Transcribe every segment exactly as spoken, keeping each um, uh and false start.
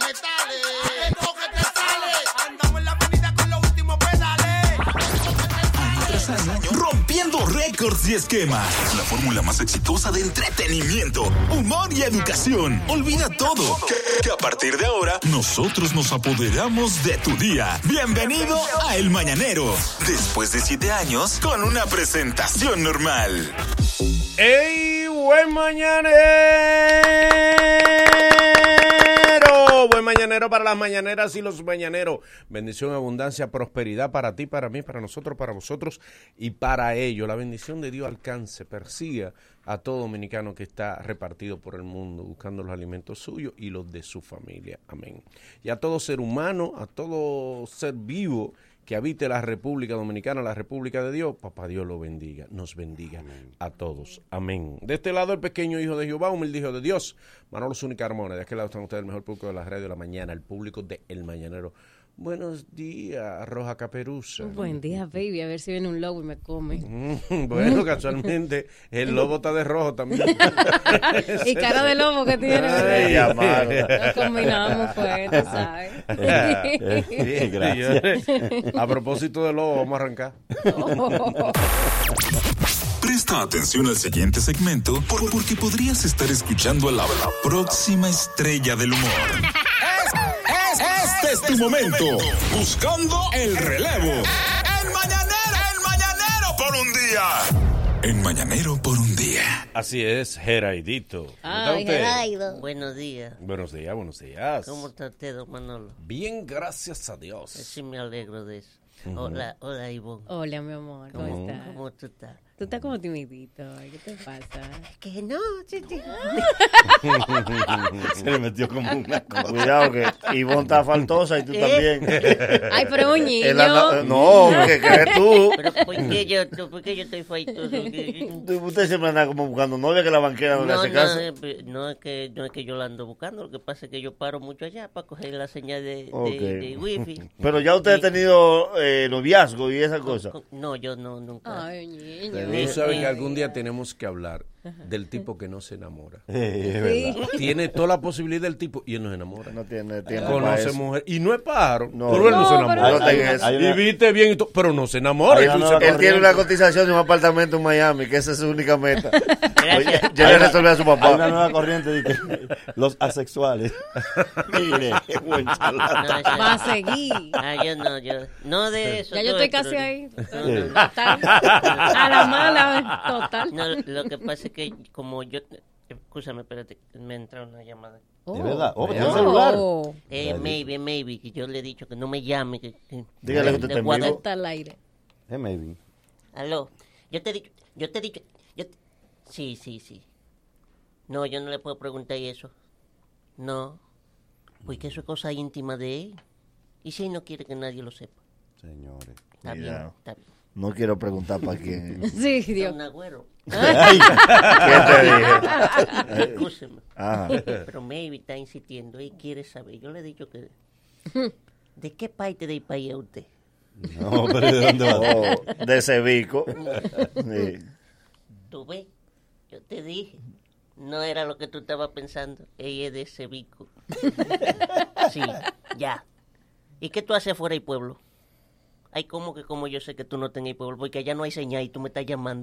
metales. Esto que te sale. Andamos en la avenida con los últimos pedales. Año tras año, rompiendo récords y esquemas. La fórmula más exitosa de entretenimiento, humor y educación. Olvida todo. Que, que a partir de ahora, nosotros nos apoderamos de tu día. Bienvenido a El Mañanero. Después de siete años, con una presentación normal. ¡Ey, buen mañanero! Buen mañanero para las mañaneras y los mañaneros. Bendición, abundancia, prosperidad para ti, para mí, para nosotros, para vosotros y para ellos. La bendición de Dios alcance, persiga a todo dominicano que está repartido por el mundo buscando los alimentos suyos y los de su familia. Amén. Y a todo ser humano, a todo ser vivo que habite la República Dominicana, la República de Dios, papá Dios lo bendiga, nos bendiga amén. A todos. Amén. De este lado el pequeño hijo de Jehová, humilde hijo de Dios, Manolo Zúñiga Carmona. De aquel lado están ustedes, el mejor público de la radio de la mañana, el público de El Mañanero. Buenos días, Roja Caperuza. Buen día, baby. A ver si viene un lobo y me come. Mm, bueno, casualmente, el lobo está de rojo también. Y cara de lobo que tiene. Ay, nos combinamos, pues, tú sabes. Sí, gracias. A propósito de lobo, vamos a arrancar. Oh. Presta atención al siguiente segmento por- porque podrías estar escuchando a la, la próxima estrella del humor. Es, es, este es tu momento. Buscando el relevo. El mañanero, el mañanero por un día. El mañanero por un día. Así es, Geraidito. ¿Cómo está Ay, usted? Geraido. Buenos días. Buenos días, buenos días. ¿Cómo está usted, don Manolo? Bien, gracias a Dios. Sí, me alegro de eso. Hola, hola, Ivonne. Hola, mi amor. ¿Cómo ¿Cómo? estás? ¿Cómo tú estás? Tú estás como timidito. Ay, ¿qué te pasa? Que no, sí, sí. Se le metió como una cosa. Cuidado que Ivonne está faltosa y tú también. Ay, pero un niño. Él anda- no, ¿qué crees tú? Pero ¿por qué yo, tú- por qué yo estoy faitoso? Que- Tú- Usted siempre anda como buscando novia que la banquera no, le No, hace no, caso. eh, no es que no es que yo la ando buscando, lo que pasa es que yo paro mucho allá para coger la señal de, de, Ok. de wifi. Pero ya usted ha tenido eh, noviazgo y esa cosa. Con- No, yo no, nunca. Ay, niño. Tú sabes que algún día tenemos que hablar del tipo que no se enamora. Sí. Tiene toda la posibilidad del tipo y él no se enamora. No tiene tiempo para Conoce eso. mujer y no es pájaro, No. pero él no, No, se pero enamora. no tenga eso. Y viste bien y todo, pero no se enamora. Hay Y tú una dices, nueva Él tiene una cotización de un apartamento en Miami, que esa es su única meta. Gracias. Ya le resolví a su Hay una papá. nueva corriente de que los asexuales. Mire, qué buen chalán. No, esa- Va a seguir. Ah, yo no, yo no de eso. Ya yo no, estoy pero- casi ahí. No, no, no. Total. A la mala, total. No, lo que pasa es que como yo... Escúchame, espérate, me entra una llamada. De verdad. Oh, Oh. ¿tiene un celular? Eh, maybe, maybe, que yo le he dicho que no me llame. Que, que- Dígale que usted de está en Guada- vivo. Está al aire. Eh, maybe. Aló, yo te he dicho, yo te he dicho, yo te- sí, sí, sí. No, yo no le puedo preguntar eso. No, porque eso es cosa íntima de él. Y si él no quiere que nadie lo sepa. Señores. Está bien, Cuidado. está bien. No quiero preguntar para quién. Sí, Dios. Don Agüero, ¿Qué te dije? escúcheme. Ajá. Pero maybe está insistiendo, él quiere saber. Yo le he dicho que... ¿De qué parte del país es usted? No, pero ¿de dónde va? Oh, de Cebico. Sí. ¿Tú ves? Yo te dije. No era lo que tú estabas pensando. Ella es de ese bico. Sí, ya. ¿Y qué tú haces fuera del pueblo? Ay, ¿cómo que como yo sé que tú no tenés pueblo? Porque allá no hay señal y tú me estás llamando.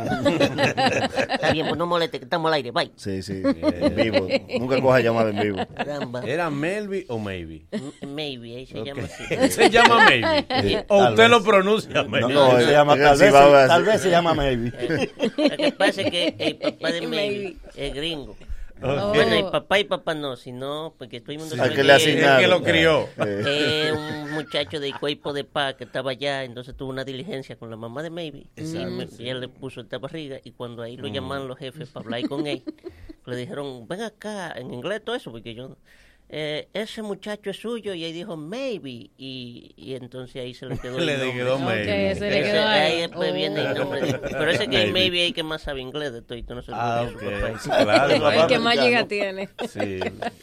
Está bien, pues no moleste, que estamos al aire. Bye. Sí, sí, en vivo. Nunca coja llamada en vivo. Caramba. ¿era Melvi o Maybe? M- Maybe, ahí se Ok. llama así. Se llama Maybe. Sí, O tal usted vez. lo pronuncia No, Maybe. no, se llama, es tal, que vez, si va a- se- tal vez se llama maybe. Lo que pasa es que el papá de Maybe Maybe. es gringo. Oh. Bueno, el papá y papá no, sino porque todo el mundo Al sabe que le él- El asignaron. que lo crió. Eh, Eh, un muchacho del cuerpo de paz que estaba allá, entonces tuvo una diligencia con la mamá de Maybe. Y, me- y él le puso esta barriga y cuando ahí lo llamaron los jefes para hablar con él, le dijeron, ven acá, en inglés todo eso, porque yo... eh, ese muchacho es suyo y ahí dijo maybe y, y entonces ahí se le quedó el Le nombre. quedó Ok, Maybe. se le Ese- quedó ahí. ahí después viene el Oh. nombre de- pero ese que Maybe. el maybe es el que más sabe inglés de todo y no se lo Ah, dijo ok. su papá. Sí, claro. El que más americano. llega tiene. Sí.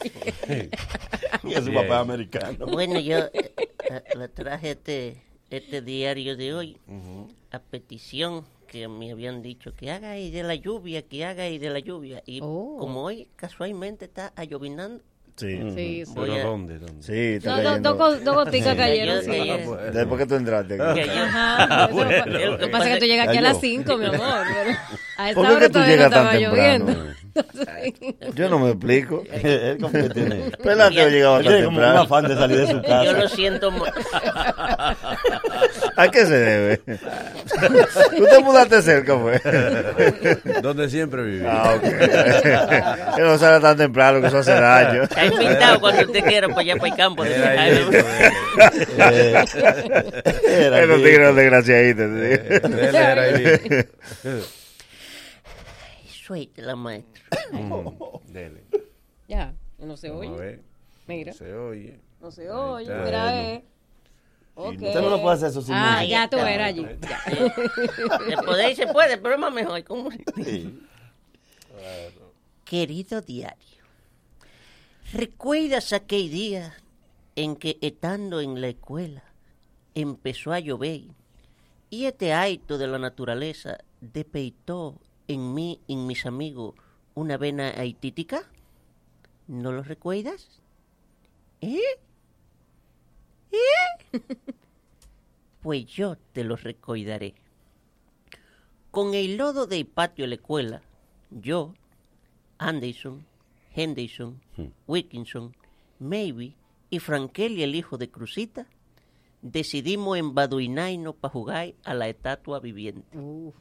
Y es su Bien. papá americano. Bueno, yo eh, eh, le traje este este diario de hoy a petición que me habían dicho que haga ahí de la lluvia, que haga ahí de la lluvia. Y Oh. como hoy casualmente está llovinando, Sí. Sí, sí. Voy ¿Pero a- dónde? ¿Dónde? Sí, está Dos do, cayendo. do, go- dos goticas Sí. cayeron. Que yo- sí. que yo- Después que tú entraste aquí. que yo- Ajá. Bueno, Eso- lo Lo que que pasa es que tú llegas aquí a Cayó. las cinco, mi amor. pero A esa ¿Por qué hora que tú todavía no llegas tan estaba temprano? lloviendo. Yo no me explico. Él como que tiene. Pelate llegaba Él tan tiene como un temprano. afán de salir de su Yo casa. lo siento. mo- ¿A qué se debe? ¿Tú te mudaste cerca, fue? Donde siempre viví. Ah, ok. Que no sale tan temprano, que eso hace daño. Está invitado cuando usted quiera para allá, para el campo. de Era Ay, ahí, no. Eh, era Es los aquí. tigres desgraciaditos. sí. Él era ahí. Suelte la maestra. Dele. Ya, no se Vamos a oye. ver. Mira, Se oye. no se oye. está. Mira, eh. Ok. Usted no lo puede hacer eso sin Ah, música. ya tú eras allí. Ya. Se puede, se puede, pero es más mejor. ¿Cómo? Sí. Querido diario, ¿recuerdas aquel día en que estando en la escuela empezó a llover y este acto de la naturaleza despertó en mí y en mis amigos una vena haitítica? ¿No lo recuerdas? ¿Eh? ¿Eh? Pues yo te lo recordaré. Con el lodo del patio de la escuela, yo, Anderson, Henderson, Wilkinson, Maybe y Frankel y el hijo de Cruzita decidimos embaduinarnos para jugar a la estatua viviente. Uf.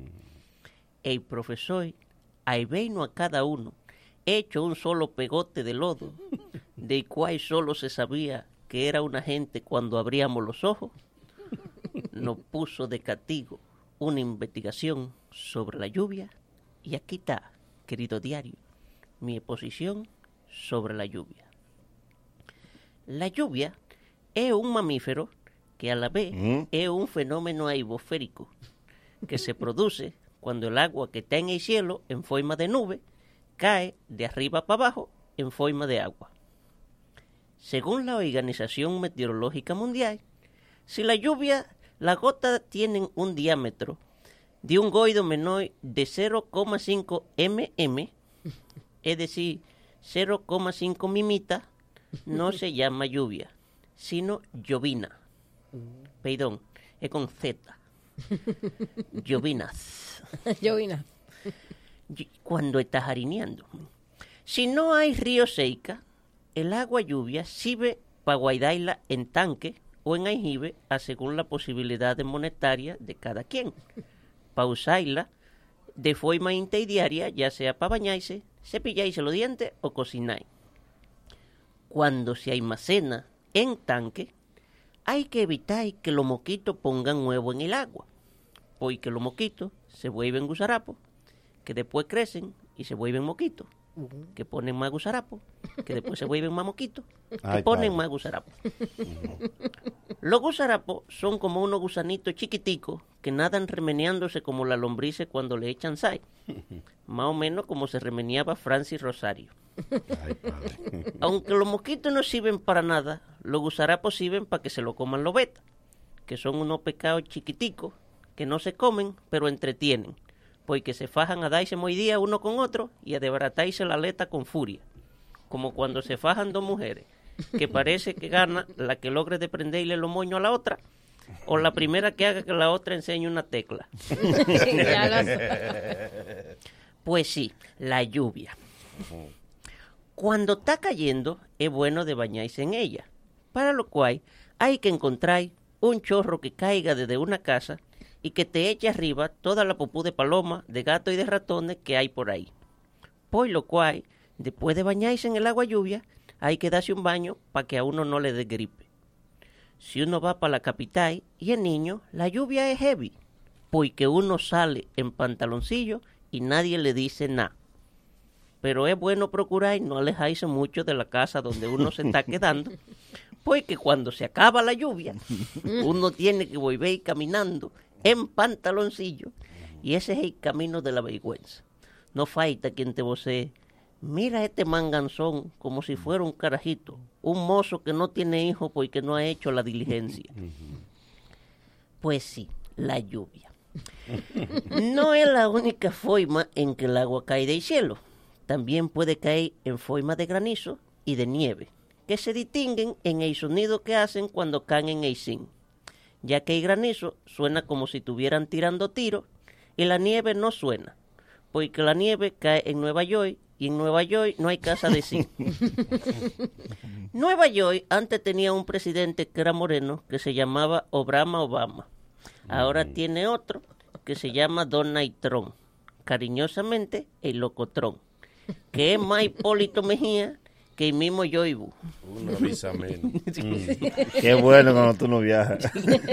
El profesor, al vernos a cada uno hecho un solo pegote de lodo, del cual solo se sabía que era una gente cuando abríamos los ojos, nos puso de castigo una investigación sobre la lluvia, y aquí está, querido diario, mi exposición sobre la lluvia. La lluvia es un mamífero que a la vez Mm. es un fenómeno atmosférico que se produce cuando el agua que está en el cielo en forma de nube cae de arriba para abajo en forma de agua. Según la Organización Meteorológica Mundial, si la lluvia, las gotas tienen un diámetro de un goido menor de cero coma cinco milímetros, es decir, cero coma cinco mimitas, no se llama lluvia, sino llovina. Perdón, es con Z. Llovinas. Llovina. Y- Cuando estás harineando. Si no hay río seca, el agua lluvia sirve para guardarla en tanque o en aljibe, a según la posibilidad monetaria de cada quien. Para usarla de forma interdiaria, ya sea para bañarse, cepillarse los dientes o cocinar. Cuando se almacena en tanque, hay que evitar que los mosquitos pongan huevo en el agua, porque los mosquitos se vuelven gusarapos, que después crecen y se vuelven mosquitos, que ponen más gusarapos, que después se vuelven más mosquitos, que Ay, ponen padre. más gusarapos. Los gusarapos son como unos gusanitos chiquiticos que nadan remeneándose como las lombrices cuando le echan sal, más o menos como se remeneaba Francis Rosario. Aunque los mosquitos no sirven para nada, los gusarapos sirven para que se lo coman los betas, que son unos pescados chiquiticos que no se comen, pero entretienen, porque se fajan a darse moidía uno con otro y a desbaratarse la aleta con furia, como cuando se fajan dos mujeres, que parece que gana la que logre desprenderle los moños a la otra, o la primera que haga que la otra enseñe una tecla. Ya lo sé. Pues sí, la lluvia. Cuando está cayendo, es bueno de bañarse en ella, para lo cual hay que encontrar un chorro que caiga desde una casa y que te eche arriba toda la popú de paloma, de gato y de ratones que hay por ahí. Por lo cual, después de bañarse en el agua lluvia, hay que darse un baño para que a uno no le dé gripe. Si uno va para la capital y es niño, la lluvia es heavy, porque uno sale en pantaloncillo y nadie le dice nada. Pero es bueno procurar no alejarse mucho de la casa donde uno se está quedando, porque cuando se acaba la lluvia, uno tiene que volver caminando en pantaloncillo, y ese es el camino de la vergüenza. No falta quien te vocee: mira este manganzón, como si fuera un carajito, un mozo que no tiene hijo porque no ha hecho la diligencia. Pues sí, la lluvia. No es la única forma en que el agua cae del cielo. También puede caer en forma de granizo y de nieve, que se distinguen en el sonido que hacen cuando caen en el zinc, ya que el granizo suena como si estuvieran tirando tiros y la nieve no suena, porque la nieve cae en Nueva York y en Nueva York no hay casa de zinc. Nueva York antes tenía un presidente que era moreno que se llamaba Obama Obama. Ahora mm. tiene otro que se llama Donald Trump, cariñosamente el Locotrón, que es más Hipólito Mejía que el mismo Yoibu. Una visa menos. Mm. Qué bueno cuando tú no viajas.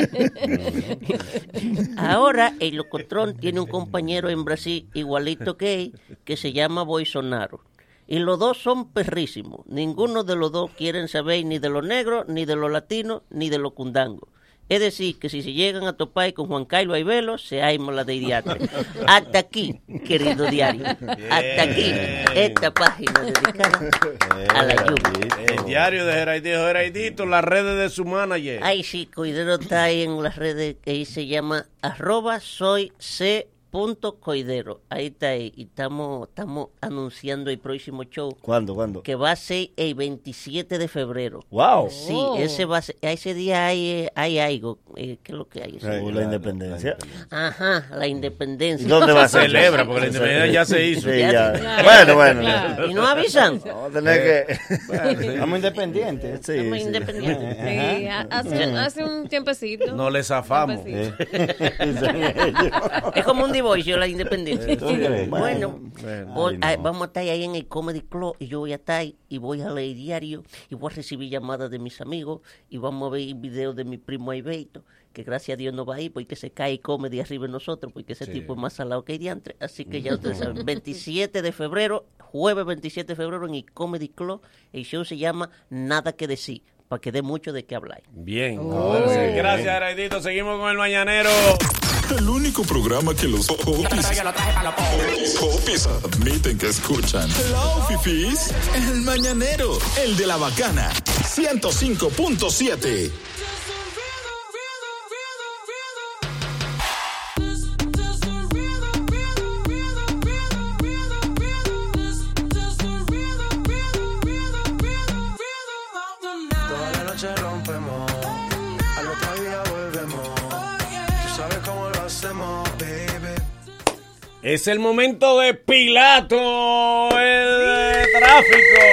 Ahora el Locotrón tiene un compañero en Brasil igualito que él, que se llama Bolsonaro. Y los dos son perrísimos. Ninguno de los dos quieren saber ni de los negros, ni de los latinos, ni de los cundangos. Es decir, que si se llegan a topar con Juan Carlos Aivelo, se aima la de idiatre. Hasta aquí, querido diario. Hasta aquí, esta página dedicada a la lluvia. El diario de Geraidito, Geraidito, las redes de su manager. Ay, sí, Coidero está ahí en las redes, que ahí se llama arroba soy c punto coidero. Ahí está ahí. Y estamos, estamos anunciando el próximo show. ¿Cuándo, cuándo? Que va a ser el veintisiete de febrero. ¡Wow! Sí, ese va a ser, ese día hay, hay algo. Eh, ¿Qué es lo que hay? Ay, la, la independencia. Ajá, la independencia. ¿Y dónde va a ser? Celebra, porque la independencia ya se hizo. Sí, Ya ya. se- Claro, Bueno, bueno. claro. ¿Y no avisan? Vamos a tener que... Estamos independientes. Sí, Somos sí. independientes. Sí, ha- hace, hace un tiempecito. No le zafamos. Tiempecito. Es como un divorcio, la independencia. ¿Tú crees? Bueno, Bueno. hoy, Ay, no. ah, vamos a estar ahí en el Comedy Club y yo voy a estar ahí y voy a leer diario y voy a recibir llamadas de mis amigos y vamos a ver videos de mi primo Alberto, que gracias a Dios no va a ir porque se cae comedy arriba de nosotros, porque ese Sí. tipo es más salado que el diantre. Así que ya ustedes saben, veintisiete de febrero, jueves veintisiete de febrero en el Comedy Club, el show se llama Nada que Decir, para que dé mucho de qué hablar. Bien. Oh. Gracias, Geraidito. Seguimos con el mañanero. El único programa que los popis, popis admiten que escuchan. Hello, fifis. El mañanero, el de la bacana. ciento cinco punto siete. Toda la noche rompemos, al otro día volvemos. Tú sabes cómo lo hacemos, baby. Es el momento de Pilato, el tráfico.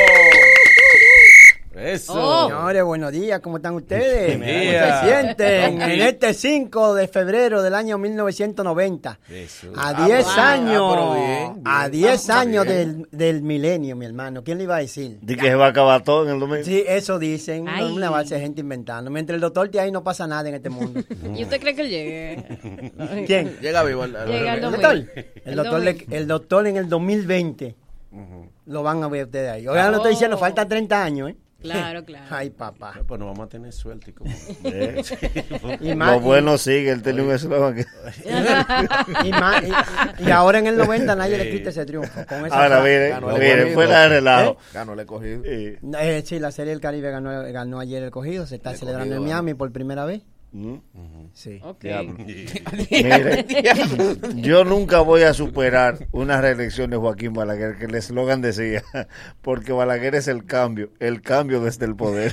Eso. Oh. Señores, buenos días, ¿cómo están ustedes? Buenos ¿Cómo días. se sienten Ok. en este cinco de febrero del año mil novecientos noventa? Eso. A diez wow. años, Ah, pero bien, bien. a diez Ah, años bien. del, del milenio, mi hermano. ¿Quién le iba a decir? Di que se va a acabar todo en el domingo. Sí, eso dicen, Ay. una base de gente inventando. Mientras el doctor esté ahí no pasa nada en este mundo. ¿Y usted cree que él llegue? ¿Quién? Llega vivo. al- al- Llega ¿El el doctor? domingo. El doctor, le- el doctor en el dos mil veinte lo van a ver ustedes ahí. Oigan, lo estoy diciendo, Oh. falta treinta años, ¿eh? Claro, claro. Ay, papá. Pues nos vamos a tener suerte. Como... Eh. Y más- Lo bueno sigue, él tenía un eslogan que... Y, más- y- y ahora en el noventa nadie le quita ese triunfo. Con esa Ahora, frase. mire, Ganó el mire, Cogido. fuera de relajo. Ganó, le he cogido. Sí. Eh, sí, la Serie del Caribe ganó, ganó ayer el Cogido, se está El celebrando Cogido, en Miami por primera vez. Mm. Sí. Ok. Mire, yo nunca voy a superar una reelección de Joaquín Balaguer, que el eslogan decía, porque Balaguer es el cambio, el cambio desde el poder.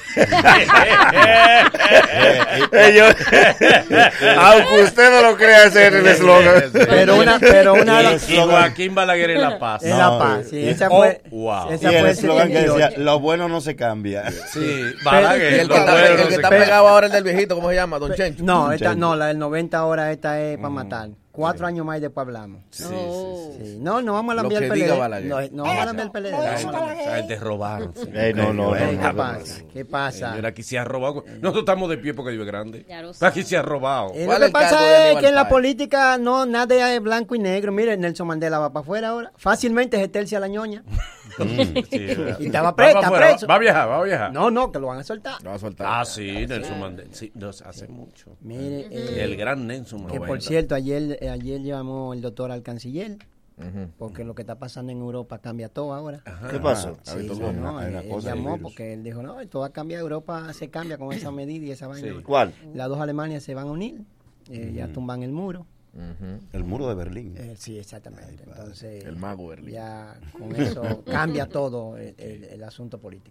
Ellos- aunque usted no lo crea, ese es el eslogan. Pero una, pero una Y, y Joaquín Balaguer en La Paz. es No, la paz. Sí, y- esa oh, fue. wow. Esa Y el fue eslogan que decía, setenta y ocho. lo bueno no se cambia. Sí, Balaguer. Y el que lo está, bueno el no que se está cambia. pegado ahora, el del viejito, ¿cómo se llama? Don Chencho. No, esta, no, la del noventa ahora, esta es para matar. Cuatro años más y después hablamos. Oh. Sí. No, no vamos a Lo lambiar el que diga P L D. Balaguer. No, no vamos a lambiar el P L D. Esa esa gente robaron. sí. Ey, no, no, no, ¿Qué no, no. pasa? ¿Qué pasa? Señora, aquí se ha robado. Nosotros estamos de pie porque Dios es grande. Ya lo sé. Aquí se ha robado. Eh, ¿Cuál lo es que el cargo de pasa es Aníbal que en la Páez? política no nada es blanco y negro. Mire, Nelson Mandela va para afuera ahora. Fácilmente se tercia la ñoña. Sí, es verdad. Y estaba Va preso, para está afuera, preso. Va a viajar, va a viajar. No, no, que lo van a soltar. Lo va a soltar. Ah, sí, Nelson Mandela. Sí, nos hace mucho. Mire, eh, El gran Nelson que Mandela. por cierto, ayer, eh, ayer llamó el doctor al canciller, Ujú. porque lo que está pasando en Europa cambia todo ahora. ¿Qué pasó? Ah, Sí, Víctor sí, Gómez, no, hay él, una él cosa del llamó virus. porque él dijo, no, todo va a cambiar, Europa se cambia con esa medida y esa vaina. ¿Cuál? Las dos Alemanias se van a unir, eh, ya tumban el muro. Ujú. El muro de Berlín. Eh, sí, exactamente. Entonces, El mago Berlín. ya con eso cambia todo el, el- el asunto político.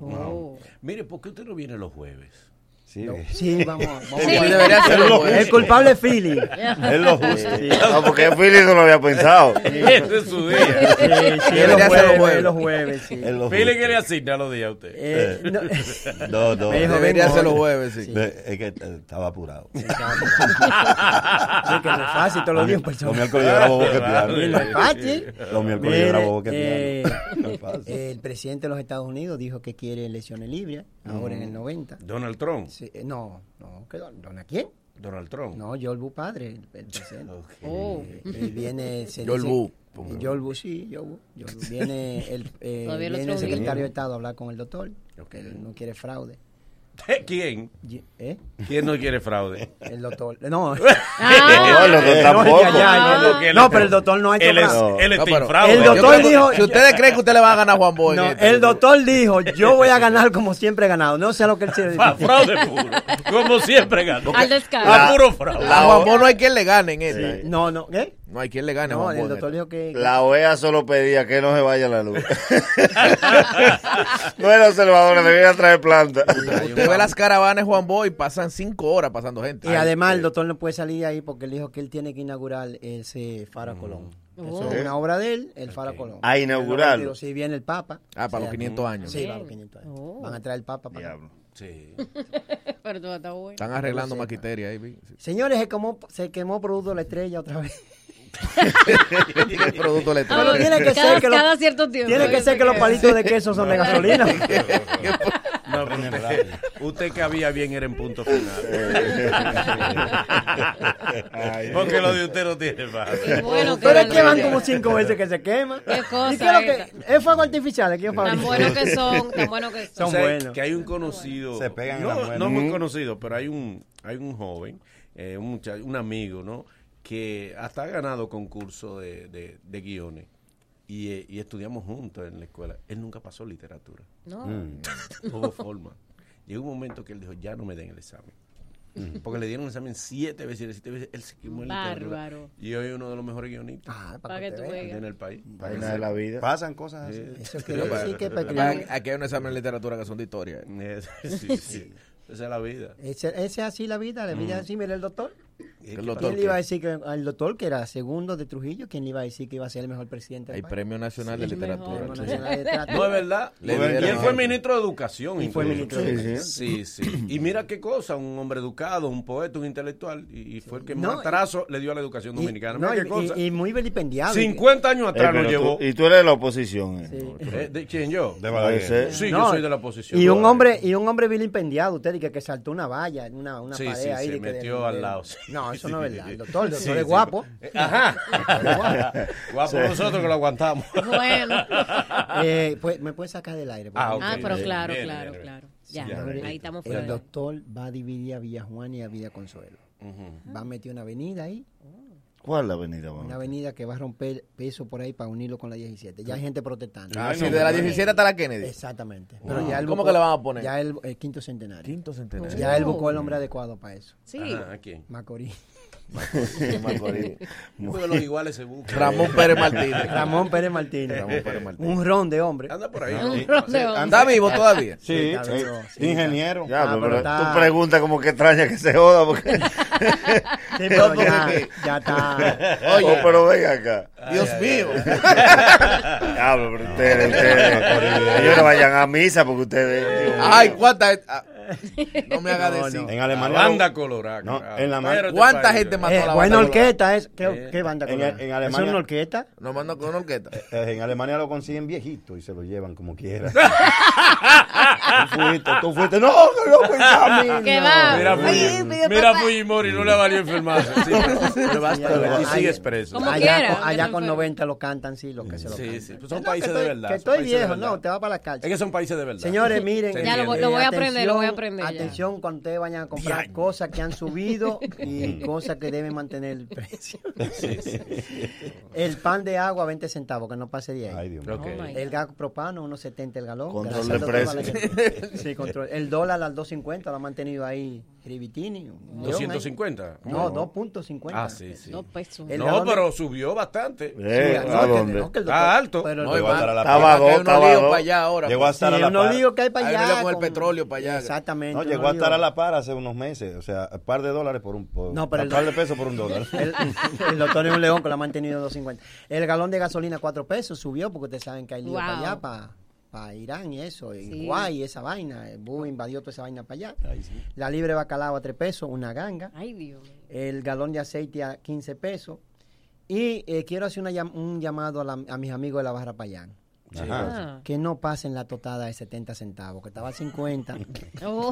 Oh. Mire, ¿por qué usted no viene los jueves? Sí, No, sí, vamos. vamos. Sí. Debería hacerlo. El culpable es Philly. es lo justo. Sí, no, porque Philly no lo había pensado. Ese es su día. Sí, sí, es los Debería ser los jueves, jueves. es los jueves, sí. Es lo Philly justo. quiere asignar los días a usted. Eh, no, No, no. Me dijo, Debería vengo ser los hoy. jueves, sí. Sí. Ve, Es que eh, estaba apurado. Sí, que no es fácil todos los días en Los persona. miércoles yo grabo boqueteando. Sí, no es fácil. Los miércoles yo Mire, grabo boqueteando. eh, No es fácil. el presidente de los Estados Unidos dijo que quiere elecciones libres, ahora en el noventa. Donald Trump. Sí, eh, no, no, ¿qué don, don a quién? Donald Trump. No, George Bush padre, el, el presidente. Oh. Eh, él viene, se George dice- Bush. eh, George Bush, sí, George Bush. George Bush. Viene el, eh, Todavía el viene el otro día. secretario de Estado a hablar con el doctor, Ok. que él no quiere fraude. ¿Quién? Y- ¿Eh? ¿Quién no quiere fraude? El doctor, no. Ah. No, los dos No, tampoco. ya, ya, No, que él no, está- pero el doctor no ha hecho Él, es, fraude. él está No, pero- infraude. El Yo doctor creo- dijo- Si ustedes creen que usted le va a ganar a Juan Boy. No, este- el doctor dijo, yo voy a ganar como siempre he ganado. No sé lo que él se Fa- fraude puro. Como siempre gana. Al descaro. A puro fraude. A Juan Boy no hay quien le gane en él. No, no, ¿qué? No hay quien le gane a No, Juan Boy el en doctor él. dijo que... La O E A solo pedía que no se vaya la luz. No era observadores, debían traer planta. Usted ve las caravanas de Juan Boy, pasan cinco horas pasando gente. Y además el doctor no puede salir de ahí porque él dijo que él tiene que inaugurar ese Faro Colón. Eso es una obra de él, el Faro Colón. A inaugurarlo. Pero si viene el Papa. Ah, para o los sea, quinientos años. Sí, para los quinientos años. Oh. Van a traer el Papa para acá. Diablo. Sí. Pero todo está bueno. Están arreglando maquiteria ahí. vi. Sí. Señores, se quemó, se quemó Producto La Estrella otra vez. El producto Ah, electrónico. Pero tiene que cada, ser que los- cada cierto tiempo. Tiene que ser que los palitos de queso son de gasolina. No, pero usted, usted que había bien era en punto final. Porque lo de usted no tiene más. Qué bueno que Pero es eran que van ellos. como cinco veces que se quema. Qué cosa ¿Y qué es lo que- esta. es fuego artificial? ¿Quién Tan fabrica? buenos que son, tan buenos que son. O sea, buenos. que hay un conocido, Se pegan en la no, muela. no muy Ujú. conocido, pero hay un hay un joven, eh, un muchacho, un amigo, ¿no? Que hasta ha ganado concursos de, de, de guiones y, eh, y estudiamos juntos en la escuela. Él nunca pasó literatura, No. Mm. no hubo forma. Llegó un momento que él dijo, ya no me den el examen. Porque le dieron el examen siete veces y siete veces él se quemó en literatura. Bárbaro. Y hoy es uno de los mejores guionistas Ah, Para que tú te veas. veas. en el país. Vaina de la vida. Pasan cosas así. Eso quiere decir que para Ah, escribir- Aquí hay un examen de literatura que son de historia. Eh, Sí, sí. Esa es la vida. Ese, ese es así la vida, la vida es así, mira el doctor. El doctor ¿Quién le iba a que- decir que al doctor, que era segundo de Trujillo, quién le iba a decir que iba a ser el mejor presidente del Hay país? Premio Nacional de Sí, Literatura. Premio Sí. Nacional de Literatura. No es verdad. Le y dieron- él fue ministro de Educación. Y fue incluso. ministro de Sí, Educación. Sí, sí. Y mira qué cosa, un hombre educado, un poeta, un intelectual, y, y fue el que No, más trazo le dio a la educación Y- dominicana. no, Mira y, qué cosa. y- y muy vilipendiado. cincuenta años Eh, atrás pero nos tú- llevó. y tú eres de la oposición. eh. Sí. Eh, ¿De quién yo? De Balaguer. Puede ser. Sí, No, yo soy de la oposición. Y un hombre, y un hombre vilipendiado, usted dice que saltó una valla, una, una Sí, pared sí, ahí. se de que metió de- al de- lado, sí. No, eso no es Sí. verdad. El doctor, el doctor Sí, es sí. guapo. Eh, Ajá. Guapo nosotros que lo aguantamos. Bueno. Eh, pues, ¿me puede sacar del aire? por Ah, favor? ok. Ah, pero bien, claro, bien, claro, bien, bien. claro. Ya, ya, bien. ahí estamos fuera. El de- doctor va a dividir a Villa Juana y a Villa Consuelo. Va a meter una avenida ahí, ¿Cuál es la avenida, mamá? una avenida que va a romper peso por ahí para unirlo con la diecisiete. Ya hay gente protestando. Ah, sí, de la diecisiete hasta la Kennedy. Exactamente. Pero ya él ¿Cómo buscó- que le van a poner? Ya el, el quinto centenario. Quinto centenario. Ya él buscó el hombre adecuado para eso. Sí. Ajá, ¿a quién? Macorís. Macorís. Porque los iguales se buscan. Ramón Pérez Martínez. Ramón Pérez Martínez. Ramón Pérez Martínez. Un ron de hombre. Anda por ahí. Un ¿no? ron de hombre. ¿Está vivo todavía? Sí, está eh, vivo, sí, ingeniero. Ya, Ah, pero, pero pero está- tú preguntas como que extraña que se joda. Porque... Sí, pero porque ya, que- ya está. Oye, oh, pero venga acá. Dios mío. Ya, pero ustedes, ustedes. Ellos no vayan a misa porque ustedes. Dios Ay, mío. ¿cuánta? ah, No me haga No, decir. no. En La Alemania. banda colorada. No, carajo. en la ma- Espérate, ¿Cuánta país, gente eh. mató Eh, a la buena banda? orquesta es. ¿Qué, Eh, qué banda? en- colorada? en ¿Eso es Alemania- una orquesta? Nos mandó con una orquesta. Eh, en Alemania lo consiguen viejito y se lo llevan como quiera. Tú fuiste, tú fuiste. No, que no fue camino. Que va. Mira, Ay, Fuji- mira, mira papá. Fujimori, no le valió enfermarse. Sí, pero- pero basta, Ya, y ya. sigue expreso. Como allá quiera, con, allá que no con fue. noventa lo cantan, sí, los que se lo Sí, cantan. sí, pues son No, países que de estoy- verdad, Que son estoy países de viejo, verdad. no, te va para la Es cárcel. que son países de verdad. Señores, miren. Se Ya lo voy- entiende. lo voy a eh, aprender, lo voy a aprender ya. Atención cuando ustedes vayan a comprar cosas que han subido y cosas que deben mantener el precio. El pan de agua, veinte centavos, que no pase de ahí. Ay, Dios mío. Ok. Oh, my El gas propano, unos setenta el galón. Control Gracias de al doctor precio. Balaguer. Sí, control. El dólar al dos cincuenta lo ha mantenido ahí Rivitini. doscientos cincuenta. No, dos punto cincuenta. Ah, sí, sí. Dos pesos. El No, galón de- pero subió bastante. Eh, Sí, ¿a no, que- dónde? no, que el doctor- Está alto. pero el No, y Llegó a va- estar a la Estaba par. dos, hay unos estaba líos dos. para allá ahora. Llegó a Sí, estar a la unos par. líos que hay para Hay allá. uno con el petróleo para allá. Exactamente. No, unos llegó a estar líos. a la par hace unos meses. O sea, un par de dólares por un por, No, pero un el- par de pesos por un dólar. El, el doctor es un león que lo ha mantenido dos cincuenta. El galón de gasolina cuatro pesos subió porque ustedes saben que hay lío Wow. para allá, para, para Irán y eso, y Sí. Guay, esa vaina. El Bush invadió toda esa vaina para allá. Ahí sí. La libre de bacalao a tres pesos, una ganga. Ay, Dios mío. El galón de aceite a quince pesos. Y eh, quiero hacer una llam- un llamado a, la- a mis amigos de la Barra Payán. Ajá. Ah. Que no pasen la totada de setenta centavos, que estaba a cincuenta. Oh.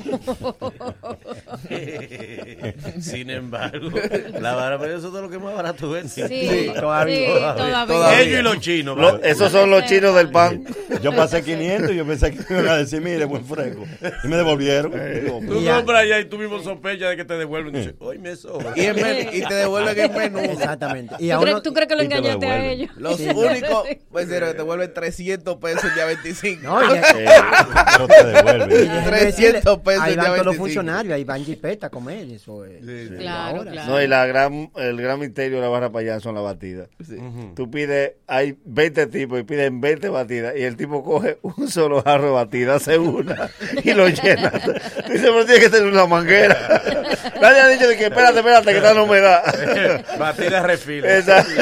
Sin embargo, la vara, pero eso es de lo que más barato es. Sí, todavía. sí, Todavía. todavía. Ellos y los chinos. Lo- ¿vale? esos son los chinos del pan. Yo pasé quinientos y yo pensé que me iban a decir, mire, buen fresco. Y me devolvieron. Digo, Tú Y ya- compras allá y tú mismo sospechas de que te devuelven. Y dices, hoy me sobra. Y, en men- y te devuelven el menú. Exactamente. Y ¿Tú, a crees, uno- tú crees que lo y te lo engañaste a devuelven. ellos? Los Sí. únicos, pues que te devuelven trescientos pesos el día veinticinco. No, y- pero te y devuelven. déjeme trescientos pesos Ahí el van día todos los veinticinco. funcionarios, ahí van jipeta a comer. Eso es. Claro, Ahora. claro. No, y la gran, el gran misterio de la barra para allá son las batidas. Tú pides, hay veinte tipos y piden veinte batidas y el tipo coge un solo jarro de batida, hace una y lo llena. Tú dices, pero tiene que tener una manguera. Nadie ha dicho de que espérate, espérate, que está la humedad. Batida refil. Exacto.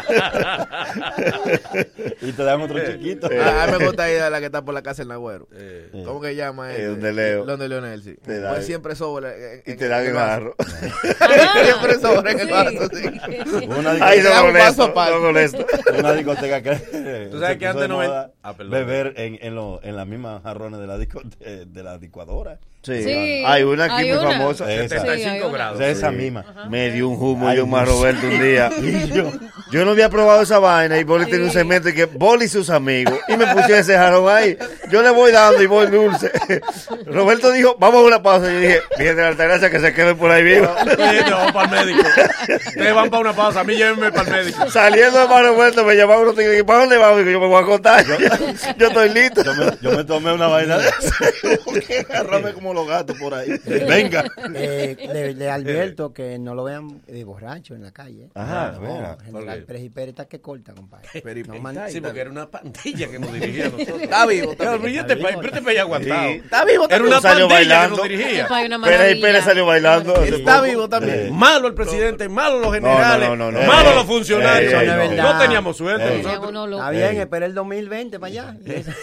Y te dan otro chiquito. A mí me gusta ir a la que está por la casa del Nagüero. Eh, ¿Cómo que llama? Eh, él? donde Leo. Donde Leonel, sí. Te da- Pues siempre sobra. en- Y en te dan el vaso. jarro. Siempre sobra en el Sí. vaso, sí. Una Ahí discoteca, son un vaso honestos, aparte. son honestos. una discoteca que Tú sabes se que puso antes de no ven- moda Ah, perdón. beber en, en, lo, en las mismas jarrones de la, disco, de, de la licuadora. Sí. Sí, Hay una aquí hay muy una. famosa. Esa. Sí, hay setenta y cinco una. grados. O sea, esa Sí. misma. Me dio un humo Ay, yo más Dios. Roberto un día. Yo no había probado esa vaina y Boli tenía un cemento y que Boli y sus amigos. Y me pusieron ese jarrón ahí. Yo le voy dando y voy dulce. Roberto dijo, vamos a una pausa. Y yo dije, bien de la Altagracia que se queden por ahí vivos. Oye, te vamos para el médico. Ustedes van para una pausa. A mí llévenme para el médico. Saliendo de Mar Roberto me llamaban unos tigres y ¿para dónde vamos? Y yo me voy a contar. Yo estoy listo. Yo me, yo me tomé una vaina de Porque agarrame como los gatos por ahí. Venga. Eh, le, le advierto que no lo vean de borracho en la calle. Ajá, no, mira. General Ok. Pérez y Pérez está que corta, compadre. Peri- No manda- Sí, porque era una pandilla que nos dirigía a nosotros. Está vivo, está Pero vivo. este país, pero este país aguantado. Sí. Está vivo, está Era vivo. una Salió pandilla que bailando. nos dirigía. Esto hay una Pérez y maravilla. Pérez salió bailando. hace Está poco. vivo también. Eh. Malo el presidente, malo los generales, no, no, no. malo Eh, los funcionarios. eh, eh, no, no es verdad. teníamos suerte Eh. nosotros. Uno lo- Está bien, Ey. espera el dos mil veinte para allá.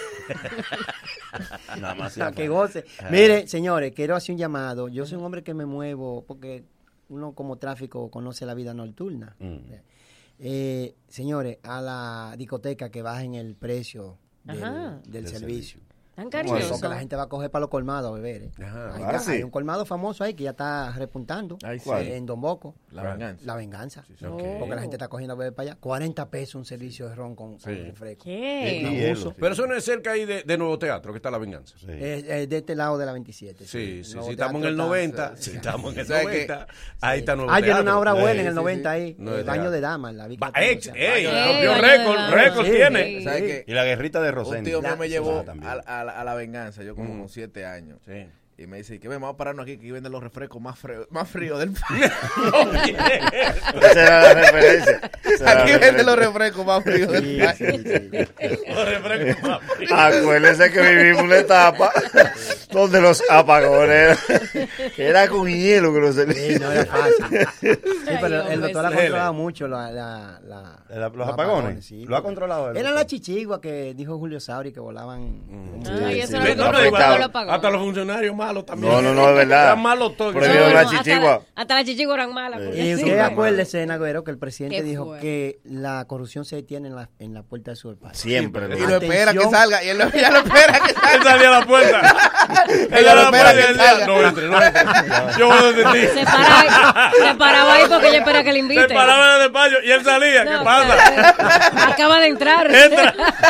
Nada más. A que goce. Mire, señores, quiero hacer un llamado. Yo soy un hombre que me muevo porque uno como tráfico conoce la vida nocturna. Mm. Eh, señores, a la discoteca que bajen el precio del, Ajá. del Del servicio. Tan Porque cariñoso. la gente va a coger para los colmados a beber. ¿eh? Ajá. Hay, Ah, ca- sí. hay un colmado famoso ahí que ya está repuntando Ay, sí. eh, en Don Boco. La venganza. La venganza. Ok. Porque la gente está cogiendo a beber para allá. cuarenta pesos un servicio de ron con, con Sí. refresco. ¿Qué? Y hielo, sí. Pero eso no es cerca ahí de, de Nuevo Teatro, que está la venganza. Sí. Eh, eh, de este lado de la veintisiete. Sí, sí, Nuevo sí, estamos en el Teatro noventa. está- Sí, estamos en el ¿Sabes qué? noventa. Ahí está Nuevo Ah, tiene Teatro. una obra buena en Sí, el sí, noventa sí. ahí. No es el baño teatro. de damas. La Vicky Ba- Ortega. ex- ey, Baño de rompió damas. récord, Sí, récord sí, tiene. sí. ¿Sabes qué? Y la guerrita de Un Rosendo. tío mío me Sí, llevó también. a, a la- a la venganza, yo como unos siete años. Sí. Y me dice que ven, vamos a pararnos aquí que aquí venden los refrescos más fríos más fríos del país. Esa era la referencia. Esa era Aquí la venden los referencia. refrescos más fríos del Sí, país. sí, sí. Los refrescos más fríos. Acuérdense que vivimos una etapa donde los apagones era con hielo que los Sí, servían. no era fácil. Sí, pero hombre, el doctor ha sí. controlado mucho la, la, la- La- los apagones. sí. Lo ha controlado él. Era la chichigua que dijo Julio Sauri que volaban. Ah, y eso Sí, era sí. lo que No, no, provocó igual, el apagón. hasta los funcionarios malos también. No, no, no, es verdad. Están malos todos. Prohibido No, la no, hasta chichigua. la- Hasta las chichiguas eran malas. porque Y sí. usted acuérdese, Nagüero, que el presidente Qué dijo fuerte. que la corrupción se detiene en la, en la puerta de su despacho. Siempre. Y ¿no? lo espera que Atención. salga. Y él lo, ya lo espera que Él salga. salía a la puerta. Él Ella a lo la espera puerta que y él salga. decía, no entre, no entre. Yo voy donde ti. Se paraba, ahí- se paraba ahí porque ella espera que le invite. Se paraba en el despacho y él salía. No, ¿Qué pasa? Acaba de entrar. Entra.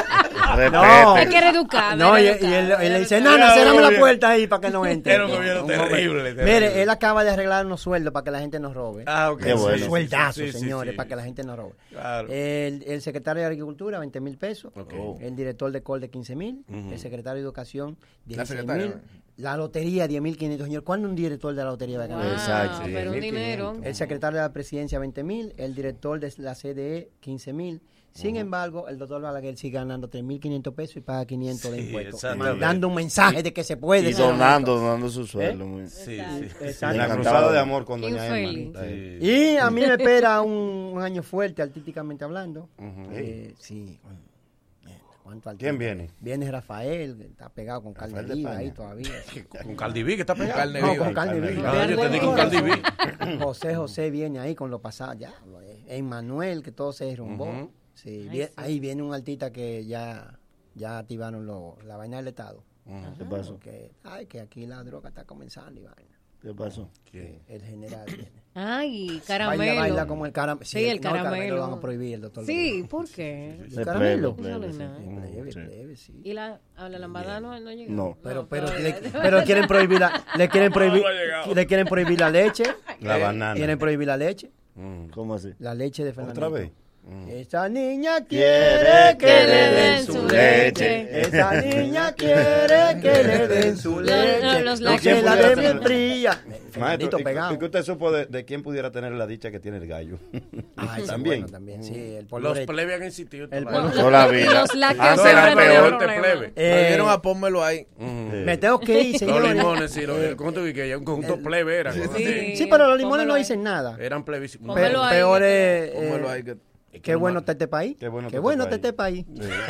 No. Él quiere educar. No, y, él y él, educar, él le él dice, educar. nana, cerrame la gobierno. puerta ahí para que no entre. Era un gobierno Un terrible, momento. terrible. Mire, él acaba de arreglar unos sueldos para que la gente nos robe. Ah, ok. Qué bueno. Sí, sí, Sueldazos, sí, sí, señores, sí. para que la gente nos robe. Claro. El, el secretario de Agricultura, veinte mil pesos. Ok. El director de Col de quince mil. Ujú. El secretario de Educación, La dieciséis secretaria. mil. La lotería, diez mil quinientos. Señor, ¿cuándo un director de la lotería va a ganar? Wow, Exacto, sí. pero un dinero. El secretario de la Presidencia, veinte mil. El director de la C D E, quince mil. Sin embargo, el doctor Balaguer sigue ganando tres mil quinientos pesos y paga quinientos de Sí, impuestos. exactamente. Mandando un mensaje de que se puede. Y señor. donando, donando su sueldo. muy- Sí, Exacto. sí. Exacto. La Me cruzada encantaba. de amor con Doña Infeliz. Emma. Ahí. Sí. Y a mí me espera un, un año fuerte, artísticamente hablando. Eh, sí. ¿Cuánto artista? ¿Quién viene? Viene Rafael, que está pegado con carne Rafael de viva España. ahí todavía. Con Cardi B, que está pegado. Carne No, viva. con carne Carne viva. Ah, yo te di con Cardi B. José José viene ahí con lo pasado ya. Emmanuel, que todo se derrumbó. Ujú. Sí, Ay, vie- sí. ahí viene un artista que ya, ya activaron lo- la vaina del Estado. ¿Qué pasó? Porque, ay, que aquí la droga está comenzando y vaina. ¿Qué pasó? Que el general viene. Ay, caramelo. Baila, baila como el caramelo. Sí, el no, caramelo. lo van a prohibir, el doctor. Sí, ¿por qué? El De caramelo. plebe, plebe, No sí. sale nada. Mm, Plebe, sí. plebe, sí. ¿Y la, a la lambada no, no llegó? No. Pero, pero, todavía. le, pero quieren prohibir la, le quieren prohibir, No ha llegado. le quieren prohibir la leche. La Eh, banana. Quieren prohibir la leche. ¿Cómo así? La leche de Fernando. ¿Otra vez? Esa niña quiere que le den su leche. leche. Esa niña quiere que le den su leche. los No que la lácteos. den bien fría. Maestro, Fernandito ¿y, pegado. y qué usted supo de, de quién pudiera tener la dicha que tiene el gallo? Ah, ese es También. bueno también, sí, el Los polvorete. plebes han insistido. El toda la polvo- vida. Toda la vida. Los lácteos Antes siempre era han tenido peor. Este problemas. plebe. Eh, Me dieron a pónmelo ahí. Me tengo que ir, Los señores. limones, sí, los- Eh, el conjunto que ya un conjunto plebe era. ¿no? Sí. sí, pero los limones Póngalo no ahí. dicen nada. Eran plebiscitos. Pe- Póngalo ahí. peor es. Pónmelo eh, ahí. que- Qué bueno está este país. Qué bueno Qué está bueno este está este país.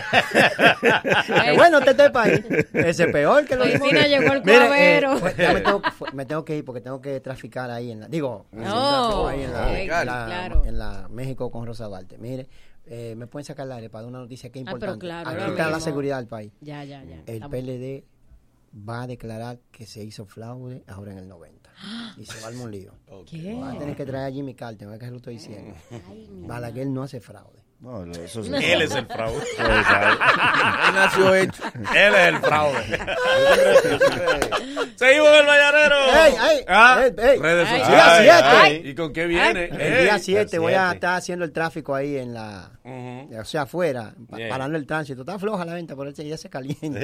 Sí. Qué bueno está este país. Ese es peor que los Medicina limones. llegó el Mire, eh, cuavero. fue- ya me, tengo, fue- me tengo que ir porque tengo que traficar ahí en la. Digo, hacer un tráfico ahí en la, ok, en la- claro. en la México con Rosa Duarte. Mire, eh, me pueden sacar el aire para dar una noticia que es Ah, pero importante. claro, Aquí ahora está la mismo. seguridad del país. Ya, ya, ya. El Estamos- P L D va a declarar que se hizo fraude ahora en el noventa. Y se va al un lío. ¿Qué? Va a tener que traer a Jimmy Carter, a ver qué se lo estoy diciendo. Balaguer no hace fraude. No, eso sí. Él es el fraude. Él nació hecho. Él es el fraude. Seguimos en el mañanero. ¡Ey, ey! Ah, ey, ey! redes Ay, sociales. ay, siete. Ay, ¿y con qué viene? El Ey. día siete voy a siete. estar haciendo el tráfico ahí en la... Ujú. O sea, afuera, pa- Bien. parando el tránsito. Está floja la venta, por eso ya se calienta.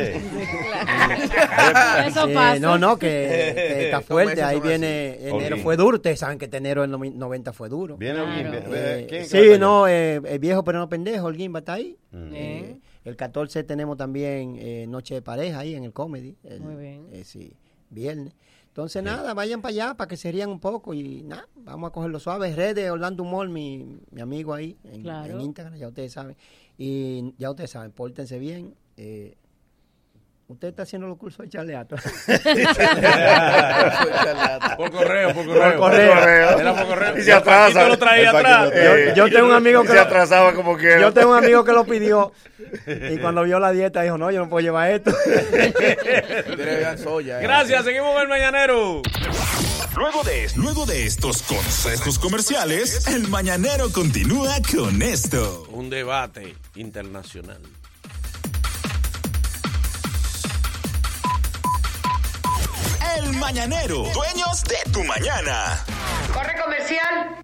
Eso Eh, pasa. no, no, que, que está fuerte. meses Ahí son viene, enero Ok. fue duro. Ustedes saben que este enero del noven- noventa fue duro. ¿Viene Holguín? Claro. Ve- Eh, ¿quién es que sí, va a estar no, eh, el viejo pero no pendejo, el Gimba está ahí. Mm. Eh, el catorce tenemos también eh, Noche de Pareja ahí en el Comedy. El- Muy bien. eh, sí, viernes. Entonces, nada, vayan para allá para que se rían un poco y nada, vamos a cogerlo suave. Redes, Orlando Humor, mi, mi amigo ahí en, Claro. en Instagram, ya ustedes saben. Y ya ustedes saben, pórtense bien. Eh, usted está haciendo los cursos de charleato. Por correo, por correo. correo. Era por correo. Y se atrasa. Paquito lo traía El atrás. Paquito. Eh, yo tengo un amigo que se lo- atrasaba como quiera. Yo tengo un amigo que lo pidió y cuando vio la dieta dijo, no, yo no puedo llevar esto. Tiene soya. eh. Gracias, seguimos en el mañanero. Luego de, luego de estos consejos comerciales, el mañanero continúa con esto. Un debate internacional. El mañanero, dueños de tu mañana. Corre comercial.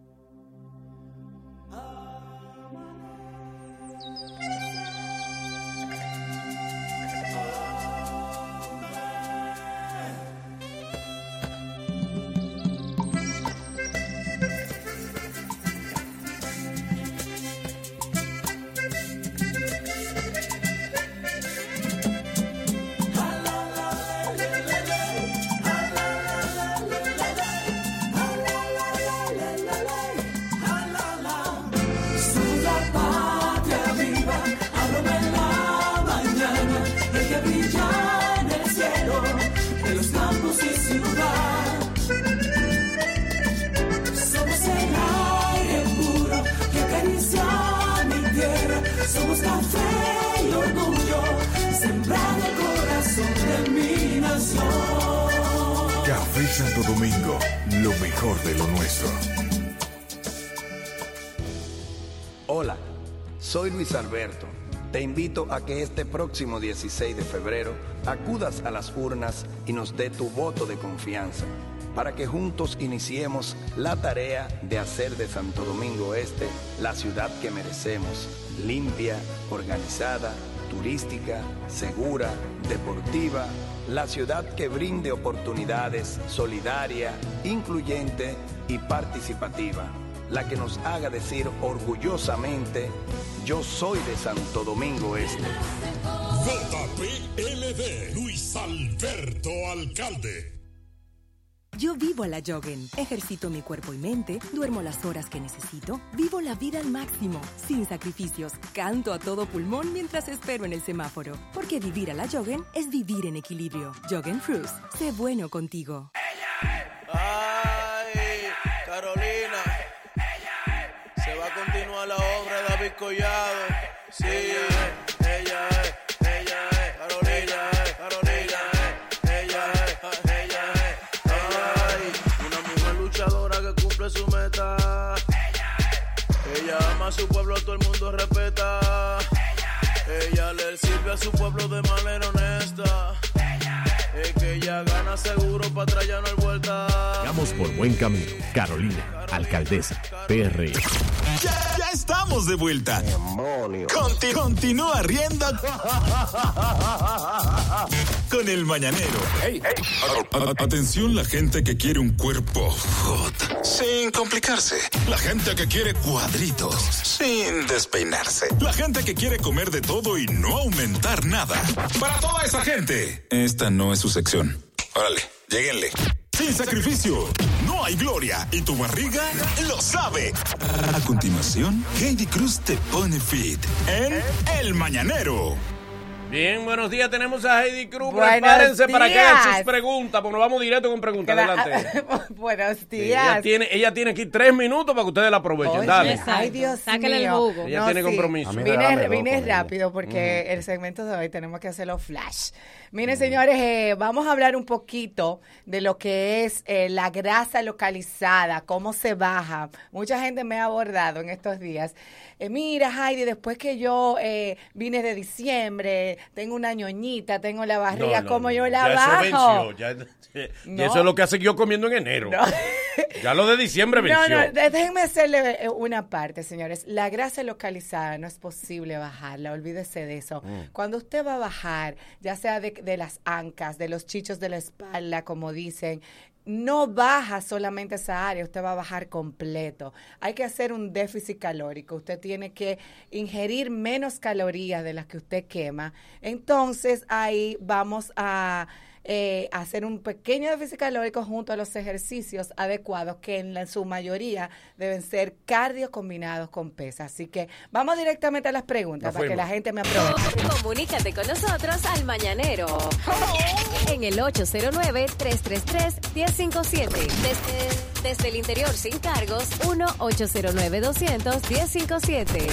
Café Santo Domingo, lo mejor de lo nuestro. Hola, soy Luis Alberto Te invito a que este próximo dieciséis de febrero acudas a las urnas y nos dé tu voto de confianza para que juntos iniciemos la tarea de hacer de Santo Domingo Este la ciudad que merecemos, limpia, organizada, turística, segura, deportiva, la ciudad que brinde oportunidades, solidaria, incluyente y participativa, la que nos haga decir orgullosamente, yo soy de Santo Domingo Este. J P L D, Luis Alberto Alcalde. Yo vivo a la Joggen. Ejercito mi cuerpo y mente, duermo las horas que necesito, vivo la vida al máximo, sin sacrificios, canto a todo pulmón mientras espero en el semáforo. Porque vivir a la Joggen es vivir en equilibrio. Joggen Fruits, sé bueno contigo. Ay, Carolina, se va a continuar la obra de David Collado. Sí, ella es, ella es, Carolina, Carolina, ella es, ella es, ay, una mujer luchadora que cumple su meta. Ella ama a su pueblo, todo el mundo respeta. Ella le sirve a su pueblo de manera honesta. Es que ella gana seguro, para atrás ya no hay vuelta. Vamos por buen camino. Carolina, alcaldesa, P R. Ya, ya estamos de vuelta. Conti- continúa riendo con el mañanero. Hey, hey. A- a- atención, la gente que quiere un cuerpo hot, sin complicarse. La gente que quiere cuadritos, sin despeinarse. La gente que quiere comer de todo y no aumentar nada. Para toda esa gente, esta no es su sección. Órale, lléguenle. Sin sacrificio, no hay gloria. Y tu barriga lo sabe. A continuación, Heidi Cruz te pone fit en El Mañanero. Bien, buenos días. Tenemos a Heidi Cruz. Buenos Prepárense para que hagan días. sus preguntas, porque nos vamos directo con preguntas. Adelante. Buenos Sí, días. ella, tiene, ella tiene aquí tres minutos para que ustedes la aprovechen. Oye, Dale. Ay, Dios Sáquele el mío. jugo. Ella No, tiene sí. compromiso. A mí Vine, regálame vine dos con rápido porque el segmento de hoy tenemos que hacerlo flash. Miren, señores, eh, vamos a hablar un poquito de lo que es eh, la grasa localizada, cómo se baja. Mucha gente me ha abordado en estos días. Eh, mira, Heidi, después que yo eh, vine de diciembre, tengo una ñoñita, tengo la barriga, No, no, ¿cómo no, yo la ya bajo? Eso venció, ya, y No. eso es lo que hace yo comiendo en enero. No. Ya lo de diciembre venció. No, no, déjenme hacerle eh, una parte, señores. La grasa localizada no es posible bajarla, olvídese de eso. Mm. Cuando usted va a bajar, ya sea de, de las ancas, de los chichos de la espalda, como dicen, no baja solamente esa área, usted va a bajar completo. Hay que hacer un déficit calórico. Usted tiene que ingerir menos calorías de las que usted quema. Entonces, ahí vamos a... Eh, hacer un pequeño déficit calórico junto a los ejercicios adecuados que en, la, en su mayoría deben ser cardio combinados con pesas. Así que vamos directamente a las preguntas Nos para que fuimos. la gente me aproveche. Comunícate con nosotros al Mañanero en el ocho cero nueve, tres tres tres, uno cero cinco siete. Desde, desde el interior sin cargos, uno ocho cero nueve, doscientos, diez cinco siete.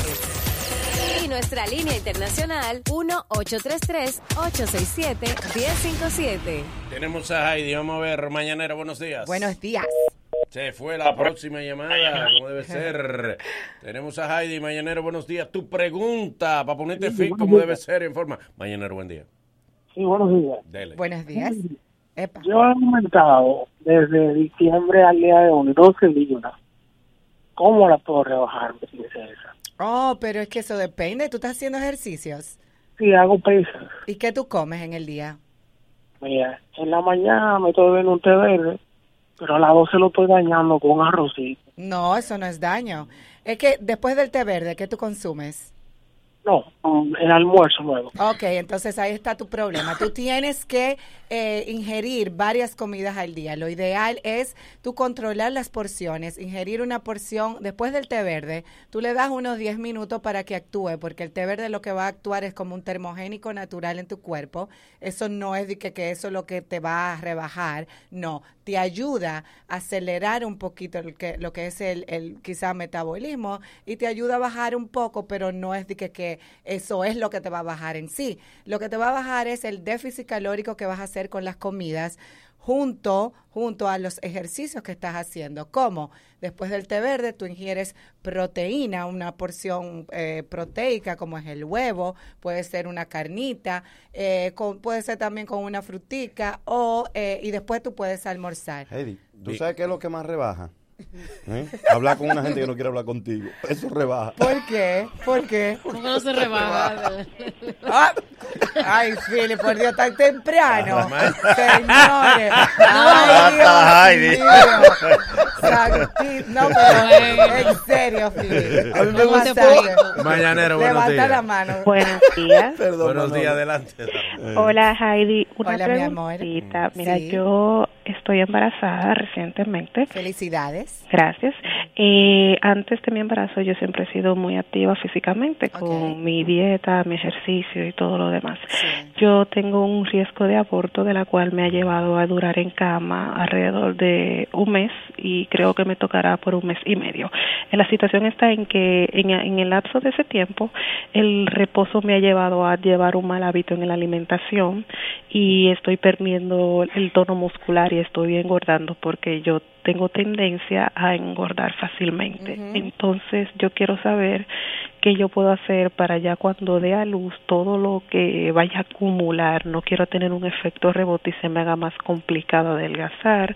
Y nuestra línea internacional, uno ocho tres tres, ocho seis siete, diez cinco siete. Tenemos a Heidi. Vamos a ver, Mañanero, buenos días. Buenos días. Se fue la próxima llamada, como debe ser. Tenemos a Heidi. Mañanero, buenos días. Tu pregunta, para ponerte Sí, fit, buenos como días. debe ser, en forma. Mañanero, buen día. Sí, buenos días. Dele. Buenos días. Yo he aumentado desde diciembre al día de hoy doce libras. ¿Cómo la puedo rebajar, princesa? Oh, pero es que eso depende. ¿Tú estás haciendo ejercicios? Sí, hago pesas. ¿Y qué tú comes en el día? Mira, en la mañana me estoy bebiendo un té verde, pero a las doce lo estoy dañando con un arrocito. No, eso no es daño. Es que después del té verde, ¿qué tú consumes? No, um, el almuerzo luego. Ok, entonces ahí está tu problema. Tú tienes que eh, ingerir varias comidas al día. Lo ideal es tú controlar las porciones, ingerir una porción después del té verde. Tú le das unos diez minutos para que actúe, porque el té verde lo que va a actuar es como un termogénico natural en tu cuerpo. Eso no es de que, que eso es lo que te va a rebajar. No, te ayuda a acelerar un poquito lo que, lo que es el, el quizá metabolismo y te ayuda a bajar un poco, pero no es de que, que eso es lo que te va a bajar en sí. Lo que te va a bajar es el déficit calórico que vas a hacer con las comidas junto, junto a los ejercicios que estás haciendo. ¿Cómo? Después del té verde, tú ingieres proteína, una porción eh, proteica, como es el huevo, puede ser una carnita, eh, con, puede ser también con una frutica, o eh, y después tú puedes almorzar. Heidi, ¿tú sabes qué es lo que más rebaja? ¿Eh? Hablar con una gente que no quiere hablar contigo. Eso rebaja. ¿Por qué? ¿Por qué? ¿Por qué no se rebaja? Ah, ay, Philip, por Dios, tan temprano. Señores. Ay, Dios mío. Santi- No, pero en serio, Philip. A mí me gusta Levanta- Mañanero, buenos Levanta días. la mano. Buenos días. Perdón, buenos días, adelante. Hola Heidi, una Hola, mi amor. preguntita. Mira, Sí. yo estoy embarazada recientemente. Felicidades. Gracias. Eh, antes de mi embarazo yo siempre he sido muy activa físicamente con mi dieta, mi ejercicio y todo lo demás. Yo tengo un riesgo de aborto de la cual me ha llevado a durar en cama alrededor de un mes y creo que me tocará por un mes y medio. La situación está en que en, en el lapso de ese tiempo el reposo me ha llevado a llevar un mal hábito en la alimentación y estoy perdiendo el tono muscular y estoy engordando porque yo tengo tendencia a engordar fácilmente. Uh-huh. Entonces yo quiero saber qué yo puedo hacer para ya cuando dé a luz todo lo que vaya a acumular. No quiero tener un efecto rebote y se me haga más complicado adelgazar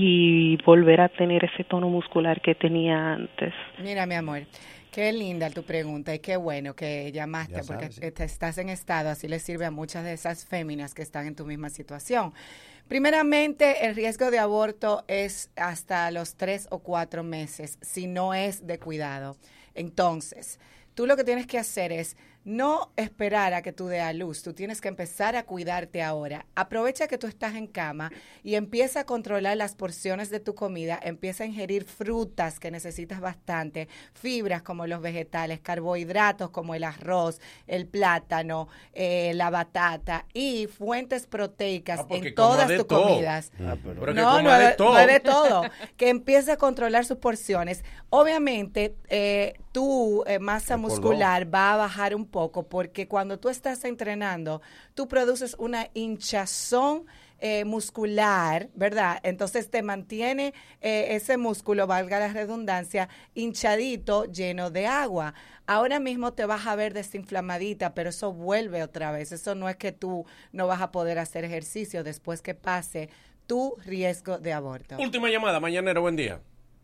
y volver a tener ese tono muscular que tenía antes. Mira, mi amor, qué linda tu pregunta y qué bueno que llamaste Ya porque sabes. te- estás en estado, así le sirve a muchas de esas féminas que están en tu misma situación. Primeramente, el riesgo de aborto es hasta los tres o cuatro meses, si no es de cuidado. Entonces, tú lo que tienes que hacer es no esperar a que tú dé a luz, tú tienes que empezar a cuidarte ahora. Aprovecha que tú estás en cama y empieza a controlar las porciones de tu comida, empieza a ingerir frutas que necesitas bastante, fibras como los vegetales, carbohidratos como el arroz, el plátano, eh, la batata y fuentes proteicas Ah, porque en coma todas de tus todo. comidas. Ah, pero- Pero que no, coma no, de es- todo. no es de todo. Que empiece a controlar sus porciones. Obviamente, eh, tu eh, masa Es por muscular va a bajar un poco porque cuando tú estás entrenando, tú produces una hinchazón eh, muscular, ¿verdad? Entonces te mantiene eh, ese músculo, valga la redundancia, hinchadito, lleno de agua. Ahora mismo te vas a ver desinflamadita, pero eso vuelve otra vez. Eso no es que tú no vas a poder hacer ejercicio después que pase tu riesgo de aborto. Última llamada, Mañanero, buen día.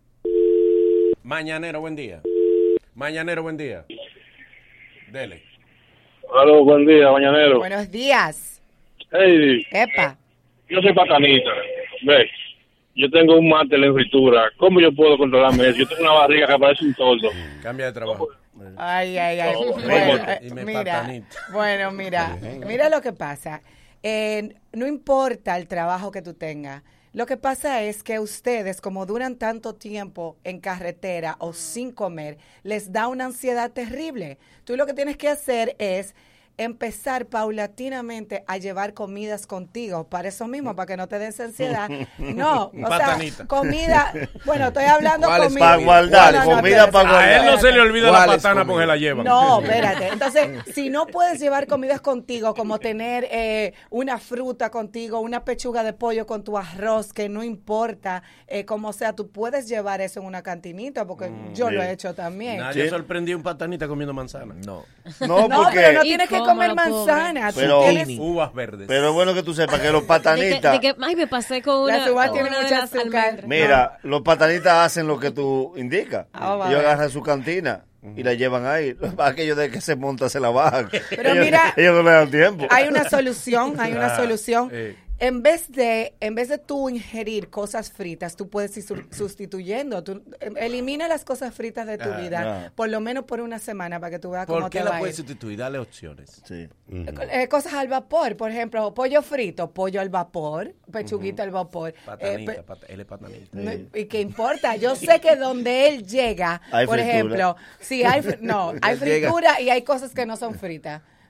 Mañanero, buen día. Mañanero, buen día. Dele. Aló, buen día, mañanero. Buenos días. Hey, Epa. yo soy patanita. Ve, yo tengo un máster en fritura. ¿Cómo yo puedo controlarme eso? Yo tengo una barriga que parece un tordo. Cambia de trabajo. Ay, ay, ay. No, Bueno, no, eh, y me mira, patanita. bueno, mira, mira lo que pasa. Eh, no importa el trabajo que tú tengas. Lo que pasa es que ustedes, como duran tanto tiempo en carretera o sin comer, les da una ansiedad terrible. Tú lo que tienes que hacer es empezar paulatinamente a llevar comidas contigo, para eso mismo, para que no te des ansiedad. No, o sea, Patanita. comida, bueno, estoy hablando ¿Cuál es comida. para guardar? No, no, no, Comida espérate, para guardar. A él no se le olvida la ¿Cuál es patana comida? porque la llevan. No, espérate. Entonces, si no puedes llevar comidas contigo, como tener eh, una fruta contigo, una pechuga de pollo con tu arroz, que no importa eh, cómo sea, tú puedes llevar eso en una cantinita, porque yo lo he hecho también. Nadie sorprendió un patanita comiendo manzana. No. No, No, porque... pero no tienes que comer manzana. tú Pero, tienes- uvas verdes. pero es bueno que tú sepas que los De que, patanitas... de que, ay, me pasé con una. Las uvas con tienen una de mucha las azúcar. almendras. Mira, los patanitas hacen lo que tú indicas. Ah, va, Ellos va. agarran su cantina y la llevan ahí. Aquello de que se monta se la bajan. Pero ellos, mira, ellos no le dan tiempo. Hay una solución, hay una Ah, solución. eh. En vez de en vez de tú ingerir cosas fritas, tú puedes ir su- sustituyendo. Tú, em, elimina las cosas fritas de tu Ah, vida, no. por lo menos por una semana, para que tú veas ¿Por cómo qué te la va a puedes ir. sustituir? Dale opciones. Sí. Eh, cosas al vapor, por ejemplo, pollo frito, pollo al vapor, pechuguita al vapor. Patanita, Eh, pe- pat- él es patanita. no, ¿y qué importa? Yo sé que donde él llega, Hay por fritura. ejemplo, sí hay fri- no, hay Él llega. fritura y hay cosas que no son fritas.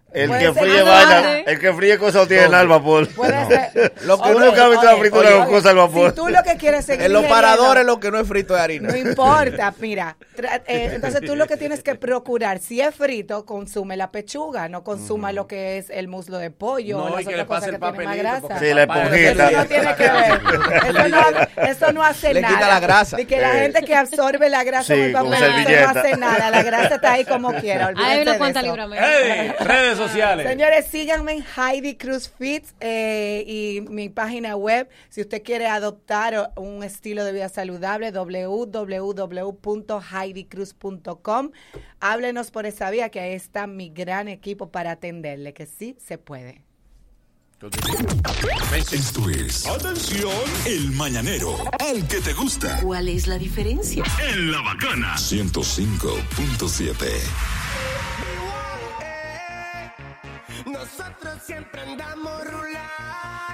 El Puede que ser fríe grande. vaina, el que fríe cosas tiene al vapor. Puede ser. Lo que Uno no- nunca ha visto la oye, fritura oye, con cosas al vapor. Si tú lo que quieres seguir En los ingiriendo- paradores lo que no es frito de harina. No importa, mira. tra- eh, entonces tú lo que tienes que procurar, si es frito, consume la pechuga, no consuma lo que es el muslo de pollo No, o y las que le otras cosas pase que el tienen más papelito, grasa. Sí, la esponjita. Eso no tiene que ver. Eso no, eso no hace Le nada. quita la grasa. De que la Eh. gente que absorbe la grasa Sí, con el con papel, eso no servilleta. hace nada. La grasa está ahí como quiera. Hay olvídense unas de cuantas eso. libras menos. ¡Ey! Redes sociales. Señores, síganme en Heidi Cruz Fits eh, y mi página web. Si usted quiere adoptar un estilo de vida saludable, w w w punto heidi cruz punto com. Háblenos por esa vía, que ahí está mi gran equipo para atenderle, que sí se puede. Esto es, atención, el mañanero, el que te gusta. ¿Cuál es la diferencia? En La Bacana. ciento cinco punto siete. Nosotros siempre andamos rular,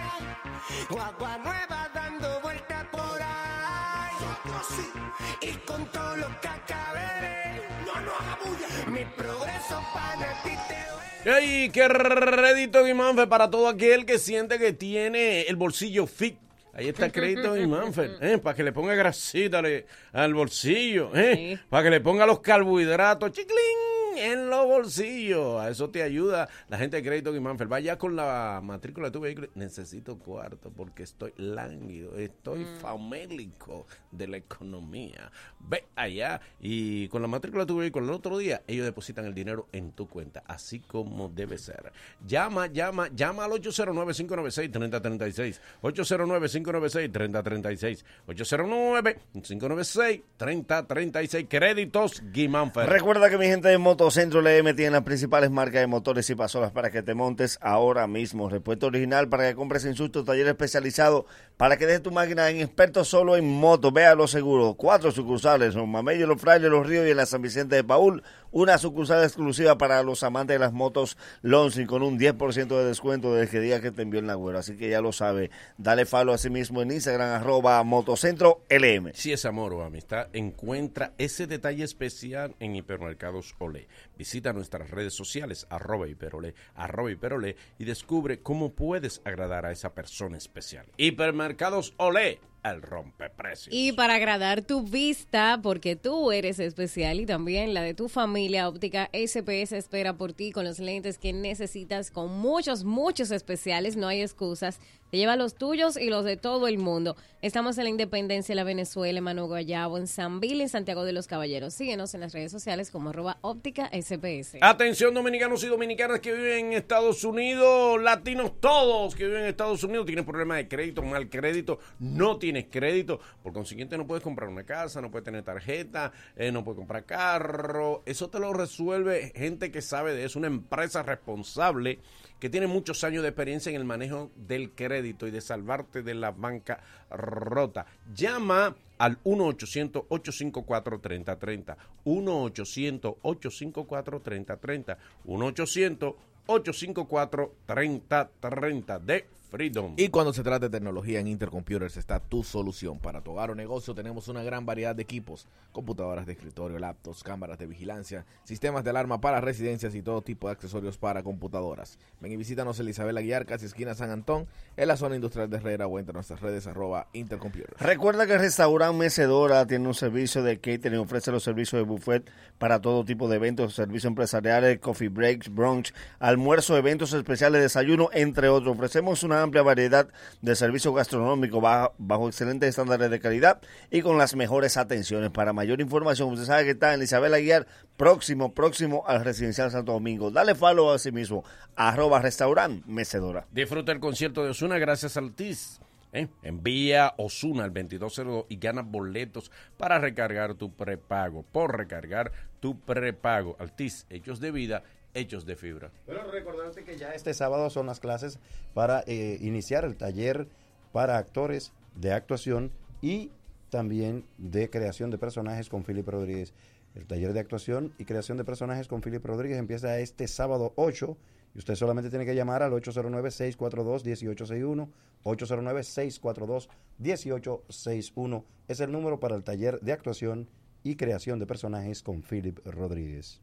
guagua nueva dando vuelta por ahí. Nosotros sí, y con todo lo que acabé, no nos haga bulla. Mi progreso para ti te ¡Ey! ¡Qué crédito Guimánfer para todo aquel que siente que tiene el bolsillo fit! Ahí está el crédito Guimánfer, ¿eh? Para que le ponga grasita le- al bolsillo, ¿eh? Para que le ponga los carbohidratos, chiclín, en los bolsillos. A eso te ayuda la gente de Crédito Guimánfer. Vaya con la matrícula de tu vehículo. Necesito cuarto porque estoy lánguido, estoy famélico de la economía. Ve allá y con la matrícula de tu vehículo el otro día ellos depositan el dinero en tu cuenta, así como debe ser. Llama, llama, llama al ocho cero nueve, cinco nueve seis, tres cero tres seis. ocho cero nueve, cinco nueve seis, tres cero tres seis. ocho cero nueve, cinco nueve seis, tres cero tres seis. Créditos Guimánfer. Recuerda que mi gente de Motocentro L M tiene las principales marcas de motores y pasolas para que te montes ahora mismo. Repuesto original para que compres en su taller especializado para que dejes tu máquina en experto solo en moto. Véalo seguro. Cuatro sucursales, Los Mamellos, Los Frailes, Los Ríos y en la San Vicente de Paúl. Una sucursal exclusiva para los amantes de las motos Lonzi con un diez por ciento de descuento desde que día que te envió el Nagüero. Así que ya lo sabe. Dale follow a sí mismo en Instagram, arroba Motocentro L M. Si es amor o amistad, encuentra ese detalle especial en Hipermercados Olé. Visita nuestras redes sociales, arroba hiperolé, arroba hiperolé, y descubre cómo puedes agradar a esa persona especial. Hipermercados Olé, el rompeprecios. Y para agradar tu vista, porque tú eres especial y también la de tu familia, Óptica S P S espera por ti con los lentes que necesitas, con muchos, muchos especiales, no hay excusas. Te lleva los tuyos y los de todo el mundo. Estamos en la Independencia de la Venezuela, en Manu Guayabo, en San Bill, en Santiago de los Caballeros. Síguenos en las redes sociales como arroba óptica S P S. Atención dominicanos y dominicanas que viven en Estados Unidos, latinos todos que viven en Estados Unidos, tienen problemas de crédito, mal crédito, no tienes crédito, por consiguiente no puedes comprar una casa, no puedes tener tarjeta, eh, no puedes comprar carro. Eso te lo resuelve gente que sabe de eso, una empresa responsable que tiene muchos años de experiencia en el manejo del crédito y de salvarte de la banca rota. Llama al uno ochocientos, ocho cinco cuatro, tres cero tres cero, uno ochocientos, ocho cinco cuatro, tres cero tres cero, uno ochocientos, ocho cinco cuatro, tres cero tres cero de Freedom. Y cuando se trata de tecnología, en Intercomputers está tu solución. Para tu hogar o negocio tenemos una gran variedad de equipos: computadoras de escritorio, laptops, cámaras de vigilancia, sistemas de alarma para residencias y todo tipo de accesorios para computadoras. Ven y visítanos en Isabel Aguiar, casi esquina San Antón, en la zona industrial de Herrera, o entre nuestras redes arroba Intercomputers. Recuerda que el restaurante Mecedora tiene un servicio de catering, ofrece los servicios de buffet para todo tipo de eventos, servicios empresariales, coffee breaks, brunch, almuerzo, eventos especiales, desayuno, entre otros. Ofrecemos una amplia variedad de servicios gastronómicos bajo, bajo excelentes estándares de calidad y con las mejores atenciones. Para mayor información, usted sabe que está en Isabel Aguiar, próximo, próximo al Residencial Santo Domingo. Dale follow a sí mismo, arroba restaurant Mecedora. Disfruta el concierto de Ozuna gracias al T I S. ¿Eh? Envía Ozuna al veintidós cero dos y gana boletos para recargar tu prepago. Por recargar tu prepago. Altis, hechos de vida, hechos de fibra. Bueno, recordarte que ya este sábado son las clases para eh, iniciar el taller para actores de actuación y también de creación de personajes con Philip Rodríguez. El taller de actuación y creación de personajes con Philip Rodríguez empieza este sábado ocho y usted solamente tiene que llamar al ocho cero nueve, seis cuatro dos, uno ocho seis uno, ocho cero nueve, seis cuatro dos, uno ocho seis uno. Es el número para el taller de actuación y creación de personajes con Philip Rodríguez.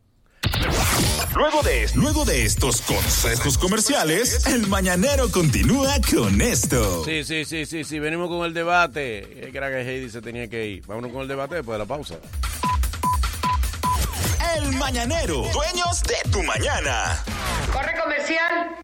Luego de, luego de estos consejos comerciales, el Mañanero continúa con esto. Sí, sí, sí, sí, sí, venimos con el debate. El crack Heidi se tenía que ir. Vámonos con el debate después de la pausa. El Mañanero, dueños de tu mañana. Corre comercial.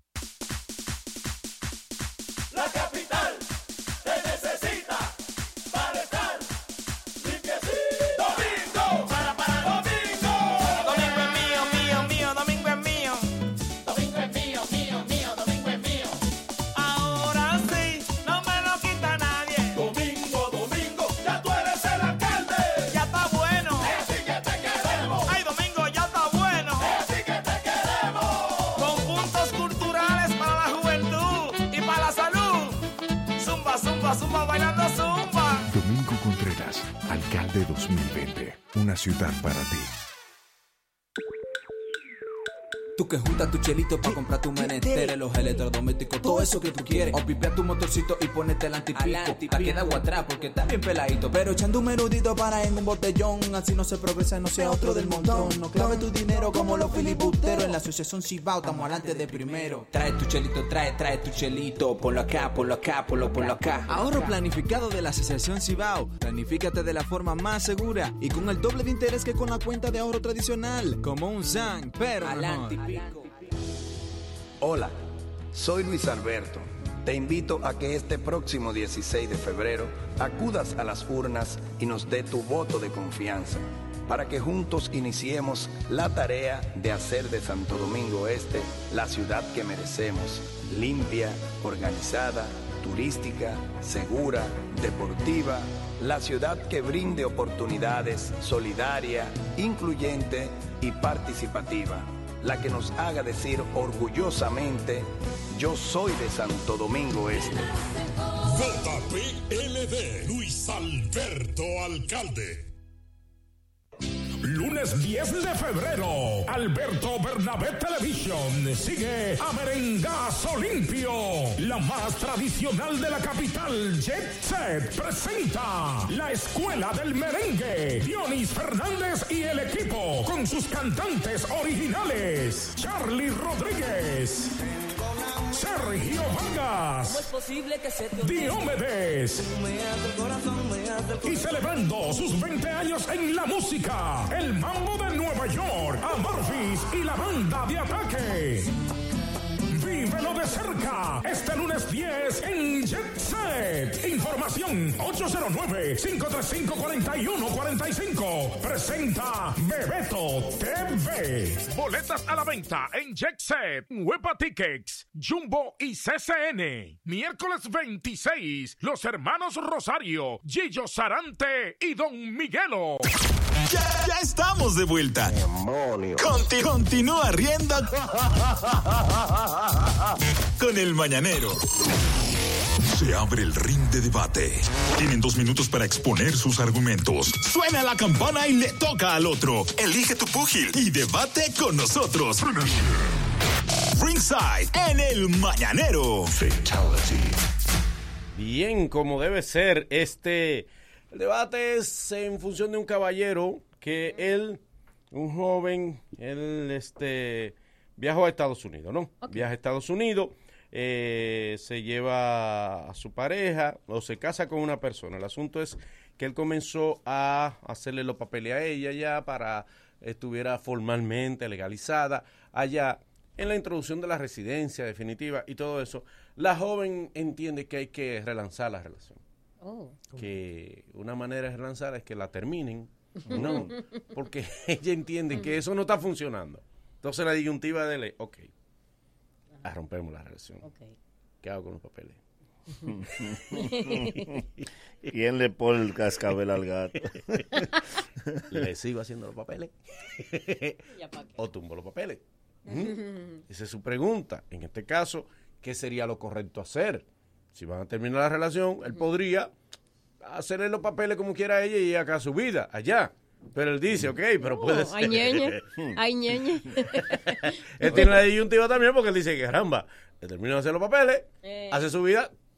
La capital te necesita para estar limpiecito. Domingo, para, para domingo. Domingo es mío, mío, mío, domingo es mío. Domingo es mío, mío, mío, domingo es mío. Ahora sí, no me lo quita nadie. Domingo, domingo, ya tú eres el alcalde. Ya está bueno. Es así que te queremos. Ay, domingo, ya está bueno. Es así que te queremos. Con puntos culturales para la juventud y para la salud. Zumba, zumba, zumba, bailando zumba. Domingo Contreras, alcalde dos mil veinte. Una ciudad para ti. Tú que juntas tu chelito para comprar tu menester, los electrodomésticos, todo eso que tú quieres. O pipea tu motorcito y ponete el antipico. Pa' quedar agua atrás porque está bien peladito. Pero echando un menudito para en un botellón. Así no se progresa, no sea otro del montón. No clave tu dinero como los filibusteros. En la asociación Cibao estamos adelante de primero. Trae tu chelito, trae, trae tu chelito. Ponlo acá, ponlo acá, ponlo, ponlo acá. Ahorro planificado de la asociación Cibao. Planifícate de la forma más segura y con el doble de interés que con la cuenta de ahorro tradicional. Como un S A N, pero mejor. Hola, soy Luis Alberto. Te invito a que este próximo dieciséis de febrero acudas a las urnas y nos dé tu voto de confianza para que juntos iniciemos la tarea de hacer de Santo Domingo Este la ciudad que merecemos, limpia, organizada, turística, segura, deportiva, la ciudad que brinde oportunidades, solidaria, incluyente y participativa. La que nos haga decir orgullosamente, yo soy de Santo Domingo Este. J P L D, Luis Alberto Alcalde. Lunes diez de febrero, Alberto Bernabé Television sigue a Merengazo Limpio. La más tradicional de la capital, Jet Set, presenta la Escuela del Merengue. Dionis Fernández y el equipo, con sus cantantes originales, Charlie Rodríguez, Sergio Vargas, Diomedes, y celebrando sus veinte años en la música, el Mambo de Nueva York, Amorphis y la banda de Ataque. Vívelo de cerca este lunes diez en Jet Set. Información ocho cero nueve, cinco tres cinco, cuatro uno cuatro cinco. Presenta Bebeto T V. Boletas a la venta en Jet Set, Huepa Tickets, Jumbo y C C N. Miércoles veintiséis, los hermanos Rosario, Gillo Sarante y Don Miguelo. Ya, ya estamos de vuelta. Conti- continúa riendo con el Mañanero. Se abre el ring de debate. Tienen dos minutos para exponer sus argumentos. Suena la campana y le toca al otro. Elige tu púgil y debate con nosotros. Ringside en el Mañanero. Fatality. Bien, como debe ser, este el debate es en función de un caballero que él, un joven, él este viajó a Estados Unidos, ¿no? Okay. Viaja a Estados Unidos, eh, se lleva a su pareja o se casa con una persona. El asunto es que él comenzó a hacerle los papeles a ella ya para que estuviera formalmente legalizada allá. En la introducción de la residencia definitiva y todo eso, la joven entiende que hay que relanzar la relación. Oh. Que una manera de relanzar es que la terminen, no, porque ella entiende que eso no está funcionando. Entonces la disyuntiva de ley, ok, a rompemos la relación. Okay. ¿Qué hago con los papeles? ¿Quién le pone el cascabel al gato? ¿Le sigo haciendo los papeles? ¿O tumbo los papeles? ¿Mm? Esa es su pregunta. En este caso, ¿qué sería lo correcto hacer? Si van a terminar la relación, él podría hacerle los papeles como quiera ella y acá su vida, allá. Pero él dice, ok, pero no, puede ser. Ay, ñeñe. Ay, ñeñe. Él tiene la disyuntiva también porque él dice que, caramba, le termina de hacer los papeles, eh. hace su vida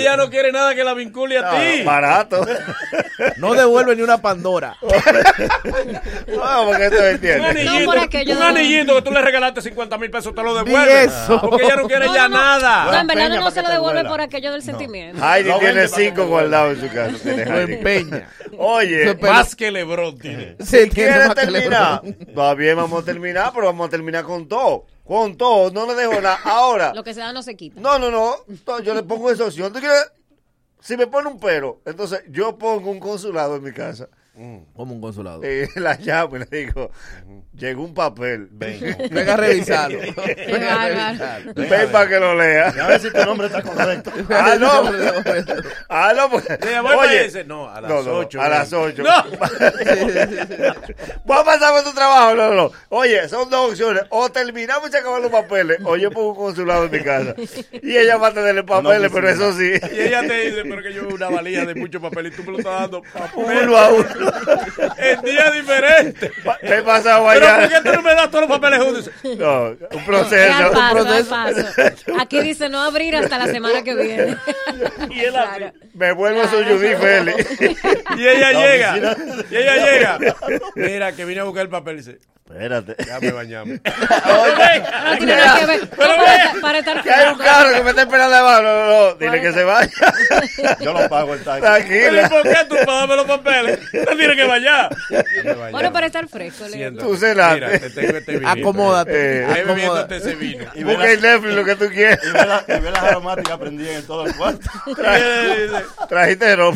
ella no quiere nada que la vincule a No, ti. barato. No devuelve ni una Pandora. No, porque tú me entiendes. Un anillito, No, por aquello un de- anillito que tú le regalaste cincuenta mil pesos, te lo Ni devuelve. eso. Porque ella no quiere No, ya no, no. nada. No, en verdad empeña no para se que lo te devuelve duela. por aquello del sentimiento. Heidi Lo tiene vende para que cinco te duela. guardados en su casa. tiene Lo Heidi. empeña. Oye, Más que Lebron tiene. Se tiene ¿quieres más que terminar? Lebron. Todavía vamos a terminar, pero vamos a terminar con todo. Con todo, no le dejo nada. Ahora, Lo que se da no se quita. no, no, no, to- yo le pongo esa opción. ¿Tú quieres? Si me pone un pero, entonces yo pongo un consulado en mi casa. Como un consulado. Eh, la llamo y le digo, llegó un papel. Venga, venga a revisarlo. Venga a revisarlo. Ven para que lo lea. A ver si tu nombre está correcto. Ah, no. Ah, no, porque... Oye, no, a las ocho. No, a las ocho. No. Voy a pasar por tu trabajo. No, no, no. Oye, son dos opciones. O terminamos y acabamos los papeles, o yo pongo un consulado en mi casa. Y ella va a tenerle papeles, pero eso sí. Y ella te dice, pero que yo veo una valija de muchos papeles y tú me lo estás dando papeles. Uno a uno. En días diferentes. ¿Qué he pasado allá? allá? ¿Pero por qué tú no me das todos los papeles juntos? No, un proceso. Paso, un proceso. paso. Aquí dice no abrir hasta la semana que viene. Y él así, me vuelvo su Judy Félix. Y ella llega. Y ella llega. Mira, que vine a buscar el papel y dice, espérate. Ya me bañamos. Oye, no tiene nada que ver. Pero para, para estar que hay un carro que me está esperando abajo. No, no, no. Dile que se vaya. Yo lo pago el taxi. Tranquila. ¿Por qué tú para darme los papeles? No tienes que bañar. Bueno, para estar fresco. Tú cenaste. Mira, te tengo este vino. Acomódate. Eh, Ahí bebiéndote ese vino. Y busca el Netflix lo que tú quieras. Y ve, la, y ve las aromáticas prendidas en todo el cuarto. Traje, trajiste ropa.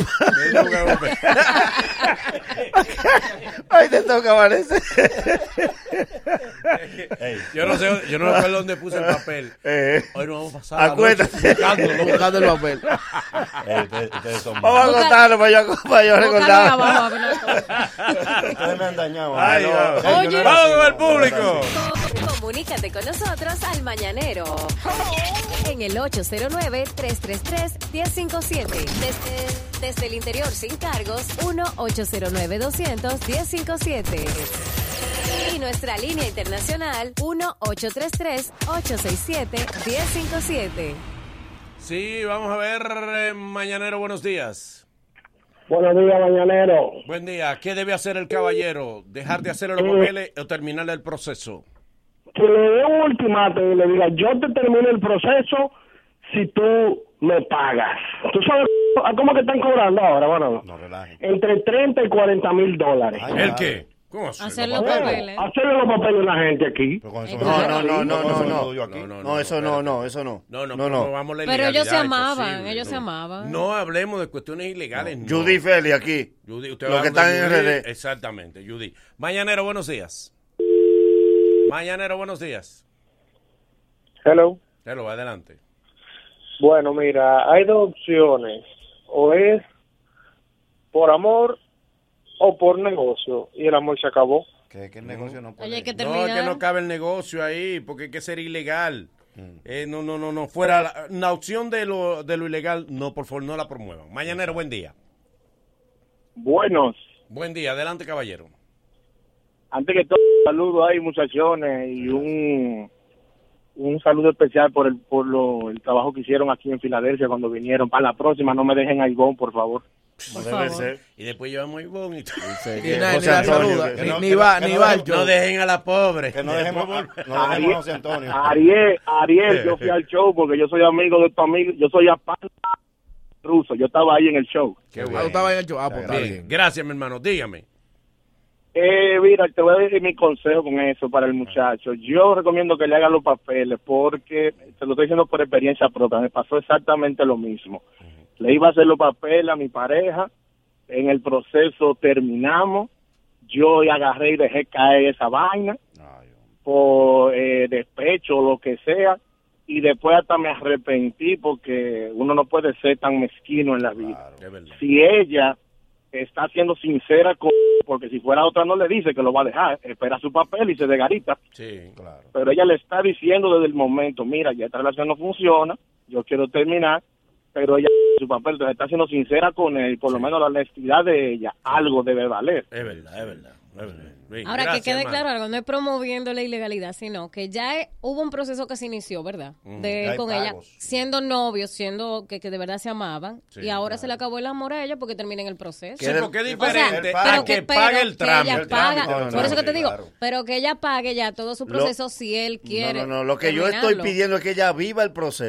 Ay, te toca, Vanessa. Hey, yo no sé, yo no sé dónde puse el papel. Eh, Hoy nos vamos a pasar acuérdate. buscándolo, buscando el papel. Hey, ustedes, ustedes son vamos a contarlo para yo, para yo recordar. Ustedes me han dañado. Ay, no, no. Oye, vamos con el público. Comunícate con nosotros al Mañanero en el ocho cero nueve, tres tres tres, uno cero cinco siete. Desde, desde el interior sin cargos, uno ocho cero nueve, doscientos, uno cero cinco siete. Y nuestra línea internacional, uno ocho tres tres, ocho seis siete, uno cero cinco siete. Sí, vamos a ver, eh, Mañanero, buenos días. Buenos días, Mañanero. Buen día. ¿Qué debe hacer el caballero? ¿Dejar de hacer los papeles o terminar el proceso? Que le dé un ultimátum y le diga, yo te termino el proceso si tú me pagas. ¿Tú sabes a cómo que están cobrando ahora? Bueno, no relajen. Entre treinta y cuarenta mil dólares. ¿El qué? ¿Cómo hacer? Hacer los papeles. Hacerle los papeles a la gente aquí. No, no, no, no, no, no. No, eso no, no, eso no. No, no, no, no. vamos a la Pero ellos se ilegalidad, amaban, imposible, ellos no. se amaban. No hablemos de cuestiones ilegales. No. Judy Félix aquí. Judy, usted Los va que donde están en Judy, R D. Exactamente, Judy. Mañanero, buenos días. Mañanero, buenos días. Hello. Hello, adelante. Bueno, mira, hay dos opciones. O es por amor o por negocio. Y el amor se acabó. Que, que el negocio no puede. Oye, hay que No, terminar. es que no cabe el negocio ahí, porque hay que ser ilegal. Mm. Eh, no, no, no, no. Fuera la, la opción de lo, de lo ilegal, no, por favor, no la promuevan. Mañanero, buen día. Buenos. Buen día, adelante, caballero. Antes que todo, un saludo ahí, muchachones, y un un saludo especial por el por lo, el trabajo que hicieron aquí en Filadelfia cuando vinieron. Para la próxima, no me dejen a Ivonne, por favor. Por debe ser. Y después llevamos a Ivonne y todo. Y nadie ni la saluda, ni, ni va, ni va el show. No dejen a la pobre. Que no dejemos, no dejemos a José Antonio. Ariel, Ariel, yo fui al show porque yo soy amigo de tu amigo, yo soy aparte ruso, yo estaba ahí en el show. Qué Ah, bueno. tú estabas en el show. Ah, pues está Bien. bien. Gracias, mi hermano. Dígame. Eh, mira, te voy a decir mi consejo con eso para el muchacho. Yo recomiendo que le hagan los papeles porque, te lo estoy diciendo por experiencia propia, me pasó exactamente lo mismo. Le iba a hacer los papeles a mi pareja, en el proceso terminamos, yo agarré y dejé caer esa vaina por eh, despecho o lo que sea, y después hasta me arrepentí porque uno no puede ser tan mezquino en la vida. Claro, si ella está siendo sincera con, porque si fuera otra no le dice que lo va a dejar, espera su papel y se desgarita. Sí, claro. Pero ella le está diciendo desde el momento, mira, ya esta relación no funciona, yo quiero terminar, pero ella su papel, entonces está siendo sincera con él, por lo menos la honestidad de ella, algo debe valer. Es verdad, es verdad. Es verdad. Bien, Ahora, gracias, que quede hermano. claro algo, no es promoviendo la ilegalidad, sino que ya he- hubo un proceso que se inició, ¿verdad? Mm. De Ya hay con ella, pagos. siendo novios, siendo que, que de verdad se amaban, Sí, y ahora claro. se le acabó el amor a ella porque termina en el proceso. Sí, porque es O sea, diferente pero a que pero pague el que trámite. ella El paga- trámite, no, por eso que te sí, digo, claro. pero que ella pague ya todo su Lo- proceso si él quiere. No, no, no, lo que yo estoy terminarlo. pidiendo es que ella viva el proceso.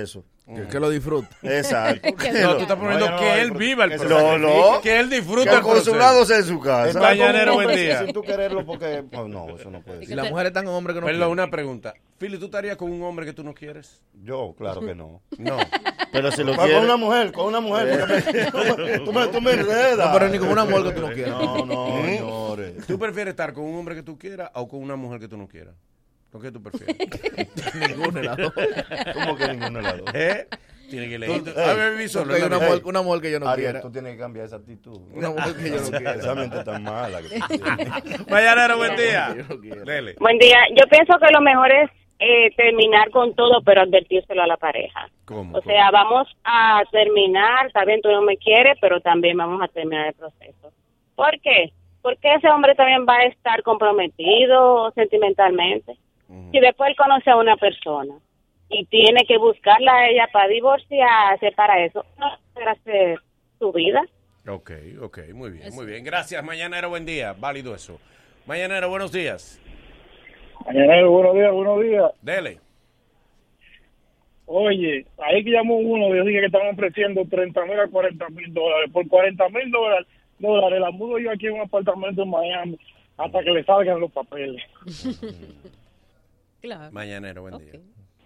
Que, que lo disfrute. Exacto. No, tú estás poniendo No, no, que no, él no, viva el que proceso. no, no. Que él disfrute Que el el proceso. consulado sea en su casa. Estar Mañanero, con un hombre buen día. Sin tú quererlo porque... pues, no, eso no puede Si ser. las mujeres están con hombres que no Perdón, quieren. una pregunta. Philly, ¿tú estarías con un hombre que tú no quieres? Yo, claro que no. No. Pero si lo Con quiere... una mujer, con una mujer. porque me- tú, me, tú me enredas. No, pero ni con una mujer que tú no quieras. No, no, señores. ¿Tú prefieres estar con un hombre que tú quieras o con una mujer que tú no quieras? ¿Con qué tú prefieres? Ninguna de las dos. ¿Cómo que ninguna de las dos? ¿Eh? Tiene que elegir. Tú- A ey, ver, vi solo. Porque hay en la una vida. mujer, una mujer que yo no Ariel, quiera. tú tienes que cambiar esa actitud. Una mujer que yo no quiera. Esa mente tan mala que tú tienes. Mañanero, buen día. Dele. Buen día. Yo pienso que lo mejor es eh, terminar con todo, pero advertírselo a la pareja. ¿Cómo? O sea, vamos a terminar, está bien, tú no me quieres, pero también vamos a terminar el proceso. ¿Por qué? Porque ese hombre también va a estar comprometido sentimentalmente. Si después él conoce a una persona y tiene que buscarla a ella para divorciarse, para eso, no para hacer su vida. Ok, ok, muy bien, muy bien. Gracias, Mañanero, buen día. Válido eso. Mañanero, buenos días. Mañanero, buenos días, buenos días. Dele. Oye, ahí que llamó uno, yo dije que estaban ofreciendo treinta mil a cuarenta mil dólares. Por cuarenta mil dólares, dólares, la mudo yo aquí en un apartamento en Miami hasta que le salgan los papeles. Claro. Mañanero, buen día.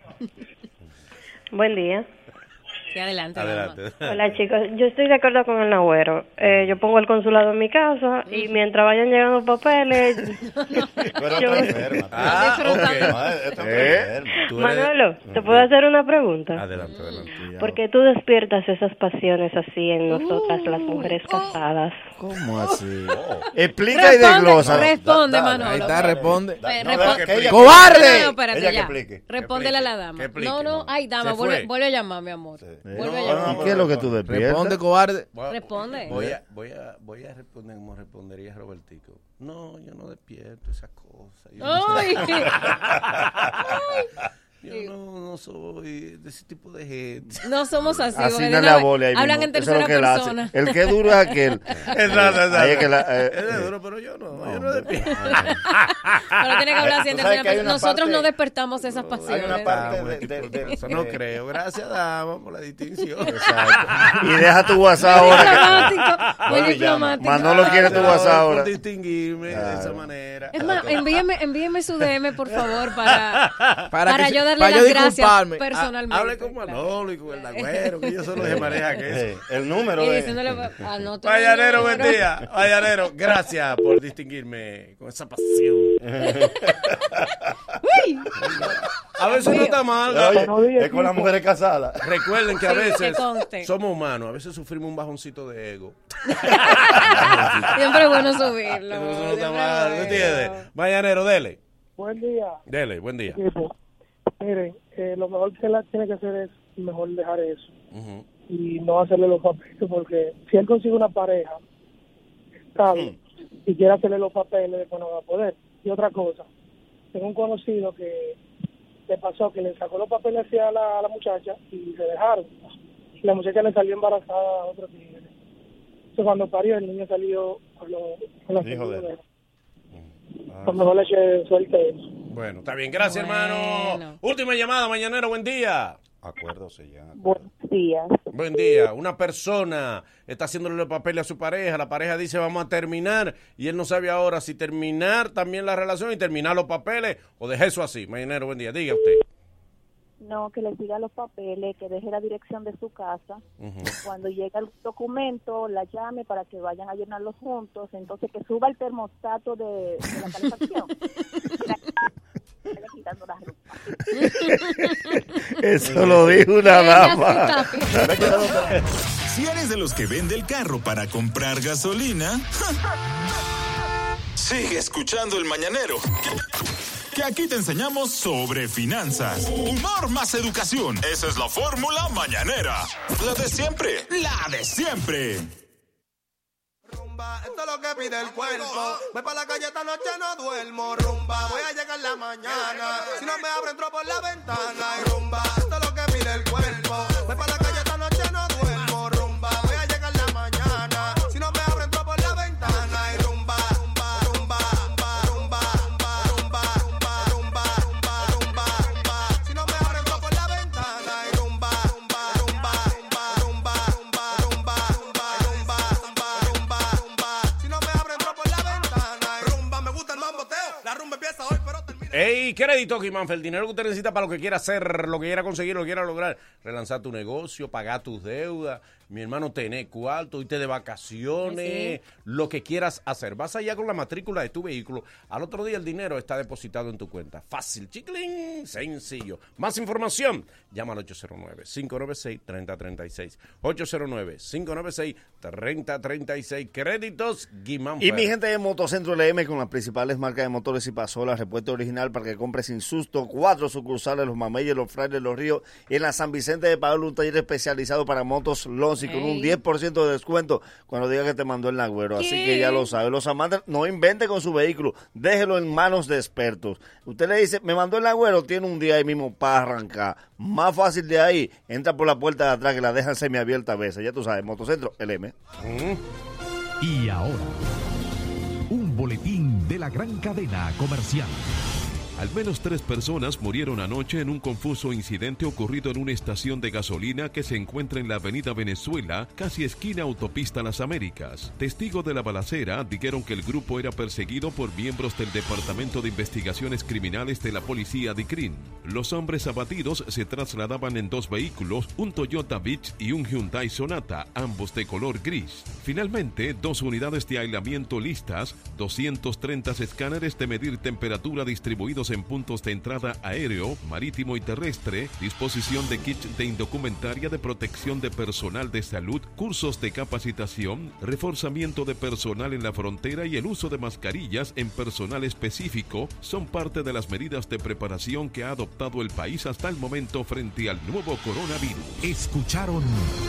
Buen día. Sí, adelante. Adelante. Hola chicos, yo estoy de acuerdo con el Nagüero. Eh, yo pongo el consulado en mi casa y mientras vayan llegando papeles... Pero yo- está enferma. Ah, ok. Ah, está ¿Eh? enferma. Tú eres- Manolo, ¿te puedo hacer una pregunta? Adelante, adelante. Porque tú despiertas esas pasiones así en nosotras, las mujeres casadas. ¿Cómo así? Oh. Explica y Responde, desglosa. responde, Da- da- Manolo. Ahí está, responde. Eh, No, respo- deja que ella- ¡Cobarde! No, no, espérate, Ella que ya. explique. Respóndele a la dama. Que explique, No, no, no. ay, dama, Se vuelve, fue. vuelve a llamar, mi amor. Vuelve a No, llamar. ¿Y qué es lo que tú despiertas? Responde, cobarde. Voy a- Responde. Voy a, voy a, voy a responder como respondería Robertico. No, yo no despierto esas cosas. Yo no, Ay. yo no, no soy de ese tipo de gente. No somos así. Así porque de no una la vez bola ahí hablan mismo. en Eso es tercera lo que él hace. persona. El que duro es aquel. Exacto, exacto. Ahí es que la, eh, Él es eh, duro, pero yo no, yo no despierto. Pero tiene que hablar así en Tú sabes tercera que hay persona. una Nosotros parte- no despertamos esas Hay pasiones. una parte Ah, de, de- de- Eso no de- creo. Gracias, dama, por la distinción. Exacto. Y deja tu WhatsApp ahora. Diplomático, muy Vuelve y llama. diplomático. Manolo quiere tu Gracias, WhatsApp por ahora. distinguirme de Claro. esa manera. Es más, envíeme, envíeme su D M, por favor, para, para, que se- yo darle para las yo gracias disculparme. personalmente. Ah, hable con Manolo y con el Dagüero, que ellos son los que manejan eh, eso. el número Y de... diciéndole, anote el Mañanero, buen número. día. Mañanero, gracias por distinguirme con esa pasión. A veces no está mal. Oye, es con las mujeres casadas. Recuerden que a Sí, que veces conste. somos humanos, a veces sufrimos un bajoncito de ego. Siempre es bueno subirlo. Eso no está siempre mal, ¿me es entiendes? bueno. Mañanero, dele. Buen día. Dele, buen día. Equipo. Miren, eh, lo mejor que él tiene que hacer es mejor dejar eso Ujú. y no hacerle los papeles, porque si él consigue una pareja estable y quiere hacerle los papeles, después no va a poder. Y otra cosa, tengo un conocido que le pasó que le sacó los papeles hacia la, a la muchacha y se dejaron. Y la muchacha le salió embarazada a otro tigre. Entonces cuando parió, el niño salió con, lo, con la Hijo de él. Con mejor leche de suerte eso. Bueno, está bien, gracias, Bueno. hermano. Última llamada, Mañanero, buen día. Acuérdose ya. Buenos días. Buen día. Una persona está haciéndole los papeles a su pareja. La pareja dice vamos a terminar y él no sabe ahora si terminar también la relación y terminar los papeles o dejar eso así. Mañanero, buen día. Diga usted. No, que le siga los papeles, que deje la dirección de su casa. Ujú. Cuando llega el documento, la llame para que vayan a llenarlos juntos. Entonces, que suba el termostato de, de la calefacción. Vaya quitando las ropas. Eso lo dijo una dama. Si eres de los que vende el carro para comprar gasolina, sigue escuchando el Mañanero. Que aquí te enseñamos sobre finanzas, humor más educación. Esa es la fórmula mañanera. La de siempre, la de siempre. Rumba, esto es lo que pide el cuerpo. Voy para la calle esta noche, no duermo. Rumba, voy a llegar la mañana. Si no me abro, entro por la ventana. Y rumba, esto es lo que pide el cuerpo. Voy para la calle esta noche, no duermo. Rumba, voy a llegar la mañana. Si no me abro, entro por la ventana. Y rumba, rumba, rumba, rumba, rumba, rumba, rumba, rumba, rumba, rumba, rumba. Si no me abro, entro por la ventana. Y rumba, rumba, Hey, crédito, Guimánfer, el dinero que usted necesita para lo que quiera hacer, lo que quiera conseguir, lo que quiera lograr, relanzar tu negocio, pagar tus deudas, mi hermano, tener cuarto, irte de vacaciones, sí. Lo que quieras hacer. Vas allá con la matrícula de tu vehículo, al otro día el dinero está depositado en tu cuenta. Fácil, chiclín, sencillo. Más información, llama al ocho cero nueve, cinco nueve seis, tres cero tres seis. ocho cero nueve, cinco nueve seis, tres cero tres seis. Créditos, Guimánfer. Y mi gente de Motocentro L M con las principales marcas de motores y pasolas, repuesto original para que compres sin susto. Cuatro sucursales, Los Mameyes, Los Frailes, Los Ríos y en la San Vicente de Paúl, un taller especializado para motos Lonzi con un diez por ciento de descuento cuando diga que te mandó el nagüero. Así que ya lo sabe. Los amantes, no invente con su vehículo, déjelo en manos de expertos. Usted le dice, me mandó el nagüero, tiene un día ahí mismo para arrancar. Más fácil de ahí, entra por la puerta de atrás que la dejan semiabierta a veces. Ya tú sabes, Motocentro L M. Mm. Y ahora, un boletín de la gran cadena comercial. Al menos tres personas murieron anoche en un confuso incidente ocurrido en una estación de gasolina que se encuentra en la avenida Venezuela, casi esquina Autopista Las Américas. Testigos de la balacera dijeron que el grupo era perseguido por miembros del Departamento de Investigaciones Criminales de la Policía de Crin. Los hombres abatidos se trasladaban en dos vehículos, un Toyota Beach y un Hyundai Sonata, ambos de color gris. Finalmente, dos unidades de aislamiento listas, doscientos treinta escáneres de medir temperatura distribuidos en puntos de entrada aéreo, marítimo y terrestre, disposición de kits de indocumentaria de protección de personal de salud, cursos de capacitación, reforzamiento de personal en la frontera y el uso de mascarillas en personal específico son parte de las medidas de preparación que ha adoptado el país hasta el momento frente al nuevo coronavirus. Escucharon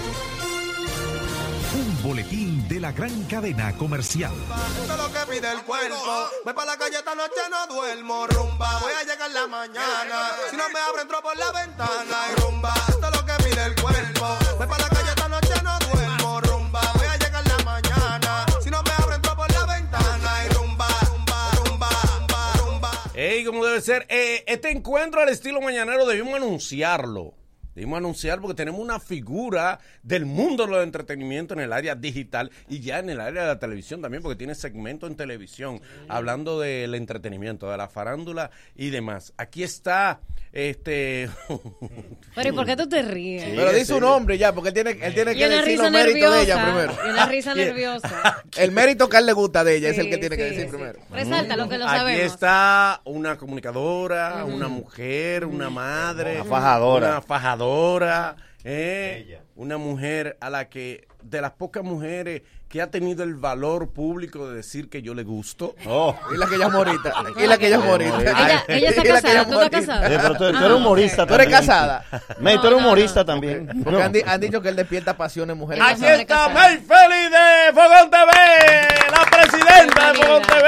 un boletín de la gran cadena comercial. Esto es lo que pide el cuerpo. Voy para la calle esta noche, no duermo. Rumba, voy a llegar la mañana. Si no me abro, entro por la ventana. Y rumba, esto es lo que pide el cuerpo. Voy para la calle esta noche, no duermo. Rumba, voy a llegar la mañana. Si no me abro, entro por la ventana. Y rumba, rumba, rumba, rumba, rumba. Ey, como debe ser. Eh, este encuentro al estilo mañanero debimos anunciarlo. Debimos anunciar porque tenemos una figura del mundo del entretenimiento en el área digital y ya en el área de la televisión también, porque tiene segmento en televisión sí. Hablando del entretenimiento, de la farándula y demás. Aquí está este. Pero ¿y por qué tú te ríes? Sí, pero dice un nombre ya, porque él tiene, él tiene que decir los méritos de ella primero. Y una risa nerviosa. El mérito que a él le gusta de ella sí, es el que tiene sí, que decir sí. primero. Resalta lo que lo Aquí sabemos. Aquí está una comunicadora, uh-huh. una mujer, una madre, una fajadora. Una fajadora, eh, una mujer a la que, de las pocas mujeres que ha tenido el valor público de decir que yo le gusto. Oh. Y la que llamo ahorita. Y la que llamo ahorita. Ella, ella está casada, ¿tú estás casada? Sí, pero tú, tú eres humorista. ¿Tú eres casada? May, tú eres humorista también. Porque no. han, di, han dicho que él despierta pasiones mujeres. Aquí está May Feli de Fogón T V, la presidenta de Fogón T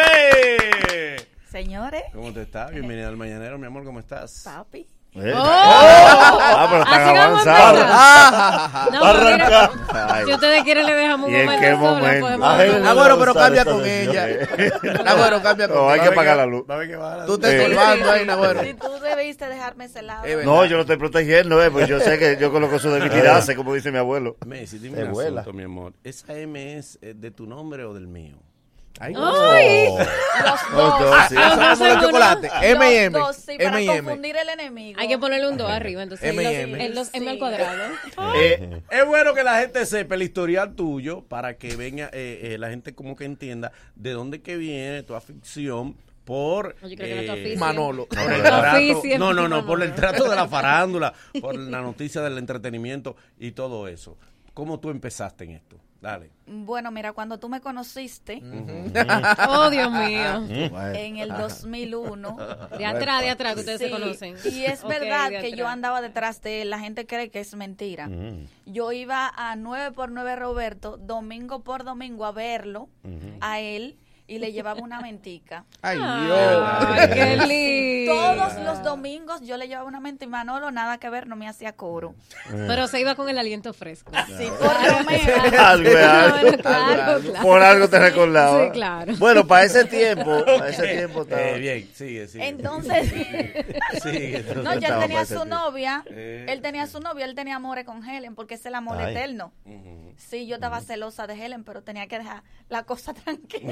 V. Señores. ¿Cómo te estás? Bienvenida al Mañanero, mi amor, ¿cómo estás? Papi. ¿Eh? Oh, ah, pero están avanzados. Ah, no, arranca. Si ustedes quieren, le dejamos un momento. ¿Y en qué momento? Ah, bueno, pero cambia con ella. Ah, bueno, cambia con ella. No, hay que pagar la luz. Tú te estás colgando ahí, Nagüero. Si tú debiste dejarme ese lado. No, yo lo estoy protegiendo, eh, pues yo sé que yo conozco su debilidad, como dice mi abuelo. Messi, dime un asunto, mi amor. ¿Esa M es de tu nombre o del mío? Ay, ¡ay! Los dos. Los dos, sí. Los dos de chocolate. M y M. Los dos, sí, para confundir el enemigo. Hay que ponerle un dos arriba, entonces. M y M. El dos M al cuadrado. Eh, es bueno que la gente sepa el historial tuyo para que venga, eh, eh, la gente como que entienda de dónde que viene tu afición por eh, Manolo. Por el trato, no, no, no, por el trato de la farándula, por la noticia del entretenimiento y todo eso. ¿Cómo tú empezaste en esto? Dale. Bueno, mira, cuando tú me conociste. Uh-huh. Oh, Dios mío. En el dos mil uno. De atrás, de atrás, que ustedes sí, se conocen. Y es okay, verdad que yo andaba detrás de él. La gente cree que es mentira. Uh-huh. Yo iba a nueve por nueve Roberto, domingo por domingo, a verlo, uh-huh. a él. Y le llevaba una mentica. ¡Ay, Dios! Ay, qué lindo! Todos los domingos yo le llevaba una mentica y Manolo nada que ver, no me hacía coro. Pero se iba con el aliento fresco. Sí, por lo menos. Algo, algo, bueno, claro, algo, claro. Por algo te recordaba. Sí, claro. Bueno, para ese tiempo, para ese tiempo estaba... Eh, bien, sigue, sigue. Entonces... sigue, entonces no, ya él tenía su tiempo. novia, Eh. él tenía su novia, él tenía amores con Helen, porque es el amor Ay. eterno. Uh-huh. Sí, yo estaba uh-huh. celosa de Helen, pero tenía que dejar la cosa tranquila. Okay.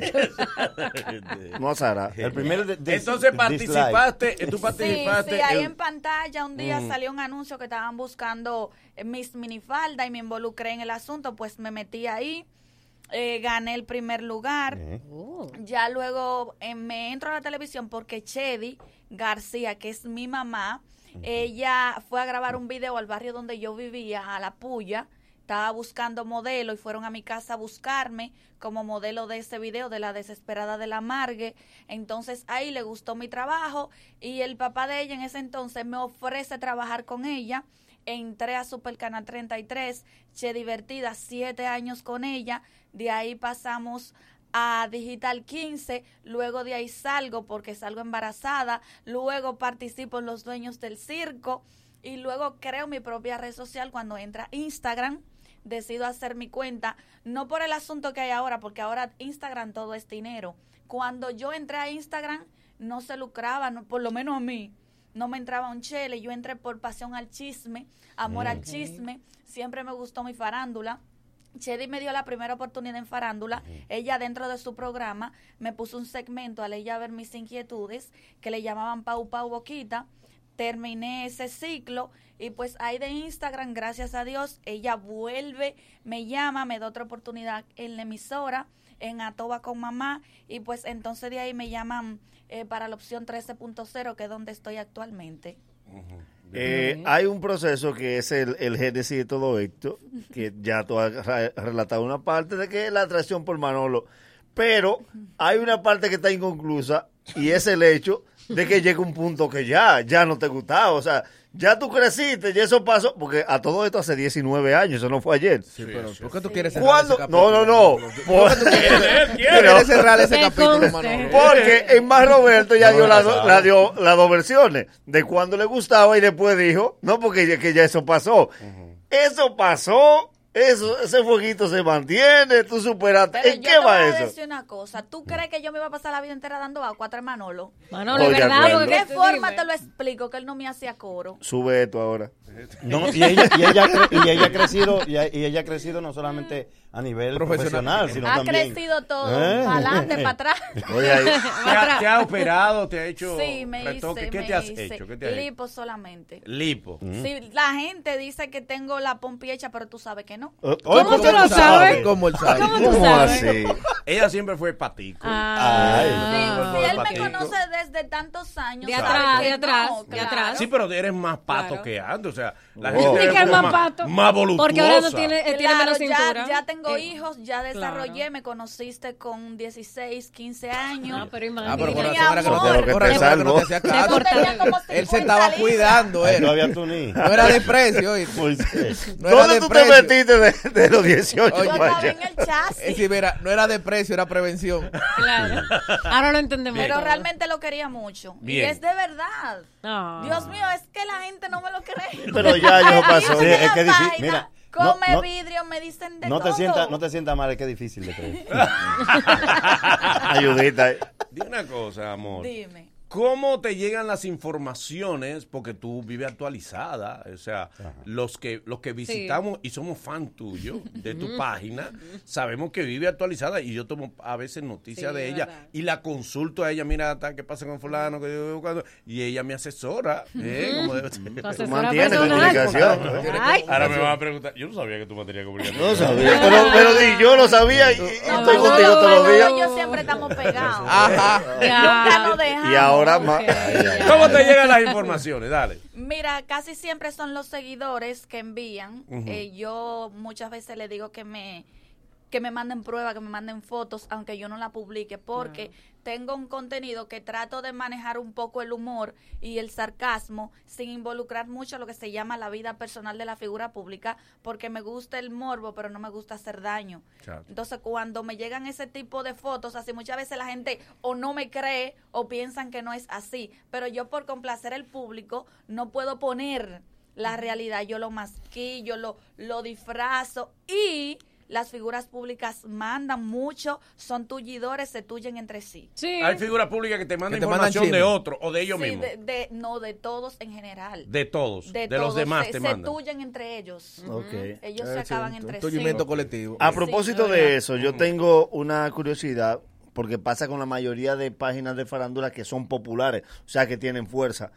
No, Sara. El primer de- de- Entonces participaste, tú Sí, participaste. sí, ahí en- en pantalla un día Mm. salió un anuncio que estaban buscando eh, Miss Minifalda y me involucré en el asunto, pues me metí ahí, eh, gané el primer lugar. Ya luego eh, me entro a la televisión porque Chedi García, que es mi mamá, ella fue a grabar un video al barrio donde yo vivía, a La Puya. Estaba buscando modelo y fueron a mi casa a buscarme como modelo de ese video de La Desesperada de la Margue. Entonces ahí le gustó mi trabajo y el papá de ella en ese entonces me ofrece trabajar con ella. Entré a Supercanal treinta y tres, Che Divertida, siete años con ella. De ahí pasamos a Digital quince, luego de ahí salgo porque salgo embarazada, luego participo en Los Dueños del Circo y luego creo mi propia red social cuando entra Instagram. Decido hacer mi cuenta, no por el asunto que hay ahora, porque ahora Instagram todo es dinero. Cuando yo entré a Instagram no se lucraba, no, por lo menos a mí, no me entraba un chele. Yo entré por pasión al chisme, amor Mm. al chisme, siempre me gustó mi farándula. Chedi me dio la primera oportunidad en farándula. Ella dentro de su programa me puso un segmento al ella ver mis inquietudes que le llamaban Pau Pau Boquita. Terminé ese ciclo y pues ahí de Instagram, gracias a Dios, ella vuelve, me llama, me da otra oportunidad en la emisora, en Atoba con Mamá, y pues entonces de ahí me llaman eh, para la opción trece punto cero, que es donde estoy actualmente. Eh, hay un proceso que es el, el génesis de todo esto, que ya tú has ra- relatado una parte de que es la atracción por Manolo, pero hay una parte que está inconclusa y es el hecho de que llega un punto que ya, ya no te gustaba, o sea, ya tú creciste y eso pasó, porque a todo esto hace diecinueve años, eso no fue ayer. Sí, pero ¿por qué tú quieres cerrar ¿Cuándo? ese capítulo? No, no, no. ¿Por qué tú quieres, quieres cerrar ese capítulo, Manolo? Porque en más Roberto ya No, dio, no, la, no, do- no. la dio las dos versiones de cuando le gustaba y después dijo, no, porque ya, que ya eso pasó. Eso pasó. Eso, ese fueguito se mantiene, tú superaste. Pero ¿En yo qué te voy va a eso? decir una cosa. ¿Tú crees que yo me iba a pasar la vida entera dando agua a tres Manolo? Manolo, Estoy de ¿verdad? acuerdo. ¿De qué forma te lo explico que él no me hacía coro? Sube esto ahora. No, y ella, y ella, cre- y ella ha crecido, y, a- y ella ha crecido no solamente a nivel profesional, sino Ha también. crecido todo, ¿Eh? para adelante, para atrás. Oye, ahí, ¿te, ha, te ha operado? ¿Te ha hecho Sí, me retoque? hice, ¿Qué me te has hice hecho? ¿Qué te has lipo solamente. Lipo. Sí, la gente dice que tengo la pompi hecha, pero tú sabes que no. ¿Cómo ¿Cómo tú tú lo lo sabes? sabes? ¿Cómo él sabe? ¿Cómo tú sabes? así? Ella siempre fue patico. Ah. Ay, Sí, siempre sí, fue él me patico. conoce desde tantos años. De sabe atrás, que de atrás, no, de claro. atrás. Sí, pero eres más pato Claro. que antes. O sea, la Oh. gente ¿Y es qué es como más pato? más voluptuosa. Porque ahora no tiene, eh, tiene Claro, menos ya, cintura. ya tengo Eh, hijos, ya desarrollé, claro. me conociste con dieciséis, quince años. Ah, pero Ah, pero Y con mi razón era que no amor, te, con razón era que no te hacía caso. Yo tenía como Él se cincuenta estaba libras. cuidando, Ay, era. no había tu ni. No era de precio, ¿oíste? No era ¿Dónde de tú precio. te metiste de, de los dieciocho Oye, Yo para estaba allá? en el chasis. Es decir, mira, no era de precio, era prevención. Claro. Ahora lo entendemos. Pero todo. realmente lo quería mucho. Bien. Y es de verdad. Ah. Dios mío, es que la gente no me lo cree. Pero ya, ya Me pasó. dicen Sí, es la que difícil. vaina, Mira, no- come no- vidrio, me dicen de No todo. te sientas, no te sientas mal, es que es difícil de creer. Ayudita. Dime una cosa, amor. Dime. ¿Cómo te llegan las informaciones? Porque tú vives actualizada. O sea, los que los que visitamos y somos fan tuyo de tu página, sabemos que vive actualizada y yo tomo a veces noticias Sí, de es ella verdad. y la consulto a ella. Mira, hasta qué pasa con fulano, que yo buscando. Y ella me asesora. ¿eh? Como debe ser. Tu asesora mantienes personal. comunicación. Ay. Ahora me va a preguntar. Yo no sabía que tú mantenías comunicación. No sabía. Pero, pero di, yo lo sabía y, y estoy Manolo, contigo todos los Manolo días. y yo siempre estamos pegados. Ajá. Nunca nos dejamos. Y ahora más. ¿Cómo te llegan las informaciones? Dale. Mira, casi siempre son los seguidores que envían. Ujú. Eh, yo muchas veces le digo que me que me manden pruebas, que me manden fotos, aunque yo no la publique, porque tengo un contenido que trato de manejar un poco el humor y el sarcasmo sin involucrar mucho lo que se llama la vida personal de la figura pública, porque me gusta el morbo, pero no me gusta hacer daño. Chato. Entonces, cuando me llegan ese tipo de fotos, así muchas veces la gente o no me cree o piensan que no es así, pero yo por complacer al público no puedo poner la realidad, yo lo masquillo, lo, lo disfrazo y las figuras públicas mandan mucho, son tullidores, se tullen entre sí. Sí. Hay figuras públicas que te mandan Que te mandan información de chisme. otro o de ellos Sí, mismos. de, de- no, de todos en general. De todos. De, De, los todos, demás se, te se mandan. tullen entre ellos. Ok. Ellos se acaban entre Un sí. tullimiento colectivo. A propósito de eso, yo tengo una curiosidad porque pasa con la mayoría de páginas de farándula que son populares, o sea, que tienen fuerza.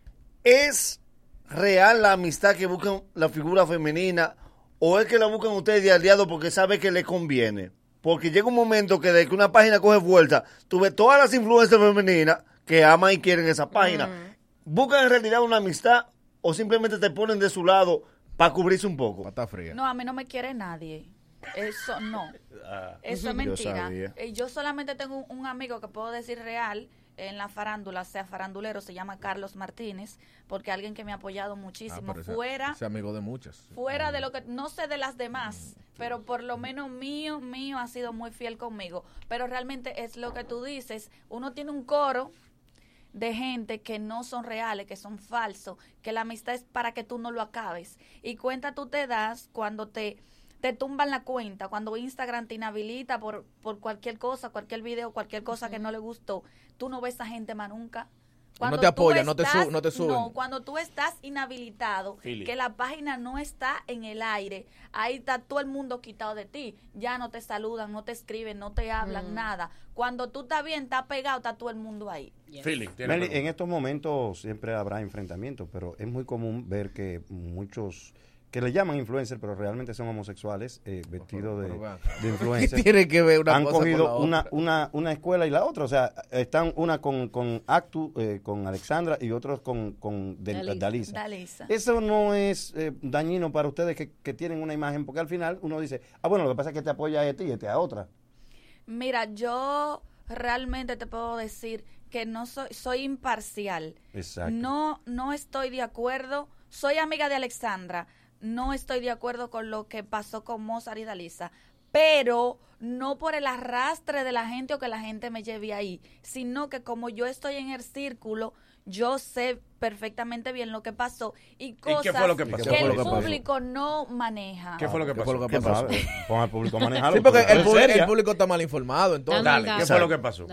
¿Es real la amistad que buscan la figura femenina o es que la buscan ustedes de aliado porque sabe que les conviene? Porque llega un momento que de que una página coge fuerza, tú ves todas las influencias femeninas que aman y quieren esa página. Mm. ¿Buscan en realidad una amistad o simplemente te ponen de su lado para cubrirse un poco? Pata fría. No, a mí no me quiere nadie. Eso no. Eso es mentira. Yo, yo solamente tengo un, un amigo que puedo decir real en la farándula, sea farandulero, se llama Carlos Martínez, porque alguien que me ha apoyado muchísimo, ah, fuera ese amigo de muchas. Fuera de lo que, no sé de las demás, pero por lo menos mío, mío ha sido muy fiel conmigo. Pero realmente es lo que tú dices, uno tiene un coro de gente que no son reales, que son falsos, que la amistad es para que tú no lo acabes. Y cuenta tú te das cuando te... te tumban la cuenta, cuando Instagram te inhabilita por, por cualquier cosa, cualquier video, cualquier cosa uh-huh. que no le gustó, tú no ves a esa gente más nunca. Cuando no te apoyan, no, estás, su, no te suben. No, cuando tú estás inhabilitado, Philly. que la página no está en el aire, ahí está todo el mundo quitado de ti. Ya no te saludan, no te escriben, no te hablan, mm. nada. Cuando tú estás bien, estás pegado, está todo el mundo ahí. Yes. Philly, Meli, en estos momentos siempre habrá enfrentamientos, pero es muy común ver que muchos... que le llaman influencer, pero realmente son homosexuales, eh, vestidos de, de influencer. Tiene que ver una Han cosa cogido con la una, una, una escuela y la otra, o sea, están una con, con Actu, eh, con Alexandra y otros con, con de, Dalisa. Dalisa. Dalisa. Eso no es eh, dañino para ustedes que, que tienen una imagen, porque al final uno dice, ah, bueno, lo que pasa es que te apoya a ti y este a otra. Mira, yo realmente te puedo decir que no soy, soy imparcial. Exacto. No, no estoy de acuerdo, soy amiga de Alexandra. No estoy de acuerdo con lo que pasó con Mozart y Dalisa, pero no por el arrastre de la gente o que la gente me lleve ahí, sino que como yo estoy en el círculo, yo sé perfectamente bien lo que pasó y cosas ¿Y qué fue lo que, pasó? que el que público pasó? no maneja. ¿Qué fue lo que pasó? ¿Qué pasó? Pon al público a manejarlo. Sí, porque el público, el público está mal informado, entonces. Dale, ¿qué fue lo que pasó?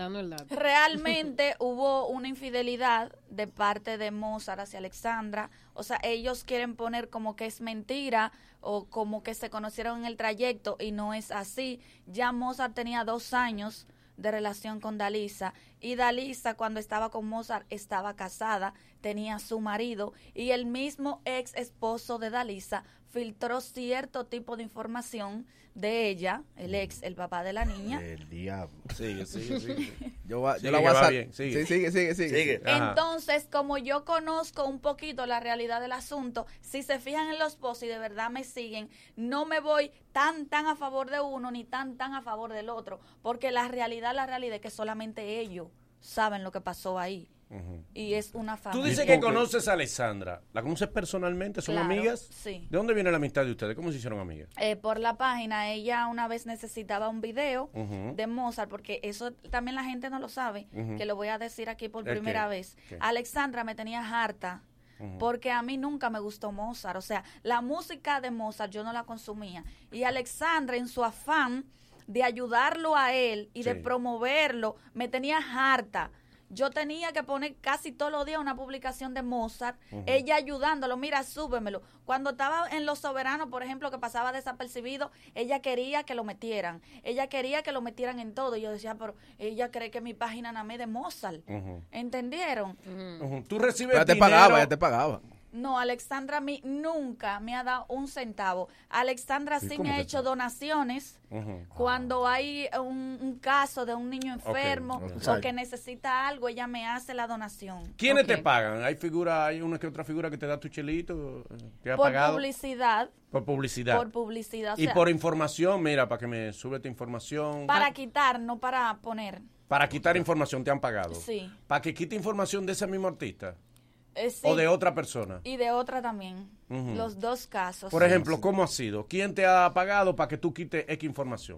Realmente hubo una infidelidad de parte de Mozart hacia Alexandra. O sea, ellos quieren poner como que es mentira o como que se conocieron en el trayecto y no es así. Ya Mozart tenía dos años de relación con Dalisa y Dalisa cuando estaba con Mozart estaba casada, tenía su marido y el mismo ex esposo de Dalisa filtró cierto tipo de información de ella, el ex, el papá de la niña. El diablo. Sigue, sigue, sigue. Yo, va, sigue yo la voy a va bien, sigue. Sí, sigue, sigue, sigue. sigue. Entonces, como yo conozco un poquito la realidad del asunto, si se fijan en los posts y de verdad me siguen, no me voy tan, tan a favor de uno ni tan, tan a favor del otro, porque la realidad, la realidad es que solamente ellos saben lo que pasó ahí. Uh-huh. Y es una familia. Tú dices que conoces a Alexandra. ¿La conoces personalmente? ¿Son claro, amigas? Sí. ¿De dónde viene la amistad de ustedes? ¿Cómo se hicieron amigas? Eh, por la página. Ella una vez necesitaba un video uh-huh. de Mozart, porque eso también la gente no lo sabe, uh-huh. que lo voy a decir aquí por ¿El primera qué? vez. ¿Qué? Alexandra me tenía harta. Uh-huh. Porque a mí nunca me gustó Mozart. O sea, la música de Mozart yo no la consumía. Y Alexandra, en su afán de ayudarlo a él y sí. de promoverlo, me tenía harta. Yo tenía que poner casi todos los días una publicación de Mozart, uh-huh. ella ayudándolo, mira, súbemelo. Cuando estaba en Los Soberanos, por ejemplo, que pasaba desapercibido, ella quería que lo metieran. Ella quería que lo metieran en todo. Y yo decía, pero ella cree que mi página nada más es de Mozart. Uh-huh. ¿Entendieron? Uh-huh. Uh-huh. Tú recibes ya te dinero. pagaba, ya te pagaba. No, Alexandra a mí nunca me ha dado un centavo. Alexandra sí me ha hecho está? donaciones uh-huh. cuando hay un, un caso de un niño enfermo okay, okay. o que necesita algo, ella me hace la donación. ¿Quiénes okay. te pagan? ¿Hay figura, hay una que otra figura que te da tu chelito? ¿Te ha por pagado? publicidad. Por publicidad. Por publicidad. O y sea, por información, mira, para que me sube tu información. Para quitar, no para poner. Para quitar información te han pagado. Sí. Para que quite información de ese mismo artista. Eh, sí. O de otra persona. Y de otra también. Uh-huh. Los dos casos. Por ejemplo, ¿cómo ha sido? ¿Quién te ha pagado para que tú quites X información?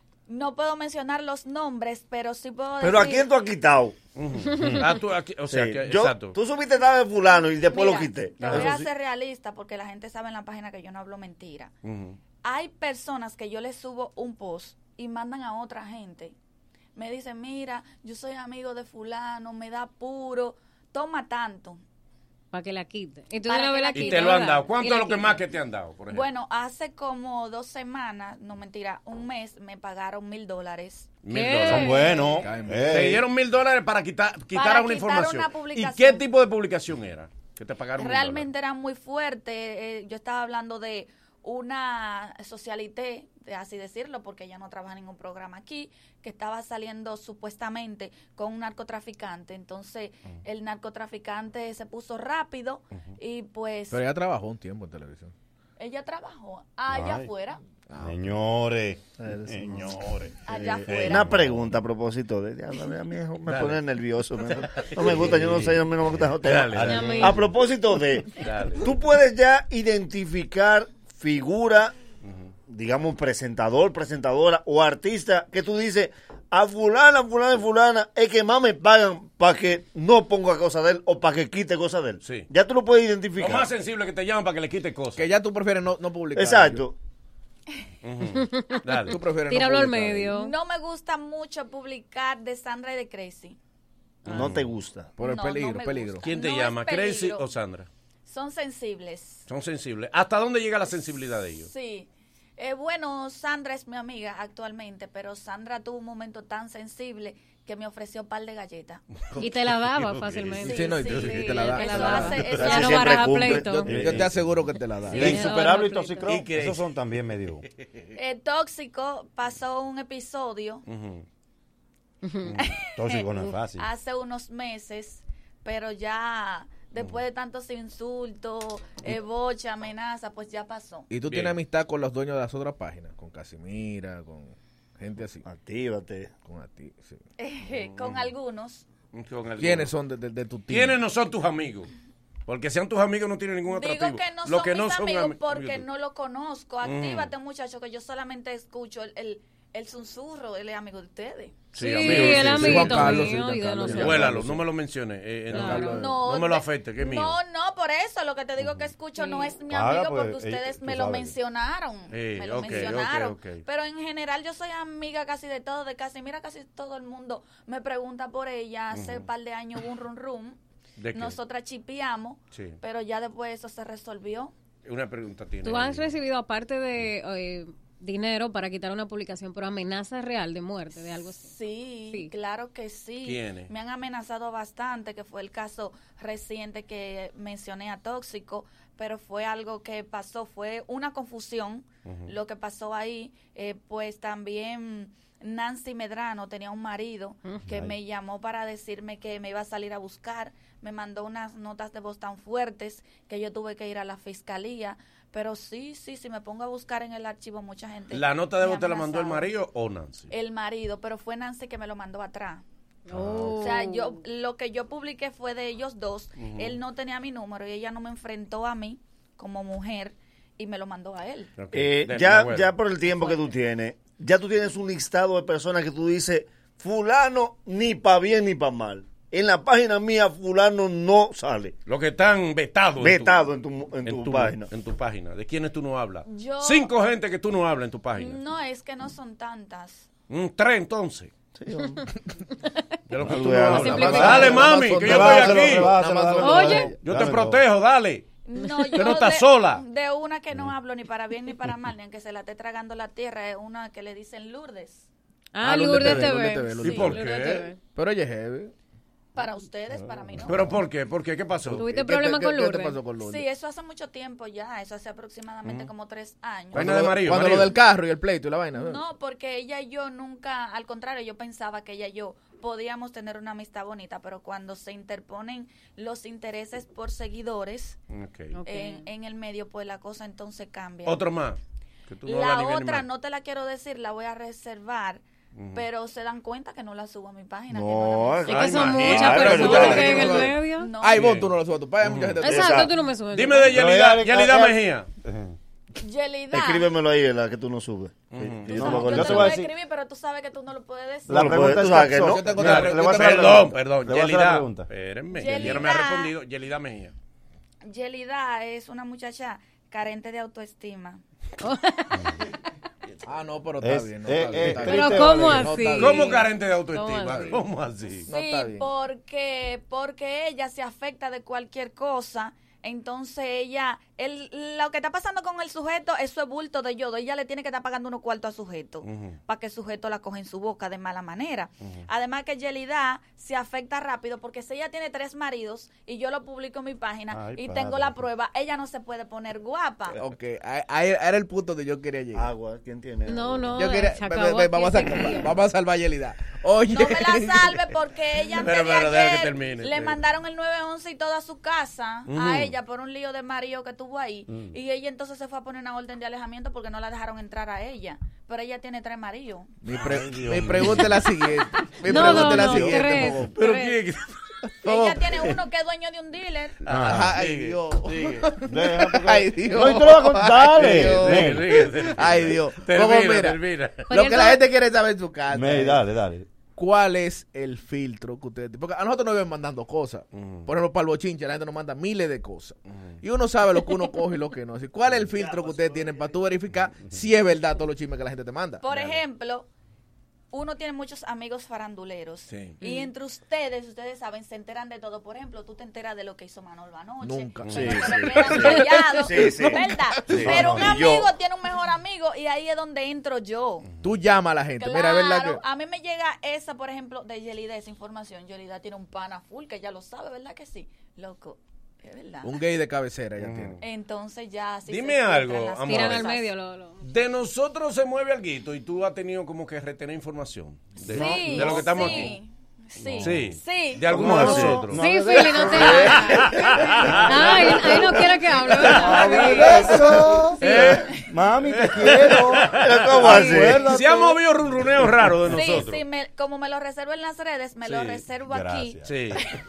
No puedo mencionar los nombres, pero sí puedo ¿Pero decir... a quién tú has quitado? Uh-huh. ah, tú, aquí, o sea, sí. que, Yo, exacto. Tú subiste nada de fulano y después Mira, lo quité. Te voy a ser realista porque la gente sabe en la página que yo no hablo mentira. Uh-huh. Hay personas que yo les subo un post y mandan a otra gente. Me dicen, mira, yo soy amigo de fulano, me da puro, toma tanto. para que la quite. Y tú de una vez la Y quitas, te lo han ¿verdad? dado. Y ¿Cuánto la es lo que quitas. más que te han dado, por ejemplo? Bueno, hace como dos semanas, no mentira, un mes me pagaron mil dólares. Mil dólares. Son buenos. Te dieron mil dólares para quitar, quitar Para una quitar información. una ¿Y publicación. qué tipo de publicación era? Que te pagaron mil Realmente era muy fuerte. Eh, yo estaba hablando de una socialité, de así decirlo, porque ella no trabaja en ningún programa aquí, que estaba saliendo supuestamente con un narcotraficante. Entonces, el narcotraficante se puso rápido y pues Pero ella trabajó un tiempo en televisión. ella trabajó allá Ay. afuera. Señores, señores. Allá Eh, afuera. una pregunta a propósito de, de- a mí me Dale. pone nervioso. me- no me gusta, yo no sé, a mí no me gusta esos temas. Dale, dale. A propósito de, Dale. tú puedes ya identificar figura, digamos, presentador, presentadora o artista que tú dices, a fulana, fulana y fulana es que más me pagan para que no ponga cosas de él o para que quite cosas de él. Sí. Ya tú lo puedes Lo identificar. más sensible que te llaman para que le quite cosas. Que ya tú prefieres no, no publicar. Exacto. Ujú. Dale. Tú prefieres no Tíralo al publicar. medio. No me gusta mucho publicar de Sandra y de Crazy. No te gusta. Por el No, peligro, no me peligro. gusta. ¿Quién te No llama? es ¿Crazy peligro. o Sandra? Son sensibles. Son sensibles. ¿Hasta dónde llega la sensibilidad de ellos? Sí. Eh, bueno, Sandra es mi amiga actualmente, pero Sandra tuvo un momento tan sensible que me ofreció un par de galletas. Y te la daba Ok. fácilmente. Sí, no, y tú- sí, y te la da. eso te la da. hace- eso Ya hace- no siempre baraja cumple. pleito. Yo, yo te aseguro que te la da. Y Sí. insuperable y Sí. Toxicro, ¿Y qué? esos son también medio. Eh, Tóxico pasó un episodio Ujú. Tóxico no es fácil. hace unos meses, pero ya después de tantos insultos, eh, bocha, amenaza, pues ya pasó. Y tú Bien. tienes amistad con los dueños de las otras páginas, con Casimira, con gente así. Actívate. Con a ti, sí. Eh, con algunos. Con algunos. ¿Quiénes son de, de, de tu team? ¿Quiénes no son tus amigos? Porque sean tus amigos no tienen ningún atractivo. Digo que no Lo son que no mis son amigos ami- porque amigos. no lo conozco. Actívate, muchacho, que yo solamente escucho el, el, el susurro, él es amigo de ustedes. Sí, Sí, amigo, el sí, sí. amiguito Juan Carlos, mío sí, y de Carlos, nosotros. Vuélalo, no me lo menciones. eh, eh, no, Claro. no, No, me lo de- afecte, que es mío. No, no, por eso lo que te digo que escucho no es mi Paga, amigo pues, porque eh, ustedes tú me lo sabes. mencionaron. Sí, me lo ok, mencionaron. ok, ok. Pero en general yo soy amiga casi de todo, de casi, mira, casi todo el mundo me pregunta por ella. Hace un par de años hubo un rum rum. ¿De qué? Nosotras chipiamos, Sí. pero ya después eso se resolvió. Una pregunta tiene. Tú has recibido, aparte de eh, dinero para quitar una publicación, pero amenaza real de muerte, de algo así. Sí, Sí. claro que sí. ¿Quiénes? Me han amenazado bastante, que fue el caso reciente que mencioné a Tóxico, pero fue algo que pasó, fue una confusión Ujú. lo que pasó ahí. Eh, pues también Nancy Medrano tenía un marido que Ay. me llamó para decirme que me iba a salir a buscar, me mandó unas notas de voz tan fuertes que yo tuve que ir a la fiscalía. Pero sí, sí, si me pongo a buscar en el archivo, mucha gente. ¿La nota de me voz te la mandó el amenazaba. marido o Nancy? El marido, pero fue Nancy que me lo mandó atrás. Oh. O sea, yo lo que yo publiqué fue de ellos dos. Ujú. Él no tenía mi número y ella no me enfrentó a mí como mujer y me lo mandó a él. Ok. Eh, De- ya, bueno. ya por el tiempo que tú tienes, ya tú tienes un listado de personas que tú dices, fulano ni pa' bien ni pa' mal. En la página mía, fulano no sale. Los que están vetados. Vetado en tu, en tu página. En tu página. ¿De quiénes tú no hablas? Yo- Cinco gente que tú no hablas en tu página. No, es que no son tantas. Mm, tres entonces. Sí, hombre. De lo que No, tú tú no ya- hablas. Nada más- Dale, nada más mami, son que tres. yo estoy Rebásalo, aquí. rebásalo, Nada más dale, Oye. dale. Yo te Dale, protejo, dale. No, yo no estás de- sola. De una que no hablo ni para bien ni para mal, ni aunque se la esté tragando la tierra, es una que le dicen Lourdes. Ah, Ah, Lourdes Lourdes T T V, V. Lourdes T V, ¿Y por Lourdes qué? T V. Pero ella es heavy. Para ustedes, para mí no. ¿Pero por qué? ¿Por qué? ¿Qué pasó? ¿Tuviste ¿Qué te- problema qué- con qué te Lourdes? pasó con Lourdes? Sí, eso hace mucho tiempo ya, eso hace aproximadamente como tres años. Vaina Cuando, de lo- marido, cuando marido. lo del carro y el pleito y la vaina. ¿no? No, porque ella y yo nunca, al contrario, yo pensaba que ella y yo podíamos tener una amistad bonita, pero cuando se interponen los intereses por seguidores Ok. Ok. en, en el medio, pues la cosa entonces cambia. Otro más. Que tú no hablas la ni bien ni otra mal. no te la quiero decir, la voy a reservar, pero se dan cuenta que no la subo a mi página. que No, la Es que Ay, son imagínate, muchas pero tú personas te- que en el tú te- medio. No. Ay, vos Bien. tú no lo subas a tu página. Mucha gente te- Exacto, tú no me subes. Dime de Pero Yelida, ella- Yelida ella- Mejía. Yelida. Escríbemelo ahí, la que tú no subes. Tú Y yo no sabes me que acuerdo. yo Yo te te lo voy a voy a decir- escribir, pero tú sabes que tú no lo puedes decir. La No, pregunta tú es sabes que capciosa. no. Yo tengo Mira, otra- le yo voy a tengo hacer otra la Perdón, pregunta. perdón. Le voy a hacer la Yelida. pregunta. Espérenme. Yelida. Yelida me ha respondido. Yelida Mejía. Yelida es una muchacha carente de autoestima. Ah, no, pero está Es- bien. No eh, está bien, eh, está triste, bien. Pero ¿cómo Valeria. No así? está bien. ¿Cómo carente de ¿Cómo autoestima? así? ¿Cómo así? No está Sí, bien. porque, porque ella se afecta de cualquier cosa. Entonces ella, el, lo que está pasando con el sujeto, eso es bulto de yodo. Ella le tiene que estar pagando unos cuartos al sujeto Ujú. para que el sujeto la coja en su boca de mala manera. Además que Yelida se afecta rápido porque si ella tiene tres maridos y yo lo publico en mi página Ay, y padre. tengo la prueba, ella no se puede poner guapa. Ok, ahí, ahí era el punto donde yo quería llegar. Agua, ¿quién tiene? No, no, Yo quería, se ve- acabó ve- vamos, a aquí ese salvar, día. vamos a salvar a Yelida. Oye. No me la salve porque ella antes Pero, de pero, deja que ayer termine, le sí. mandaron el nueve once y toda su casa Ujú. a ella por un lío de marido que tuvo ahí. Mm. Y ella entonces se fue a poner una orden de alejamiento porque no la dejaron entrar a ella. Pero ella tiene tres maridos. Mi, pre- Ay, Dios mi mío. pregunta es la siguiente. Mi No, pregunta no, es la no, siguiente, tres. por favor. ¿Pero Tres. quién? Ella tiene uno que es dueño de un dealer. Ajá, ay, sigue, Dios. sigue. Deja, porque- Ay, Dios. No, y tú lo vas a contar, dale. Ay, Dios. Ven. Sigue, sigue. Ay, Dios. Termina, Como mira, termina. lo que la gente quiere saber en su casa. Me- es, dale, dale. ¿Cuál es el filtro que ustedes tienen? Porque a nosotros nos vienen mandando cosas. Por ejemplo, para el bochinche, la gente nos manda miles de cosas. Y uno sabe lo que uno coge y lo que no. Así, ¿cuál es el filtro que ustedes tienen para tú verificar si es verdad todos los chismes que la gente te manda? Por ejemplo, uno tiene muchos amigos faranduleros. Sí. Y entre ustedes, ustedes saben, se enteran de todo. Por ejemplo, tú te enteras de lo que hizo Manolo anoche. Nunca. Pero Sí, te sí. lo quedan callados, Sí, sí. ¿verdad? Sí. Pero un No, no, y yo- amigo tiene un mejor amigo y ahí es donde entro yo. Tú llamas a la gente. Mira, es verdad Claro, que... a mí me llega esa, por ejemplo, de Yelida, esa información. Yelida tiene un pana full que ya lo sabe, ¿verdad que sí? Loco, es verdad. Un gay de cabecera ya tiene. Entonces ya así Dime se algo, filtran las amor. Tiran cosas. al medio lo, lo- De nosotros se mueve alguito y tú has tenido como que retener información de, Sí, de lo que estamos sí, aquí. Sí, Sí. sí. De algunos de ¿Cómo así? nosotros. No Sí, hable de Philly, eso. no te Ay, ahí no quiere que hable, ¿verdad? Hable de eso. ¿Eh? Mami, te quiero. ¿Cómo así? Acuérdate. Se ha movido runruneos raros de Sí, nosotros. sí, me- como me lo reservo en las redes, me lo Sí, reservo aquí. gracias. Sí.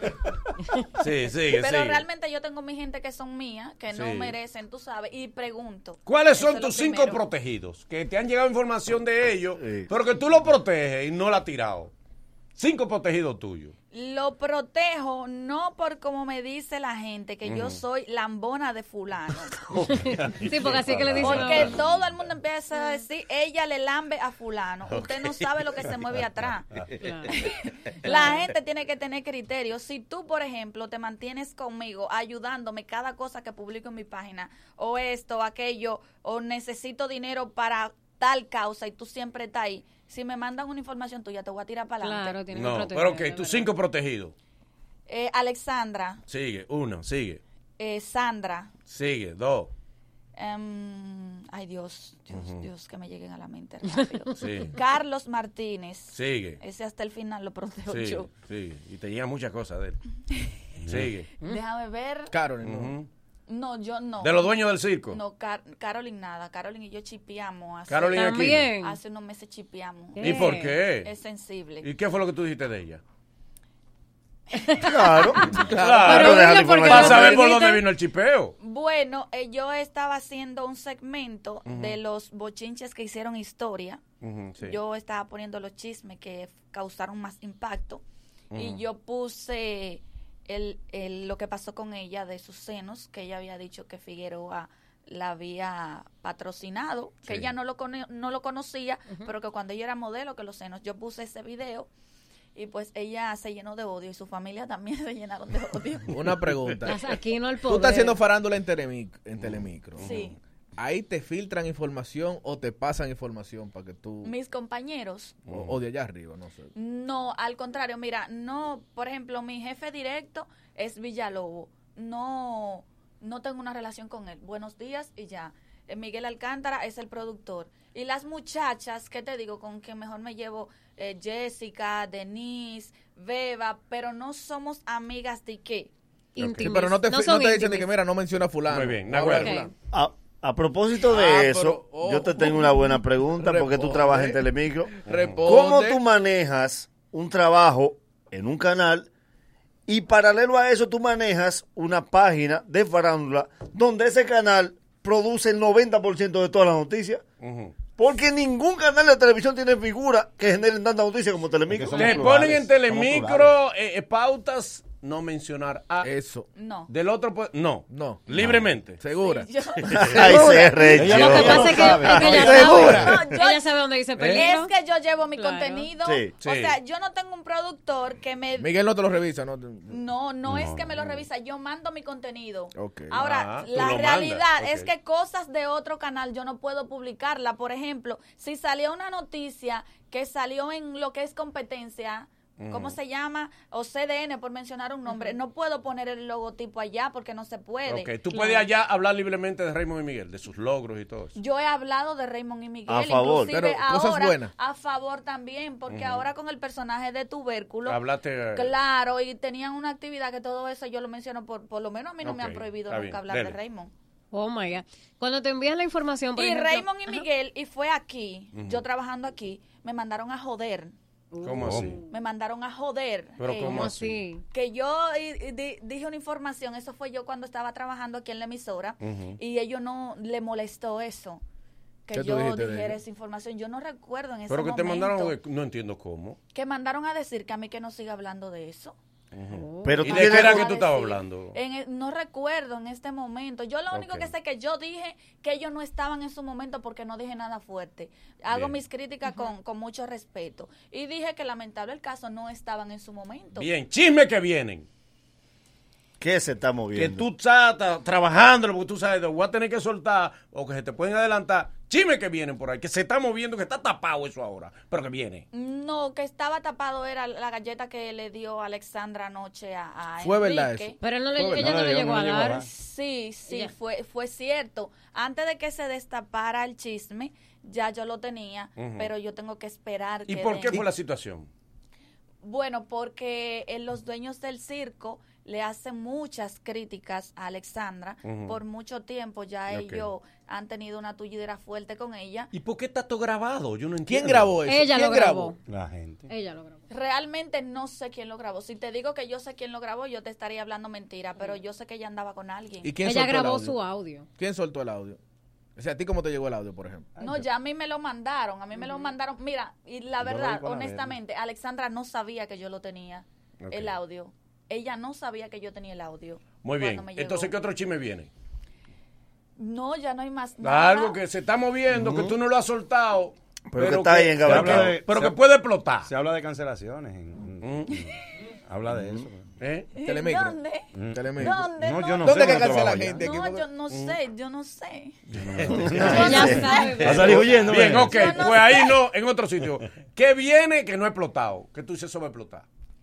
Sí, sigue, Pero sigue. realmente yo tengo mi gente que son mías, que no Sí. merecen, tú sabes, y pregunto. ¿Cuáles Eso son es lo tus cinco primero. protegidos? Que te han llegado información de ellos, Sí. pero que tú lo proteges y no la has tirado. Cinco protegidos tuyos. Lo protejo no por como me dice la gente, que yo Ujú. soy lambona de fulano. Sí, porque así que le dicen. Porque ahora. todo el mundo empieza a decir, ella le lambe a fulano. Usted no sabe lo que se mueve atrás. Claro. La gente tiene que tener criterio. Si tú, por ejemplo, te mantienes conmigo ayudándome cada cosa que publico en mi página, o esto, aquello, o necesito dinero para tal causa y tú siempre estás ahí, si me mandan una información tuya te voy a tirar para adelante. Claro, tienen que No, proteger. pero ok, de tus verdad. cinco protegidos. Eh, Alexandra, Sigue, uno, sigue, eh, Sandra, sigue, dos. em, ay Dios, Dios, Ujú. Dios, que me lleguen a la mente rápido. Sí. Carlos Martínez, Sigue. ese hasta el final lo protejo Sigue, yo. sigue. Y te llegan muchas cosas de él. Sigue. Déjame ver. Carolyn, ¿no? Ujú. No, yo no. De los dueños del circo. No, Car Carolyn nada. Carolyn y yo chipeamos. Hace, Carolyn Aquino. También. hace unos meses chipeamos. ¿Y por qué? Es sensible. ¿Y qué fue lo que tú dijiste de ella? Claro. Claro, Pero deja la dile por qué para no saber por dijiste. dónde vino el chipeo. Bueno, eh, yo estaba haciendo un segmento de los bochinches que hicieron historia. Ujú, sí. Yo estaba poniendo los chismes que f- causaron más impacto. Y Ujú. yo puse el, el- lo que pasó con ella de sus senos, que ella había dicho que Figueroa la había patrocinado, que Sí. ella no lo, cono- no lo conocía, pero que cuando ella era modelo, que los senos, yo puse ese video y pues ella se llenó de odio y su familia también se llenaron de odio. Una pregunta. Aquí no el Tú poder. estás haciendo farándula en, Telemic- en Telemicro. Sí. Ahí te filtran información o te pasan información para que tú... Mis compañeros, O, o de allá arriba, no sé. no, al contrario, mira, no, por ejemplo, mi jefe directo es Villalobos, no, no tengo una relación con él, buenos días y ya. Eh, Miguel Alcántara es el productor. Y las muchachas, ¿qué te digo? Con quien mejor me llevo, eh, Jessica, Denise, Beba, pero no somos amigas de qué. Íntimas. Sí, pero no te, No fi- son no te dicen de íntimas. que, mira, no menciona a fulano. Muy bien, No habla de de fulano. A, a propósito de Ah, eso, pero, oh. yo te tengo una buena pregunta porque tú Responde. trabajas en Telemicro. Responde. ¿Cómo tú manejas un trabajo en un canal y paralelo a eso tú manejas una página de farándula donde ese canal produce el noventa por ciento de todas las noticias? Ujú. Porque ningún canal de televisión tiene figuras que generen tanta noticia como Telemicro. Es que somos Le plurales, ponen en somos Telemicro plurales. eh, eh, pautas no mencionar a eso. No. Del otro, pues, no. No. Libremente. Segura. Sí, yo- Ay, se recho. Lo que pasa es que, es que ella Segura. sabe. No, yo- Ella sabe dónde dice peligro. Es que yo llevo mi Claro. contenido. Sí. O Sí. sea, yo no tengo un productor que me... Miguel no te lo revisa, ¿no? No, no es que me lo revisa, yo mando mi contenido. Ok. Ahora, Ah, tú la lo realidad mandas, es ok. que cosas de otro canal yo no puedo publicarla. Por ejemplo, si salió una noticia que salió en lo que es competencia, ¿cómo se llama? O C D N, por mencionar un nombre, no puedo poner el logotipo allá porque no se puede. Ok, tú puedes allá hablar libremente de Raymond y Miguel, de sus logros y todo eso. Yo he hablado de Raymond y Miguel, A favor. inclusive Pero cosas ahora buenas. a favor también, porque ahora con el personaje de Tubérculo, Hablaste. eh, claro, y tenían una actividad que todo eso yo lo menciono, por, por lo menos a mí no me Ok, han prohibido está nunca bien, hablar dele. de Raymond. Oh my God. Cuando te envían la información, por Y ejemplo- Raymond y Ajá. Miguel, y fue aquí, Ujú. yo trabajando aquí, me mandaron a joder. ¿Cómo así? Me mandaron a joder. Pero Eh, ¿cómo ¿Cómo así? así? que yo y- y di- dije una información, eso fue yo cuando estaba trabajando aquí en la emisora, Ujú. y ellos no le molestó eso, que ¿Qué tú yo dijiste de dijera ellos? esa información. Yo no recuerdo en ese Pero que te momento. mandaron, de- no entiendo cómo. Que mandaron a decir que a mí que no siga hablando de eso. Pero ¿Y tú de qué tienes era que- que tú estabas decir. hablando? En el- no recuerdo en este momento. Yo lo único Ok. que sé es que yo dije que ellos no estaban en su momento porque no dije nada fuerte. Hago Bien. mis críticas con, con mucho respeto. Y dije que lamentable el caso no estaban en su momento. Bien, chisme que vienen. ¿Qué se está Que moviendo? tú estás tra- trabajando, porque tú sabes, te voy a tener que soltar o que se te pueden adelantar. Chisme que vienen por ahí, que se está moviendo, que está tapado eso ahora, pero que viene. No, que estaba tapado era la galleta que le dio Alexandra anoche a, a Fue verdad Enrique. eso. Pero él no le, Fue verdad. ella no No le le dio, llegó no a le llegó a dar. dar. Sí, sí, Ella- fue, fue cierto. Antes de que se destapara el chisme, ya yo lo tenía, Ujú. pero yo tengo que esperar ¿Y que por den- qué fue la situación? Bueno, porque eh, los dueños del circo le hacen muchas críticas a Alexandra. Ujú. Por mucho tiempo ya Ok. ellos han tenido una tullidera fuerte con ella. ¿Y por qué está todo grabado? Yo no entiendo. ¿Quién grabó eso? Ella ¿Quién lo grabó. La gente. Ella lo grabó. Realmente no sé quién lo grabó. Si te digo que yo sé quién lo grabó, yo te estaría hablando mentira, pero yo sé que ella andaba con alguien. ¿Y quién Ella soltó el grabó audio? su audio. ¿Quién soltó el audio? O sea, ¿a ti cómo te llegó el audio, por ejemplo? No, ya a mí me lo mandaron, a mí me lo mandaron. Mira, y la Yo lo vi verdad, con la honestamente, Alexandra no sabía que yo lo tenía, Ok. el audio. Ella no sabía que yo tenía el audio. Muy bien. cuando me llegó. Entonces, ¿qué otro chisme viene? No, ya no hay más nada. Algo que se está moviendo, que tú no lo has soltado. Pero que está ahí pero engavetado. que, pero que puede explotar. Se habla de cancelaciones. en- en- Mm. habla de eso. ¿Eh? Telemicro. ¿Dónde? Mm. Telemicro. ¿Dónde? No, yo no ¿Dónde sé. que no cancela trabajo la allá. gente? aquí? No, yo no sé, yo no sé. Ella sabe. Va a salir huyendo. Bien, ¿verdad? ok. Yo no Pues ahí sé. no, en otro sitio. ¿Qué viene que no ha explotado? Que tú dices eso va a explotar.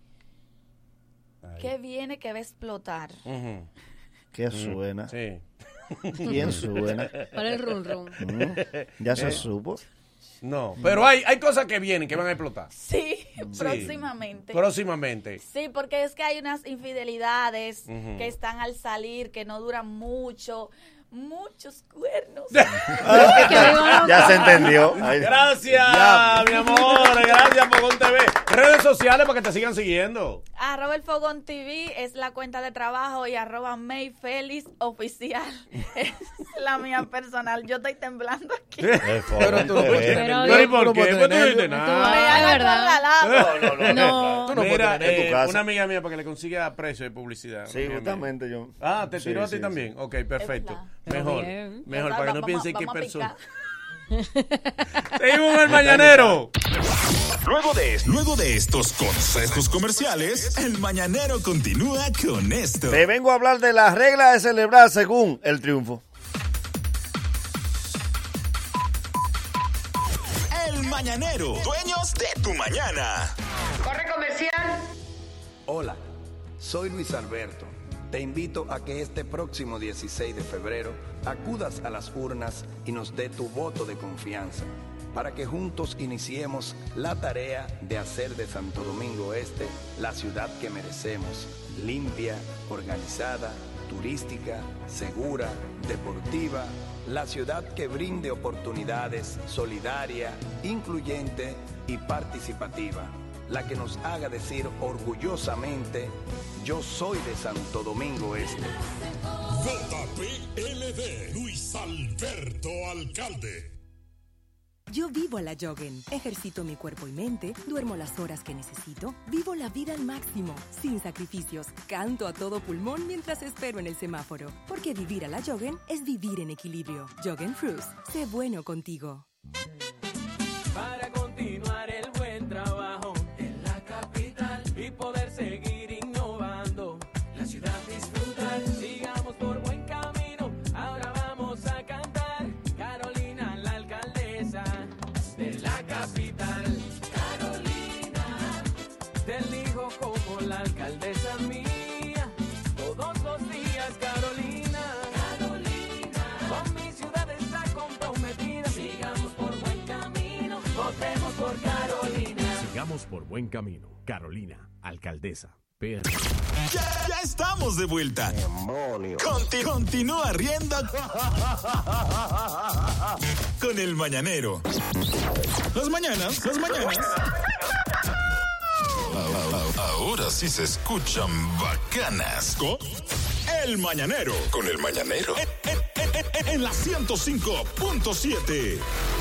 ¿Qué viene que va a explotar? Ujú. ¿Qué suena? Sí. ¿Quién suena? Para el run run. Mm, Ya se supo. No, pero hay, hay cosas que vienen que van a explotar. Sí, Sí. próximamente. Próximamente. Sí, porque es que hay unas infidelidades Ujú. que están al salir, que no duran mucho. Muchos cuernos. Ya se entendió. Ay, Gracias, mi amor. Gracias, Fogón T V. Redes sociales para que te sigan siguiendo. Arroba el Fogón T V es la cuenta de trabajo y arroba May Félix Oficial es la mía personal. Yo estoy temblando aquí. Pero tú no puedes tener Pero- nervios. Pero ¿y por Tú no qué? puedes Pues tú tener dijiste nervios. nada. Me Ah, hagan es verdad. acorralado. No, no, No. Tú no puedes Mira, tener en tu eh, casa. una amiga mía para que le consiga precio de publicidad. Sí, Una amiga justamente yo. mía. Ah, ¿te Sí, tiró a sí, ti también? sí. Ok, perfecto. Es verdad. Mejor, Bien. mejor, Ya para que no sabes, piensen vamos- que vamos a persona. picar. Seguimos en el mañanero. Luego de, luego de estos consejos comerciales, el mañanero continúa con esto. Te vengo a hablar de las reglas de celebrar según el triunfo. El mañanero, dueños de tu mañana. Corre comercial. Hola, soy Luis Alberto. Te invito a que este próximo dieciséis de febrero acudas a las urnas y nos dé tu voto de confianza para que juntos iniciemos la tarea de hacer de Santo Domingo Este la ciudad que merecemos, limpia, organizada, turística, segura, deportiva, la ciudad que brinde oportunidades, solidaria, incluyente y participativa, la que nos haga decir orgullosamente, yo soy de Santo Domingo Este. J P L D, Luis Alberto Alcalde. Yo vivo a la Joggen. Ejercito mi cuerpo y mente, duermo las horas que necesito, vivo la vida al máximo, sin sacrificios. Canto a todo pulmón mientras espero en el semáforo. Porque vivir a la Joggen es vivir en equilibrio. Joggen Fruits. Sé bueno contigo. Para continuar el buen trabajo en la capital y poder seguir innovando, la ciudad disfrutar, sigamos por buen camino. Ahora vamos a cantar Carolina, la alcaldesa de la capital. Carolina, te elijo como la alcaldesa mía, todos los días Carolina. Carolina, con mi ciudad está comprometida, sigamos por buen camino, votemos por Carolina. Sigamos por buen camino. Carolina, alcaldesa. P R. Ya, ya estamos de vuelta. Conti- continúa riendo con el mañanero. Las mañanas, las mañanas. Ahora sí se escuchan bacanas. Con el mañanero. Con el mañanero. En, en, en, en la ciento cinco punto siete.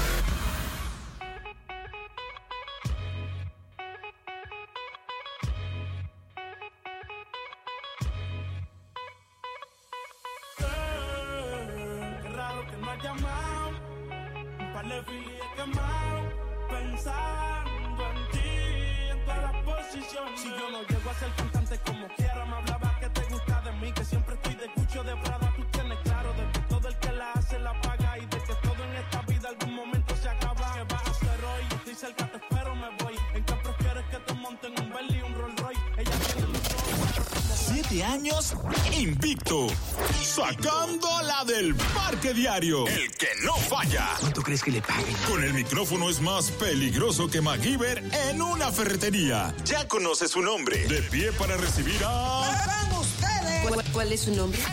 Qué raro que no ha llamado, un par de filis he quemado, pensando en ti, en todas las posiciones. Si yo no llego a ser cantante como quiera, me hablaba que te gusta de mí, que siempre estoy de Gucci o de Prada, tú tienes claro de que todo el que la hace la paga y de que todo en esta vida algún momento se acaba. ¿Qué vas a hacer hoy? Estoy cerca, te espero, me voy. ¿En qué prefieres que te monten un Bentley y un Rolls Royce? Ella tiene los ojos. Siete años invicto. Sacando la del Parque Diario. El que no falla. ¿Cuánto crees que le paguen? Con el micrófono es más peligroso que MacGyver en una ferretería. Ya conoce su nombre. De pie para recibir a... ¿Cuál, cuál es su nombre?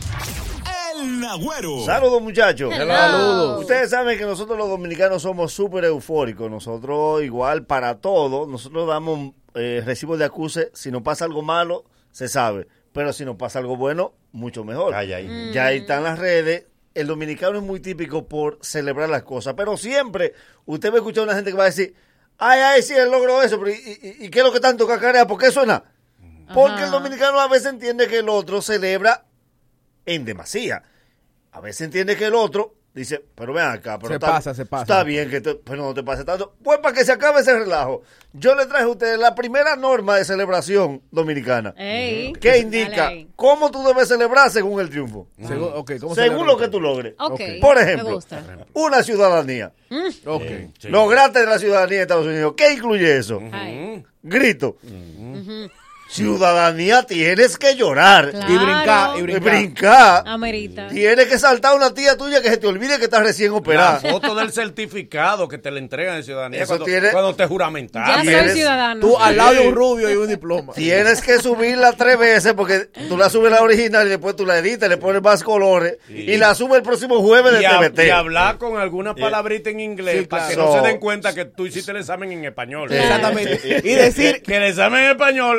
El Nagüero. Saludos, muchachos. Saludos. Ustedes saben que nosotros los dominicanos somos súper eufóricos. Nosotros igual para todo. Nosotros damos eh, recibo de acuse. Si nos pasa algo malo, se sabe. Pero si nos pasa algo bueno, mucho mejor. Ay, ay. Mm. Ya ahí están las redes. El dominicano es muy típico por celebrar las cosas. Pero siempre usted va a escuchar a una gente que va a decir, ay, ay, sí, él logró eso. Pero ¿y, y, y qué es lo que tanto cacarea? ¿Por qué suena? Porque el dominicano a veces entiende que el otro celebra en demasía. A veces entiende que el otro dice, pero ven acá, pero Se está, pasa, se pasa. Está bien que te, pero no te pase tanto. Pues para que se acabe ese relajo, yo le traje a ustedes la primera norma de celebración dominicana. Ey. Que indica Dale. cómo tú debes celebrar según el triunfo. Según, okay, ¿cómo según celebra lo que usted? tú logres. Ok, Por me ejemplo, gusta. una ciudadanía. Okay. Sí. Lograste la ciudadanía de Estados Unidos. ¿Qué incluye eso? Ay. Grito. Ujú. Ciudadanía, tienes que llorar. Claro. Y brincar, y brincar. brincar. Amerita. Tienes que saltar a una tía tuya que se te olvide que estás recién operada. La foto del certificado que te le entregan de ciudadanía Eso cuando, tiene- cuando te juramentaron. Ya soy Tienes- ciudadano. Tú al lado de un rubio y un diploma. Tienes que subirla tres veces porque tú la subes la original y después tú la editas, le pones más colores y la subes el próximo jueves de Y, a- T V T. y hablar con alguna palabrita en inglés Sí, para que claro. no se So- den cuenta que tú hiciste el examen en español. Exactamente. Y decir, Que el examen en español.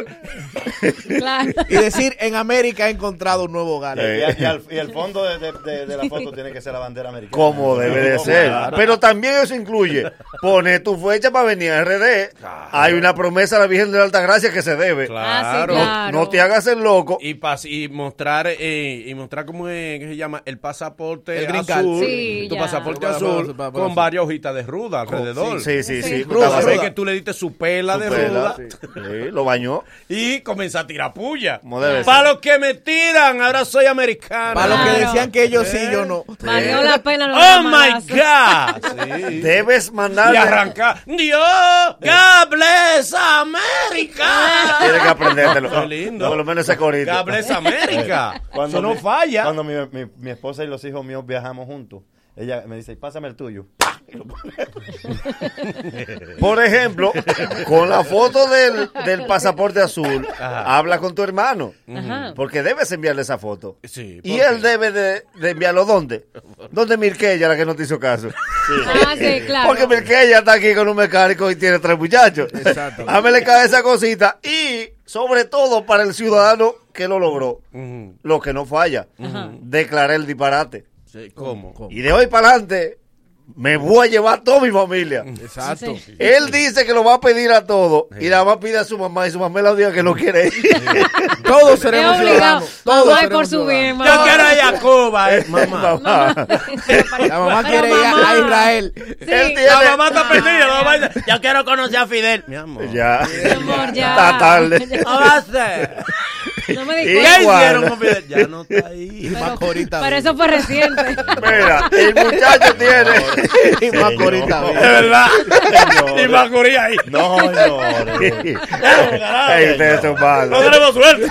Claro. y decir, en América ha encontrado un nuevo hogar. Y, y al- y el fondo de, de- de- de la foto tiene que ser la bandera americana. Como debe de ser. Pero también eso incluye poner tu fecha para venir a R D. Hay una promesa a la Virgen de la Altagracia que se debe. Claro. No, claro. no te hagas el loco. Y, pas- y mostrar eh, y mostrar cómo es que se llama el pasaporte El green card. azul, Sí, tu ya. pasaporte Para- para- azul para- para- con varias hojitas de ruda alrededor. Sí, sí, sí. Ruda, Estaba- Sabes ruda. que tú le diste su pela Su de pela. ruda Sí, lo bañó. y comenzó a tirar puya. Como debe Para ser. los que me tiran, ahora soy americano. Para los que Claro. decían que ellos sí, yo no. Valió la pena los Oh my llamadazos. God. Sí. Debes Y mandarle. arrancar. Dios, God bless America. Tienes que aprendértelo. Qué lindo. Por lo menos ese corito. God bless America. Cuando Eso no mi- falla. Cuando mi, mi- mi esposa y los hijos míos viajamos juntos, ella me dice, pásame el tuyo. Por ejemplo, con la foto del, del pasaporte azul, Ajá. habla con tu hermano. Ajá. Porque debes enviarle esa foto. Sí, Y ¿por él qué? debe de, de enviarlo ¿dónde? ¿Dónde Mirquella, la que no te hizo caso? Ah, sí, claro. Porque Mirquella está aquí con un mecánico y tiene tres muchachos. Exacto. Hámele caer esa cosita. Y, sobre todo, para el ciudadano que lo logró, Ujú. lo que no falla, Ajá. declarar el disparate. Sí, ¿Cómo? Y de hoy para adelante, me voy a llevar a toda mi familia. Exacto. Sí. Él dice que lo va a pedir a todos sí. y nada más pide a su mamá y su mamá le diga que no quiere ir. Sí. Todos seremos ciudadanos. Todos mamá seremos por su bien, Yo quiero ir a Cuba, eh, mamá. mamá. La mamá quiere ir a, a Israel. Sí. Él tiene... La mamá está perdida. La mamá dice, yo quiero conocer a Fidel. Mi amor. Ya. Mi amor, ya. Está tarde. ¿Qué va a hacer? No me di ¿Qué hicieron con Fidel? Ya no está ahí. Pero, pero eso fue reciente. Mira, el muchacho tiene... Y Macorita. De verdad. Y Macorita ahí. No, no. Ey, ustedes son malos. No tenemos suerte.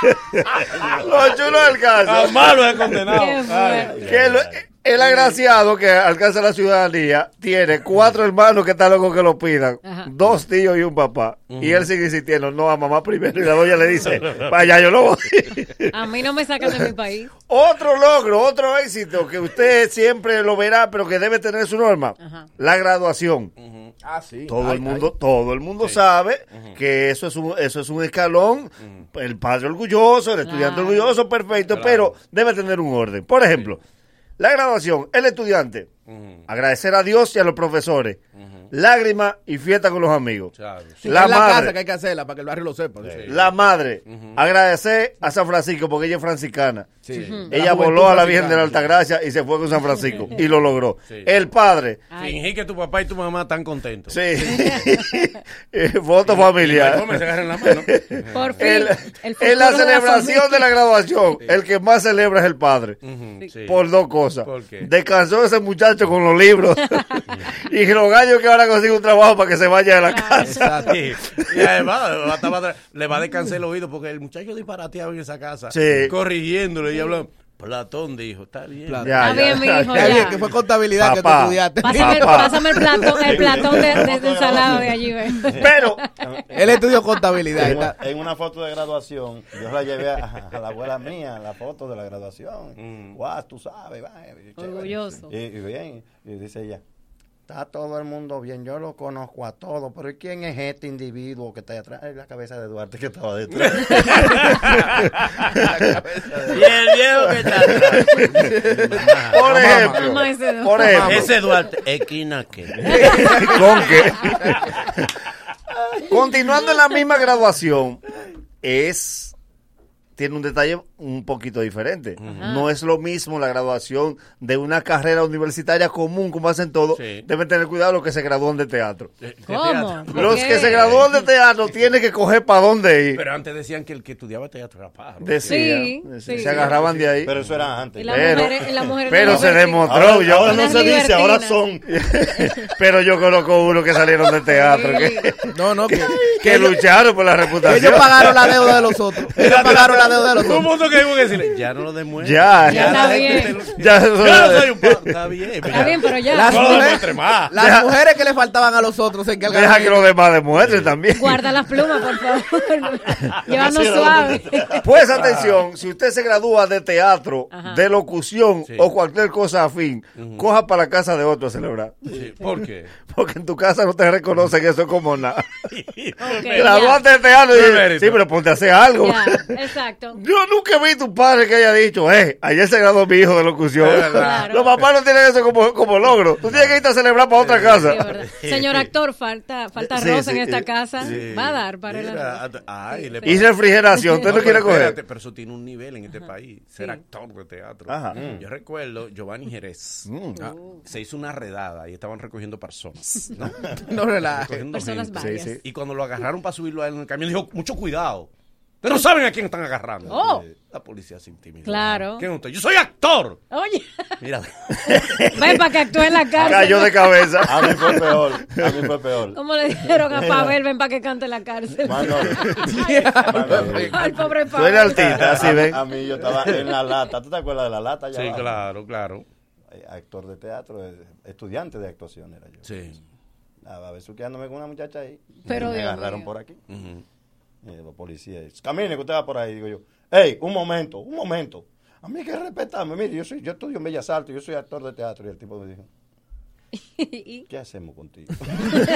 Lo chulo del caso. A malo es condenado. Que lo, el agraciado que alcanza la ciudadanía tiene cuatro hermanos que están locos que lo pidan. Ajá. Dos tíos y un papá. Uh-huh. Y él sigue insistiendo, no, a mamá primero. Y la doña le dice, vaya, yo lo voy. A mí no me sacan de mi país. Otro logro, otro éxito que usted siempre lo verá, pero que debe tener su norma. Ajá. La graduación. Uh-huh. Ah, sí. Todo ay, el mundo, ay. todo el mundo sí. sabe uh-huh. que eso es un, eso es un escalón. Uh-huh. El padre orgulloso, el estudiante claro. orgulloso, perfecto, claro. pero debe tener un orden. Por ejemplo, sí. la graduación, el estudiante, uh-huh. agradecer a Dios y a los profesores, uh-huh. lágrimas y fiesta con los amigos. Claro. Sí, la, la madre, madre casa que hay que hacerla para que el barrio lo sepa. Sí. La madre, uh-huh. agradecer a San Francisco porque ella es franciscana. Sí. Uh-huh. Ella voló a la Virgen de la Altagracia y se fue con San Francisco y lo logró. Sí. El padre. Fingí que tu papá y tu mamá están contentos. Sí. Foto familiar. Y, y se agarran la mano. Por fin. El, el en la celebración de la, de la graduación, sí. el que más celebra es el padre. Uh-huh. Sí. Por dos cosas. ¿Por qué? Descansó ese muchacho con los libros. Y los gallos que ahora consiguen un trabajo para que se vaya de la casa. Sí. Y además le va a descansar el oído porque el muchacho disparateaba en esa casa. Sí. Corrigiéndole y hablando. Platón dijo, está bien. Platón. Ya, está bien, mi hijo. Está bien, que fue contabilidad papá, que tú estudiaste. Pásame, pásame el platón, el platón de, de, de ensalada de allí. ¿Ves? Pero él estudió contabilidad. En una, en una foto de graduación, yo la llevé a, a la abuela mía, la foto de la graduación. Mm. Guau, tú sabes, va. Orgulloso. Y, y bien, y dice ella, está todo el mundo bien, yo lo conozco a todos, pero ¿y quién es este individuo que está ahí atrás? Es la cabeza de Duarte que estaba detrás. Y el viejo que está atrás. Por ejemplo, Mamá, ese, por ejemplo. Ese Duarte, esquina que. ¿Con qué? Continuando en la misma graduación, es... tiene un detalle un poquito diferente. Uh-huh. No es lo mismo la graduación de una carrera universitaria común, como hacen todos. Sí. Deben tener cuidado los que se gradúan de teatro. ¿De, ¿Cómo? de teatro? Los que se gradúan de teatro tienen que coger para dónde ir. Pero antes decían que el que estudiaba teatro era pájaro. Decía, sí, decía, sí, se agarraban sí, de ahí. Pero eso era antes. La pero mujer, la mujer pero se demostró. Ahora, yo, ahora no se dice, ahora son. Pero yo conozco uno que salieron de teatro. Sí. Que, no, no, que, que, que lucharon por la reputación. Ellos pagaron la deuda de los otros. Ellos pagaron la deuda de los otros. Un mundo que que decirle, ya no lo demuestre. Ya, ya, ya está bien. Te, ya, yo no soy un padre. Está bien, está bien, pero ya. Las, no mujeres, más. las deja, mujeres que le faltaban a los otros se encargan. Deja que los demás demuestren también. Guarda las plumas, por favor. Llévanos suave. Pues atención, si usted se gradúa de teatro, ajá, de locución, sí, o cualquier cosa afín, uh-huh, coja para la casa de otro a celebrar. Sí. ¿Por qué? Porque en tu casa no te reconocen eso como nada. Okay, Gradúate de teatro y dices, sí, pero ponte a hacer algo. Ya, exacto. Yo nunca vi a tu padre que haya dicho, eh, ayer se graduó mi hijo de locución. Claro. Los papás no tienen eso como, como logro. Tú tienes que irte a celebrar para otra casa. Sí, Señor actor, falta falta sí, rosa sí, en esta sí, casa. Sí. Va a dar para Mira, el ay, le y refrigeración, ¿usted no, no quiere coger? Espérate, pero eso tiene un nivel en este Ajá. país. Ser sí. actor de teatro. Ajá. Mm. Yo recuerdo Giovanni Jerez. Mm. Ah, se hizo una redada y estaban recogiendo personas. No, no relaja. Personas varias. Sí, sí. Y cuando lo agarraron para subirlo a él en el camión, dijo, mucho cuidado. Ustedes no saben a quién están agarrando. Oh. La policía se intimida. Claro. ¿Quién es usted? Yo soy actor. Oye. Mira. Ven para que actúe en la cárcel. Cayó de cabeza. A mí fue peor. A mí fue peor. ¿Cómo le dijeron a Pavel? Ven para que cante en la cárcel. Manolo. Ay, al pobre Pavel. Tú eres artista, así ven. A mí yo estaba en La Lata. ¿Tú te acuerdas de La Lata? Sí, abajo? claro, claro. Actor de teatro, estudiante de actuación era yo. Sí. A veces quedándome con una muchacha ahí. Pero me Dios agarraron mío. por aquí. Uh-huh. Y los policías, camine que usted va por ahí. Digo yo, hey, un momento, un momento. A mí hay que respetarme. Mire, yo soy, yo estudio en Bellas Artes, yo soy actor de teatro. Y el tipo me dijo, ¿qué hacemos contigo?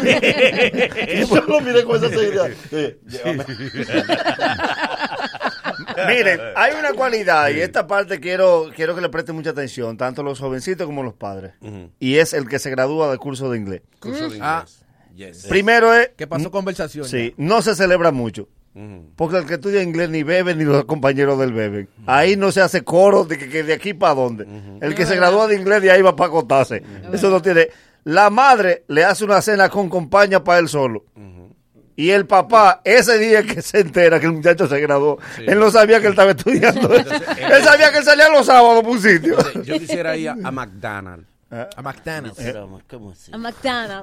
Y yo lo miré con esa seguridad. Llévame. Miren, hay una cualidad y esta parte quiero quiero que le presten mucha atención, tanto los jovencitos como los padres. Uh-huh. Y es el que se gradúa del curso de inglés. Curso de inglés. Ah, yes. Primero es... ¿Qué pasó conversación? Sí, ya? No se celebra mucho. Uh-huh. Porque el que estudia inglés ni bebe ni los compañeros del beben. Uh-huh. Ahí no se hace coro de que, que de aquí para dónde. Uh-huh. El que uh-huh. se gradúa de inglés de ahí va para acotarse. Uh-huh. Eso no tiene... La madre le hace una cena con compañía para él solo. Uh-huh. Y el papá, ese día que se entera que el muchacho se graduó, sí. Él no sabía que él estaba estudiando. Entonces, él, él sabía que él salía los sábados por un sitio. Yo quisiera ir a, a McDonald's. A McDonald's. ¿Cómo así? A McDonald's.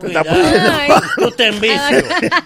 Tú te envicias.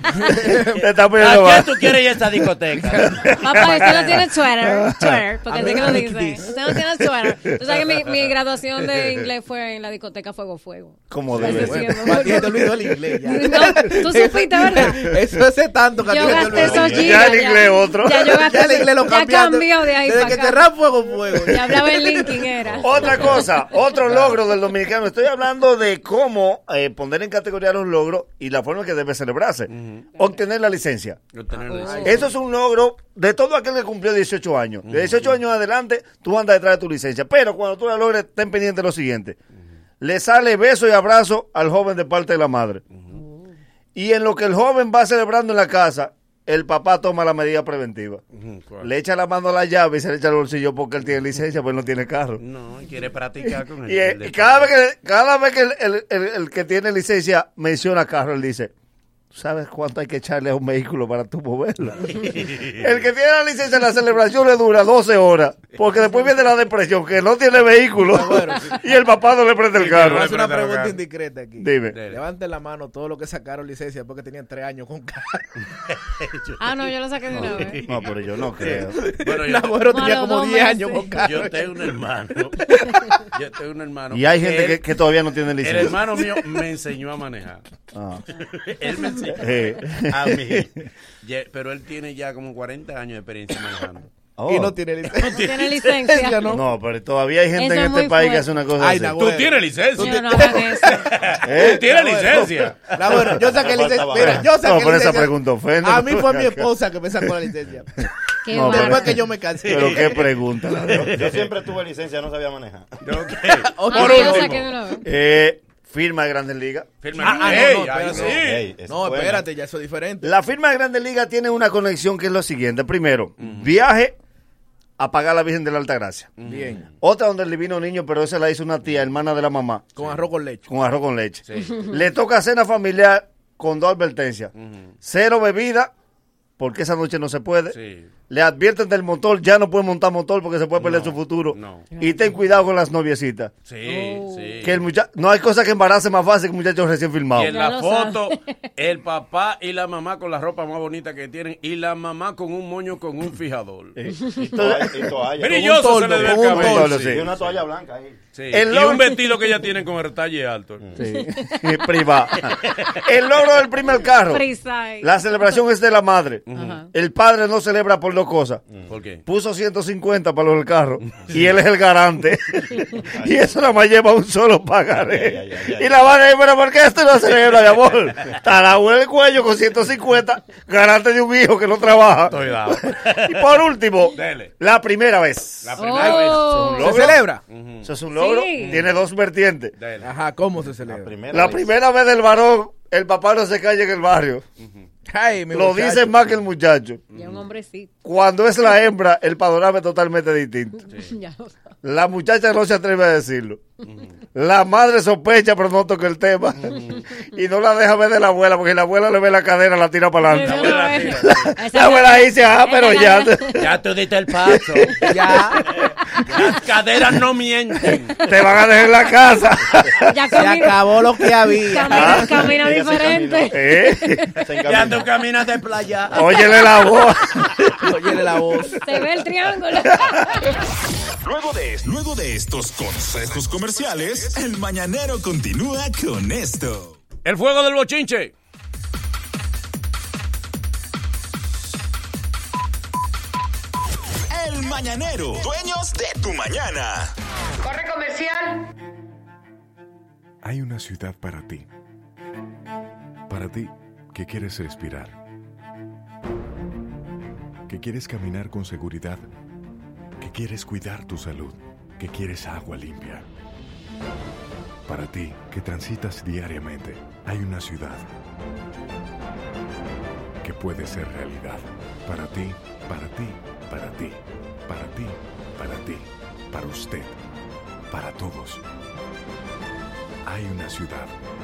Te está poniendo ¿A qué tú quieres ir a esa discoteca? Papá, usted no tiene sweater. Sweater, porque sé que lo dice. Usted no tiene sweater. Tú sabes que mi, mi graduación de inglés fue en la discoteca Fuego Fuego. ¿Cómo debe ser? Matías te olvidó el inglés ya. No, tú supiste, ¿verdad? Eso hace tanto que yo gasté esos gigas. Ya el inglés otro. Ya yo gasté. Ya el inglés lo cambiaste. Ya cambió de ahí Desde para que acá. cerrar Fuego Fuego. Ya hablaba en Linkin era. Otra cosa, otro logro del dominicano. Estoy hablando de cómo eh, poner en categoría los logros y la forma que debe celebrarse. Uh-huh. Obtener la licencia. Obtener la licencia. Eso es un logro de todo aquel que cumplió dieciocho años. De dieciocho años adelante, tú andas detrás de tu licencia. Pero cuando tú la logres, ten pendiente de lo siguiente. Uh-huh. Le sale beso y abrazo al joven de parte de la madre. Uh-huh. Y en lo que el joven va celebrando en la casa, el papá toma la medida preventiva. Uh-huh, claro. Le echa la mano a la llave y se le echa al bolsillo porque él tiene licencia, pues él no tiene carro. No, quiere practicar con él. Y, el, y cada vez que, cada vez que el, el, el, el que tiene licencia menciona carro, él dice, ¿sabes cuánto hay que echarle a un vehículo para tú moverlo? El que tiene la licencia, la celebración le dura doce horas, porque después viene la depresión, que no tiene vehículo, bueno, sí. Y el papá no le prende el carro. Voy a hacer una pregunta indiscreta aquí. Dime. Levanten la mano todos los que sacaron licencia porque tenían tres años con carro. Ah, no, yo lo saqué de una vez. No, pero yo no creo. Bueno, el abuelo tenía como diez años con carro. Yo tengo un hermano. Yo tengo un hermano. Y hay gente él, que, que todavía no tiene licencia. El hermano mío me enseñó a manejar. Ah. Él me enseñó eh. a mí. Pero él tiene ya como cuarenta años de experiencia manejando. Oh. Y no tiene licencia. No tiene licencia. ¿no? No, pero todavía hay gente eso en este país fuerte. Que hace una cosa Ay, así. Tú tienes licencia. Yo no hagan eso. ¿Eh? Tú tienes licencia. La bueno, yo saqué licencia. Mira, yo saqué no, pero licencia. Esa pregunta ofende. A mí fue mi esposa que me sacó la licencia. Qué no, después que yo me cansé. Pero qué pregunta. Yo, yo siempre tuve licencia, no sabía manejar. Okay. Por ah, último. Yo saqué de una vez. Eh... Firma de Grandes Ligas. Firma ah, ah, hey, no, no, espérate, sí. hey, no espérate, ya eso es diferente. La firma de Grandes Ligas tiene una conexión que es lo siguiente. Primero, uh-huh. viaje a pagar a la Virgen de la Altagracia. Uh-huh. Bien. Otra donde el divino niño, pero esa la hizo una tía, hermana de la mamá. Con sí. arroz con leche. Con arroz con leche. Sí. Le toca cena familiar con dos advertencias. Uh-huh. Cero bebida, porque esa noche no se puede. Sí. Le advierten del motor, ya no puede montar motor porque se puede perder no, su futuro. No. Y ten cuidado con las noviecitas. Sí, oh. sí. Que el mucha- no hay cosa que embarace más fácil que un muchacho recién filmado. Y en la foto, el papá y la mamá con la ropa más bonita que tienen y la mamá con un moño con un fijador. Eh, y toalla. Y toalla. Brilloso se le ve el cabello. Sí. Y una toalla blanca ahí. Sí. Y un vestido que ella tienen con el talle alto. Sí. Privado. El logro del primer carro. La celebración es de la madre. Uh-huh. El padre no celebra por dos cosas. ¿Por qué? Puso ciento cincuenta para lo del carro y él es el garante. Y eso nada más lleva un solo pagaré. Ay, ay, ay, ay. Y la madre dice, pero ¿por qué esto no celebra, mi amor? Está la abuela el cuello con ciento cincuenta, garante de un hijo que no trabaja. Estoy dado. Y por último, Dele. la primera vez. La primera oh. vez. ¿Se celebra? Uh-huh. Eso es un logro. Sí. Tiene dos vertientes. Dele. Ajá, ¿cómo se celebra? La primera, la vez. primera vez del varón, el papá no se calla en el barrio. Uh-huh. Ay, mi Lo muchacho. dice más que el muchacho. Y un hombrecito. Cuando es la hembra, el panorama es totalmente distinto. Sí. Ya lo sabes. La muchacha no se atreve a decirlo. Uh-huh. La madre sospecha, pero no toca el tema. Uh-huh. Y no la deja ver de la abuela, porque la abuela le ve la cadera, la tira para adelante. La abuela, la tira. La abuela dice, ah, pero ya. Ya tú diste el paso. Ya. Las caderas no mienten. Te van a dejar en la casa. Ya Se acabó lo que había. Camina, ah, camina diferente. ¿Eh? Ya tú caminas de playa. Óyele la voz. Óyele la voz. Se ve el triángulo. Luego de, luego de estos consejos comerciales, el mañanero continúa con esto. El fuego del bochinche. El mañanero, dueños de tu mañana. Corre comercial. Hay una ciudad para ti. Para ti que quieres respirar. que quieres caminar con seguridad, que quieres cuidar tu salud, que quieres agua limpia. Para ti, que transitas diariamente, hay una ciudad que puede ser realidad. Para ti, para ti, para ti, para ti, para ti, para usted, para todos. Hay una ciudad.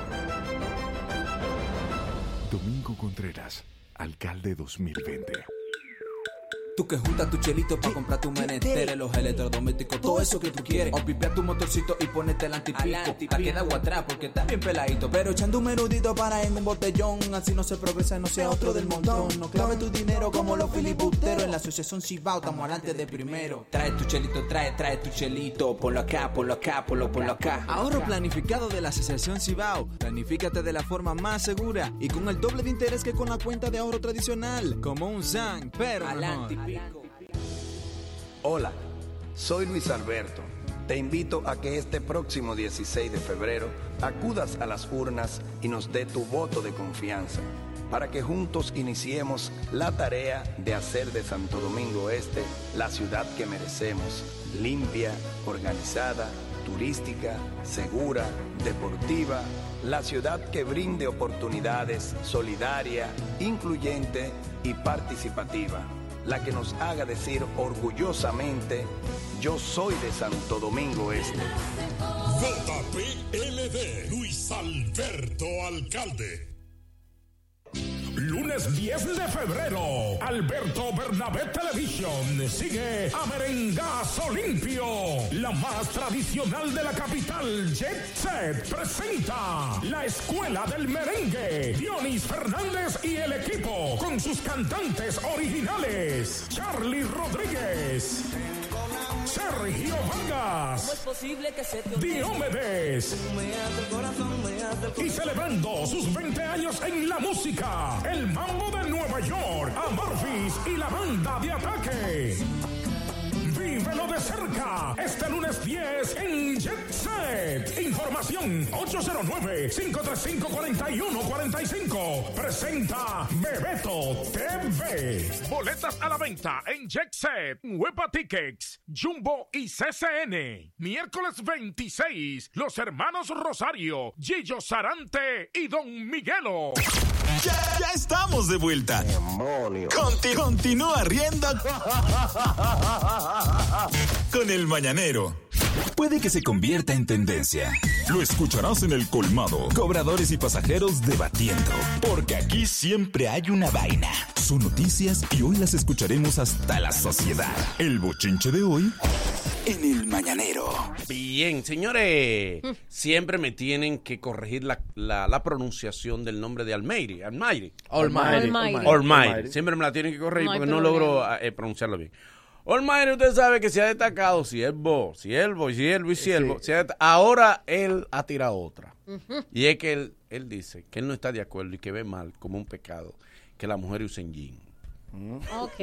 Domingo Contreras, alcalde dos mil veinte. Tú que juntas tu chelito para comprar tu menester, los electrodomésticos, todo eso que tú quieres. O pipea tu motorcito y ponete el antipico, pa' que da agua atrás porque está bien peladito. Pero echando un menudito para en un botellón, así no se progresa, no sea otro del montón. No clave tu dinero como los filibusteros. En la asociación Cibao estamos adelante de primero. Trae tu chelito, trae, trae tu chelito. Ponlo acá, ponlo acá, ponlo, ponlo acá. Ahorro planificado de la asociación Cibao. Planifícate de la forma más segura y con el doble de interés que con la cuenta de ahorro tradicional. Como un S A N, pero mejor. Hola, soy Luis Alberto. Te invito a que este próximo dieciséis de febrero acudas a las urnas y nos dé tu voto de confianza para que juntos iniciemos la tarea de hacer de Santo Domingo Este la ciudad que merecemos, limpia, organizada, turística, segura, deportiva, la ciudad que brinde oportunidades, solidaria, incluyente y participativa. La que nos haga decir orgullosamente, yo soy de Santo Domingo Este. J P L D, Luis Alberto Alcalde. Lunes diez de febrero, Alberto Bernabé Television sigue a Merengazo Limpio. La más tradicional de la capital, Jet Set, presenta la Escuela del Merengue. Dionis Fernández y el equipo con sus cantantes originales. Charlie Rodríguez, Sergio Vargas, Diomedes. Y celebrando sus veinte años en la música, el Mambo de Nueva York, Amorphis y la banda de Ataque. Vívelo de cerca este lunes diez en Jet Set. Información ocho cero nueve, cinco tres cinco, cuatro uno cuatro cinco. Presenta Bebeto T V. Boletas a la venta en Jet Set, Huepa Tickets, Jumbo y C C N. Miércoles veintiséis, los hermanos Rosario, Gillo Sarante y Don Miguelo. Ya, ya estamos de vuelta. Conti- continúa riendo con el mañanero. Puede que se convierta en tendencia. Lo escucharás en el colmado. Cobradores y pasajeros debatiendo. Porque aquí siempre hay una vaina. Son noticias y hoy las escucharemos hasta la saciedad. El bochinche de hoy en el mañanero. Bien, señores, siempre me tienen que corregir la, la, la pronunciación del nombre de Almeida. Almeida. Almeida. Almeida. Siempre me la tienen que corregir porque no logro eh, pronunciarlo bien. Olmaire, usted sabe que se ha destacado siervo, siervo, siervo y siervo. Sí. Ahora él ha tirado otra. Uh-huh. Y es que él, él dice que él no está de acuerdo y que ve mal, como un pecado, que las mujeres usen jean. Uh-huh. Ok.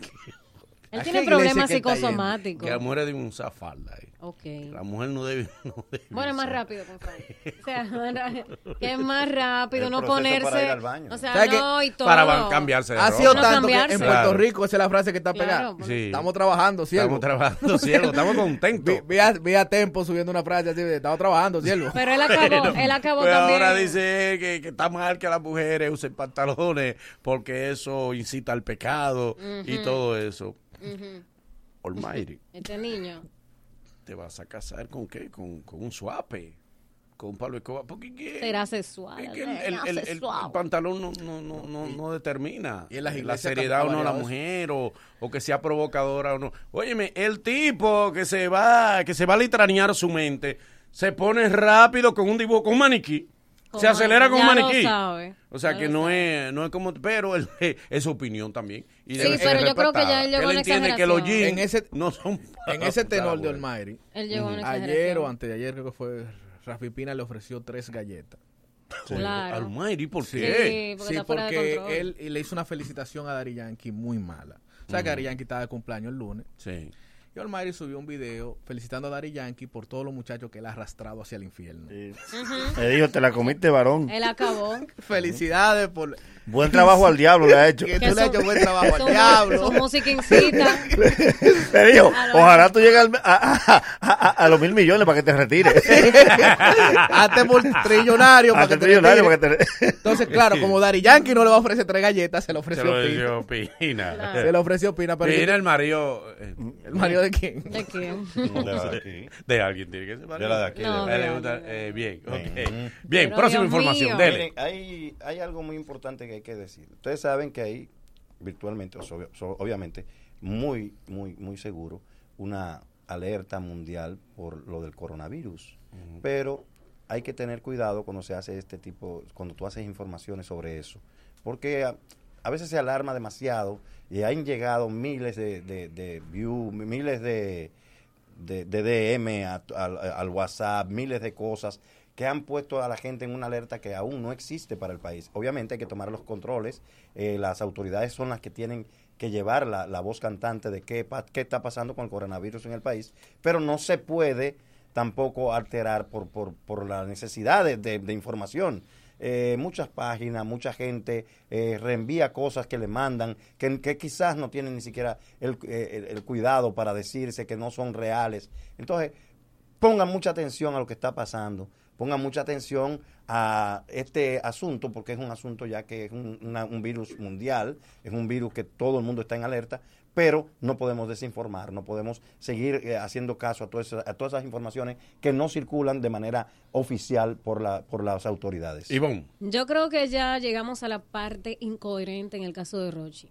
Él tiene problemas psicosomáticos. Que las mujeres deben usar falda. Eh. Okay. La mujer no debe, no debe Bueno, usar. más rápido, por favor. O sea, que es más rápido, no ponerse. Para ir al baño. O sea, no, y todo. Para cambiarse de Ha ropa. sido no tanto cambiarse. que en Puerto Claro. Rico esa es la frase que está Claro, pegada. Sí. Estamos trabajando, siervo. Estamos trabajando, siervo. Estamos contentos. Vi, vi, a, vi a Tempo subiendo una frase así de estamos trabajando, siervo. Pero él acabó, Pero, él acabó pero también. ahora dice que, que está mal que las mujeres usen pantalones porque eso incita al pecado Uh-huh. y todo eso. Uh-huh. Almighty, Este niño. ¿te vas a casar con qué? Con, con un suape, con un palo de escoba. Porque ¿qué? Será sexual. Es que el, será el, el, el- sexual. el pantalón no, no, no, no, no determina Y en las la iglesias seriedad o no de la cambiaba eso. mujer o, o que sea provocadora o no. Óyeme, el tipo que se va que se va a litranear su mente se pone rápido con un dibujo, con un maniquí. Con Se acelera con un ya lo maniquí. sabe, O sea ya que lo no sabe. es, no es como, pero él, es su opinión también. Y Sí, debe ser pero yo creo que ya respetada. él llegó a Él una entiende que los exageración. jeans En ese- no son En ese tenor de Claro, Almighty, Él llegó a una ayer exageración. o antes de ayer creo que fue, Rafi Pina le ofreció tres galletas. Claro. Almighty, ¿por Sí, qué? Sí, porque sí, está fuera de porque control. él y le hizo una felicitación a Daddy Yankee muy mala. O sea que Daddy Yankee estaba de cumpleaños el lunes. Sí. Y Almighty subió un video felicitando a Daddy Yankee por todos los muchachos que él ha arrastrado hacia el infierno. Me dijo, te la comiste, varón. Él acabó. Felicidades por... Buen trabajo al diablo le ha hecho. Que tú le has hecho buen trabajo al diablo. Su música incita. Le dijo, ojalá tú llegues al- a, a- a- a los mil millones para que te retires. Hazte multrillonario para Hazte que te trillonario retire. para que te- Entonces, claro, como Daddy Yankee no le va a ofrecer tres galletas, se le Se ofreció lo Pina. dio Pina. Se le ofreció Pina. Pero Pina, el marido. eh, ¿El marido de quién? ¿De quién? De la de aquí. De alguien tiene que ser marido. De la de aquí. No, A él de le gusta, alguien. eh, bien, ok. Bien. Bien, Pero próxima Dios información, mío. dele. Miren, hay, hay algo muy importante que hay que decir. Ustedes saben que hay virtualmente, o so- so- obviamente, muy, muy, muy seguro, una alerta mundial por lo del coronavirus. Pero hay que tener cuidado cuando se hace este tipo, cuando tú haces informaciones sobre eso. Porque a, a veces se alarma demasiado y han llegado miles de, de, de views, miles de, de, de D M a- al, al WhatsApp, miles de cosas que han puesto a la gente en una alerta que aún no existe para el país. Obviamente hay que tomar los controles, eh, las autoridades son las que tienen que llevar la, la voz cantante de qué, pa- qué está pasando con el coronavirus en el país, pero no se puede tampoco alterar por, por, por la necesidad de, de- de información. Eh, muchas páginas, mucha gente eh, reenvía cosas que le mandan, que, que quizás no tienen ni siquiera el, eh, el- el cuidado para decirse que no son reales. Entonces, pongan mucha atención a lo que está pasando, pongan mucha atención a este asunto, porque es un asunto ya que es un, una- un virus mundial, es un virus que todo el mundo está en alerta, pero no podemos desinformar, no podemos seguir eh, haciendo caso a todas, esas, a todas esas informaciones que no circulan de manera oficial por, la, por las autoridades. Ivonne. Yo creo que ya llegamos a la parte incoherente en el caso de Rochi.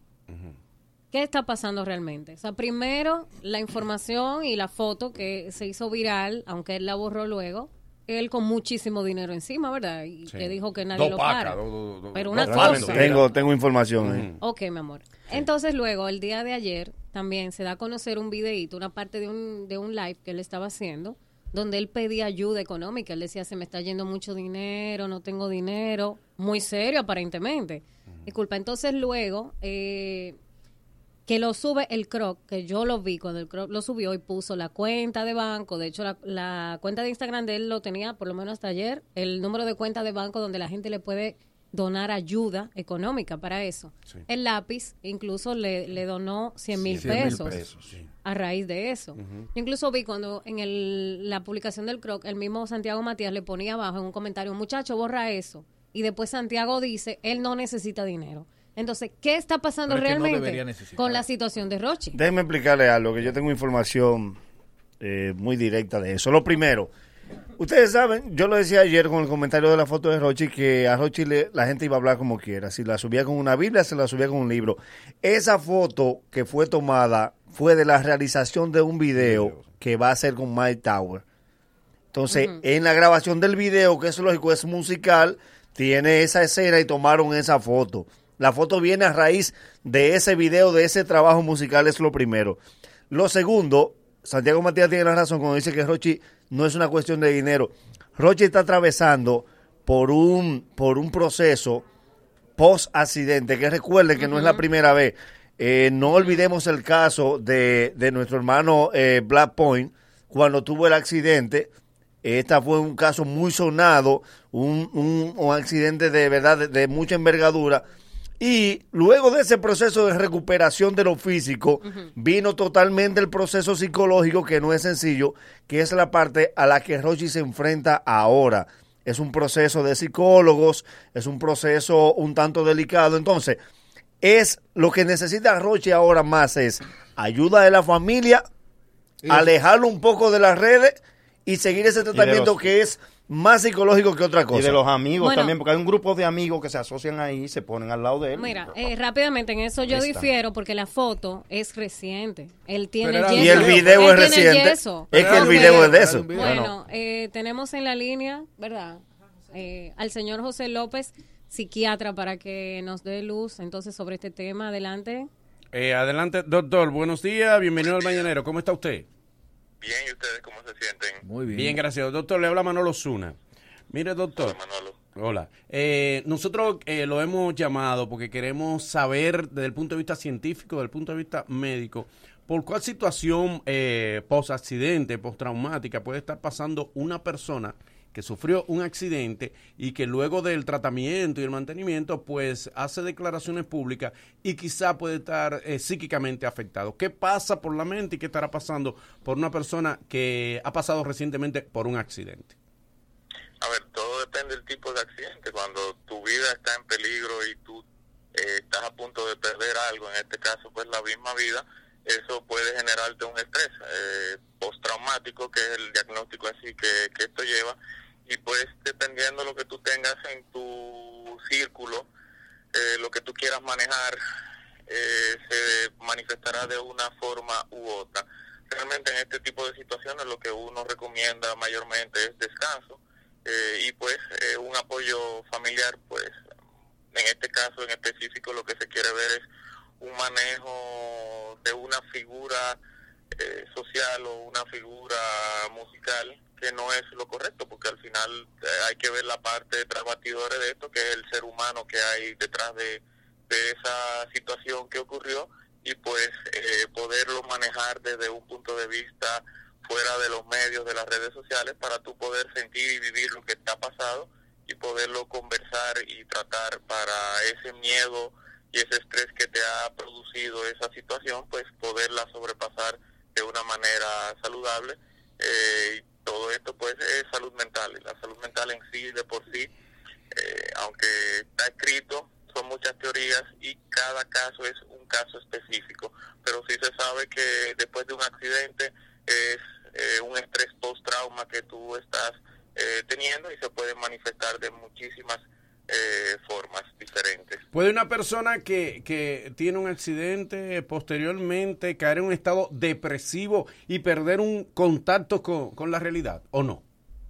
¿Qué está pasando realmente? O sea, primero, la información y la foto que se hizo viral, aunque él la borró luego, él con muchísimo dinero encima, ¿verdad? Y Sí. que dijo que nadie Dos lo pacas, para. dos- dos- dos- Pero dos una falsos. cosa... Tengo, tengo información ahí. Ok, mi amor. Entonces luego, el día de ayer, también se da a conocer un videíto, una parte de un, de un live que él estaba haciendo, donde él pedía ayuda económica. Él decía, se me está yendo mucho dinero, no tengo dinero. Muy serio, aparentemente. Disculpa, entonces luego... Eh, que lo sube el Croc, que yo lo vi cuando el Croc lo subió y puso la cuenta de banco. De hecho, la, la cuenta de Instagram de él lo tenía, por lo menos hasta ayer, el número de cuenta de banco donde la gente le puede donar ayuda económica para eso. Sí. El lápiz incluso le, le donó cien mil cien mil pesos, pesos, sí. a raíz de eso. Ujú. Yo incluso vi cuando en el, la publicación del Croc, el mismo Santiago Matías le ponía abajo en un comentario, muchacho, borra eso. Y después Santiago dice, él no necesita dinero. Entonces, ¿qué está pasando Pero es que no realmente debería necesitar. con la situación de Rochi? Déjenme explicarle algo, que yo tengo información eh, muy directa de eso. Lo primero, ustedes saben, yo lo decía ayer con el comentario de la foto de Rochi, que a Rochi le, la gente iba a hablar como quiera. Si la subía con una Biblia, se la subía con un libro. Esa foto que fue tomada fue de la realización de un video que va a ser con Mike Tower. Entonces, Ujú. en la grabación del video, que es lógico, es musical, tiene esa escena y tomaron esa foto. La foto viene a raíz de ese video, de ese trabajo musical, es lo primero. Lo segundo, Santiago Matías tiene la razón cuando dice que Rochi no es una cuestión de dinero. Rochi está atravesando por un, por un proceso post-accidente, que recuerden que no es la primera vez. Eh, no olvidemos el caso de, de nuestro hermano eh, Black Point, cuando tuvo el accidente. Esta fue un caso muy sonado, un, un, un accidente de verdad de, de mucha envergadura. Y luego de ese proceso de recuperación de lo físico, vino totalmente el proceso psicológico, que no es sencillo, que es la parte a la que Rochi se enfrenta ahora. Es un proceso de psicólogos, es un proceso un tanto delicado. Entonces, es lo que necesita Rochi ahora más es ayuda de la familia, alejarlo un poco de las redes y seguir ese tratamiento los- que es más psicológico que otra cosa. Y de los amigos Bueno. también, porque hay un grupo de amigos que se asocian ahí y se ponen al lado de él. Mira, eh, rápidamente en eso yo Ahí está. difiero porque la foto es reciente. Él tiene Pero el era- yeso. Y el video Él es tiene el reciente. yeso. Es que el Ok. video es de eso. Bueno, eh, tenemos en la línea, ¿verdad? Eh, al señor José López, psiquiatra, para que nos dé luz entonces sobre este tema. Adelante. Eh, adelante, doctor. Buenos días. Bienvenido al Mañanero. ¿Cómo está usted? Bien, ¿y ustedes cómo se sienten? Muy bien. Bien, gracias. Doctor, le habla Manolo Zuna. Mire, doctor. Hola. Eh, nosotros eh, lo hemos llamado porque queremos saber desde el punto de vista científico, desde el punto de vista médico, por cuál situación eh, post-accidente, post-traumática puede estar pasando una persona que sufrió un accidente y que luego del tratamiento y el mantenimiento, pues hace declaraciones públicas y quizá puede estar eh, psíquicamente afectado. ¿Qué pasa por la mente y qué estará pasando por una persona que ha pasado recientemente por un accidente? A ver, todo depende del tipo de accidente. Cuando tu vida está en peligro y tú eh, estás a punto de perder algo, en este caso pues la misma vida, eso puede generarte un estrés eh, postraumático, que es el diagnóstico así que, que esto lleva, y pues dependiendo de lo que tú tengas en tu círculo, eh, lo que tú quieras manejar, eh, se manifestará de una forma u otra. Realmente en este tipo de situaciones lo que uno recomienda mayormente es descanso, eh, y pues eh, un apoyo familiar, pues en este caso en específico lo que se quiere ver es un manejo de una figura eh, social o una figura musical, que no es lo correcto, porque al final eh, hay que ver la parte tras bastidores de esto, que es el ser humano que hay detrás de, de esa situación que ocurrió, y pues eh, poderlo manejar desde un punto de vista fuera de los medios, de las redes sociales, para tú poder sentir y vivir lo que está pasado y poderlo conversar y tratar para ese miedo y ese estrés que te ha producido esa situación, pues poderla sobrepasar de una manera saludable. Eh, y todo esto pues es salud mental, y la salud mental en sí, de por sí, eh, aunque está escrito, son muchas teorías y cada caso es un caso específico, pero sí se sabe que después de un accidente es eh, un estrés post-trauma que tú estás eh, teniendo, y se puede manifestar de muchísimas Eh, formas diferentes. ¿Puede una persona que, que tiene un accidente posteriormente caer en un estado depresivo y perder un contacto con, con la realidad, o no?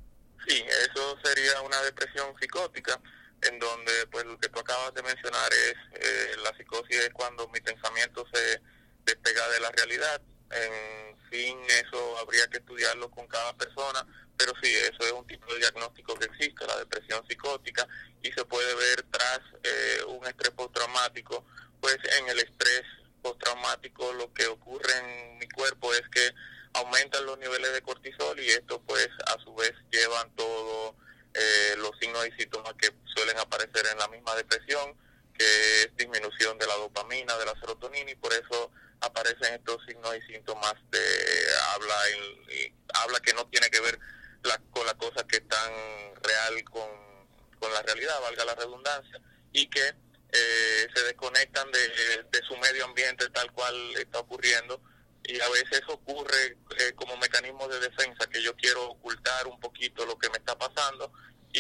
Sí, eso sería una depresión psicótica, en donde pues lo que tú acabas de mencionar es eh, la psicosis, es cuando mi pensamiento se despega de la realidad. En fin, eso habría que estudiarlo con cada persona, pero sí, eso es un tipo de diagnóstico que existe, la depresión psicótica, y se puede ver tras eh, un estrés postraumático. Pues en el estrés postraumático lo que ocurre en mi cuerpo es que aumentan los niveles de cortisol, y esto pues a su vez llevan todos eh, los signos y síntomas que suelen aparecer en la misma depresión, que es disminución de la dopamina, de la serotonina, y por eso aparecen estos signos y síntomas de habla, y, y habla que no tiene que ver la, con la cosa que es tan real con, con la realidad, valga la redundancia, y que eh, se desconectan de, de su medio ambiente tal cual está ocurriendo, y a veces ocurre eh, como mecanismo de defensa, que yo quiero ocultar un poquito lo que me está pasando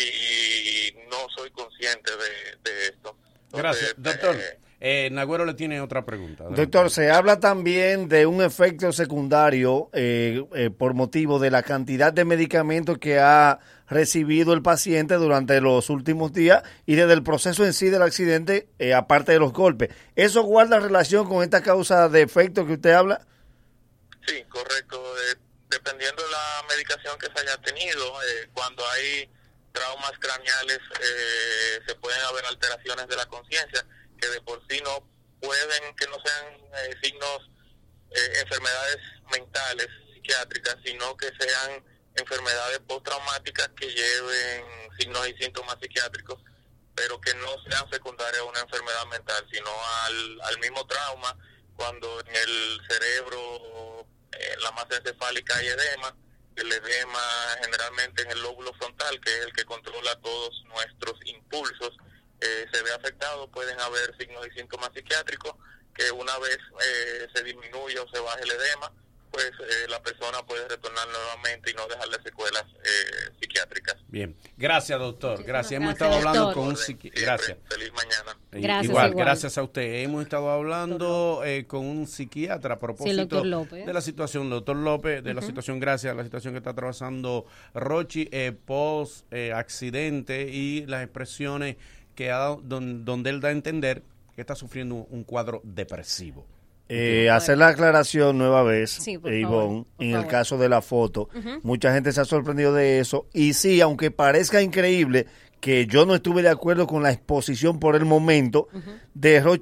y no soy consciente de, de esto. Gracias, doctor. Eh, eh, Nagüero le tiene otra pregunta. Adelante. Doctor, se habla también de un efecto secundario eh, eh, por motivo de la cantidad de medicamentos que ha recibido el paciente durante los últimos días y desde el proceso en sí del accidente, eh, aparte de los golpes. ¿Eso guarda relación con esta causa de efecto que usted habla? Sí, correcto. Eh, dependiendo de la medicación que se haya tenido, eh, cuando hay traumas craneales eh, se pueden haber alteraciones de la conciencia que de por sí no pueden, que no sean eh, signos, eh, enfermedades mentales, psiquiátricas, sino que sean enfermedades postraumáticas que lleven signos y síntomas psiquiátricos, pero que no sean secundarias a una enfermedad mental, sino al, al mismo trauma. Cuando en el cerebro, en la masa encefálica hay edema, el edema generalmente en el lóbulo frontal, que es el que controla todos nuestros impulsos, eh, se ve afectado. Pueden haber signos y síntomas psiquiátricos que una vez eh, se disminuye o se baje el edema, pues eh, la persona puede retornar nuevamente y no dejarle secuelas eh, psiquiátricas. Bien, gracias doctor, gracias. Hemos estado hablando con un psiquiatra. Gracias. Feliz mañana. Gracias, igual, igual, gracias a usted. Hemos estado hablando eh, con un psiquiatra a propósito sí, de la situación, doctor López, de uh-huh. la situación, gracias a la situación que está atravesando Rochi eh, post eh, accidente y las expresiones que ha dado, don, donde él da a entender que está sufriendo un, un cuadro depresivo. Eh, hacer la aclaración nueva vez, sí, eh, Ivonne, en favor. El caso de la foto, uh-huh. mucha gente se ha sorprendido de eso, y sí, aunque parezca increíble que yo no estuve de acuerdo con la exposición por el momento, uh-huh. de Rochi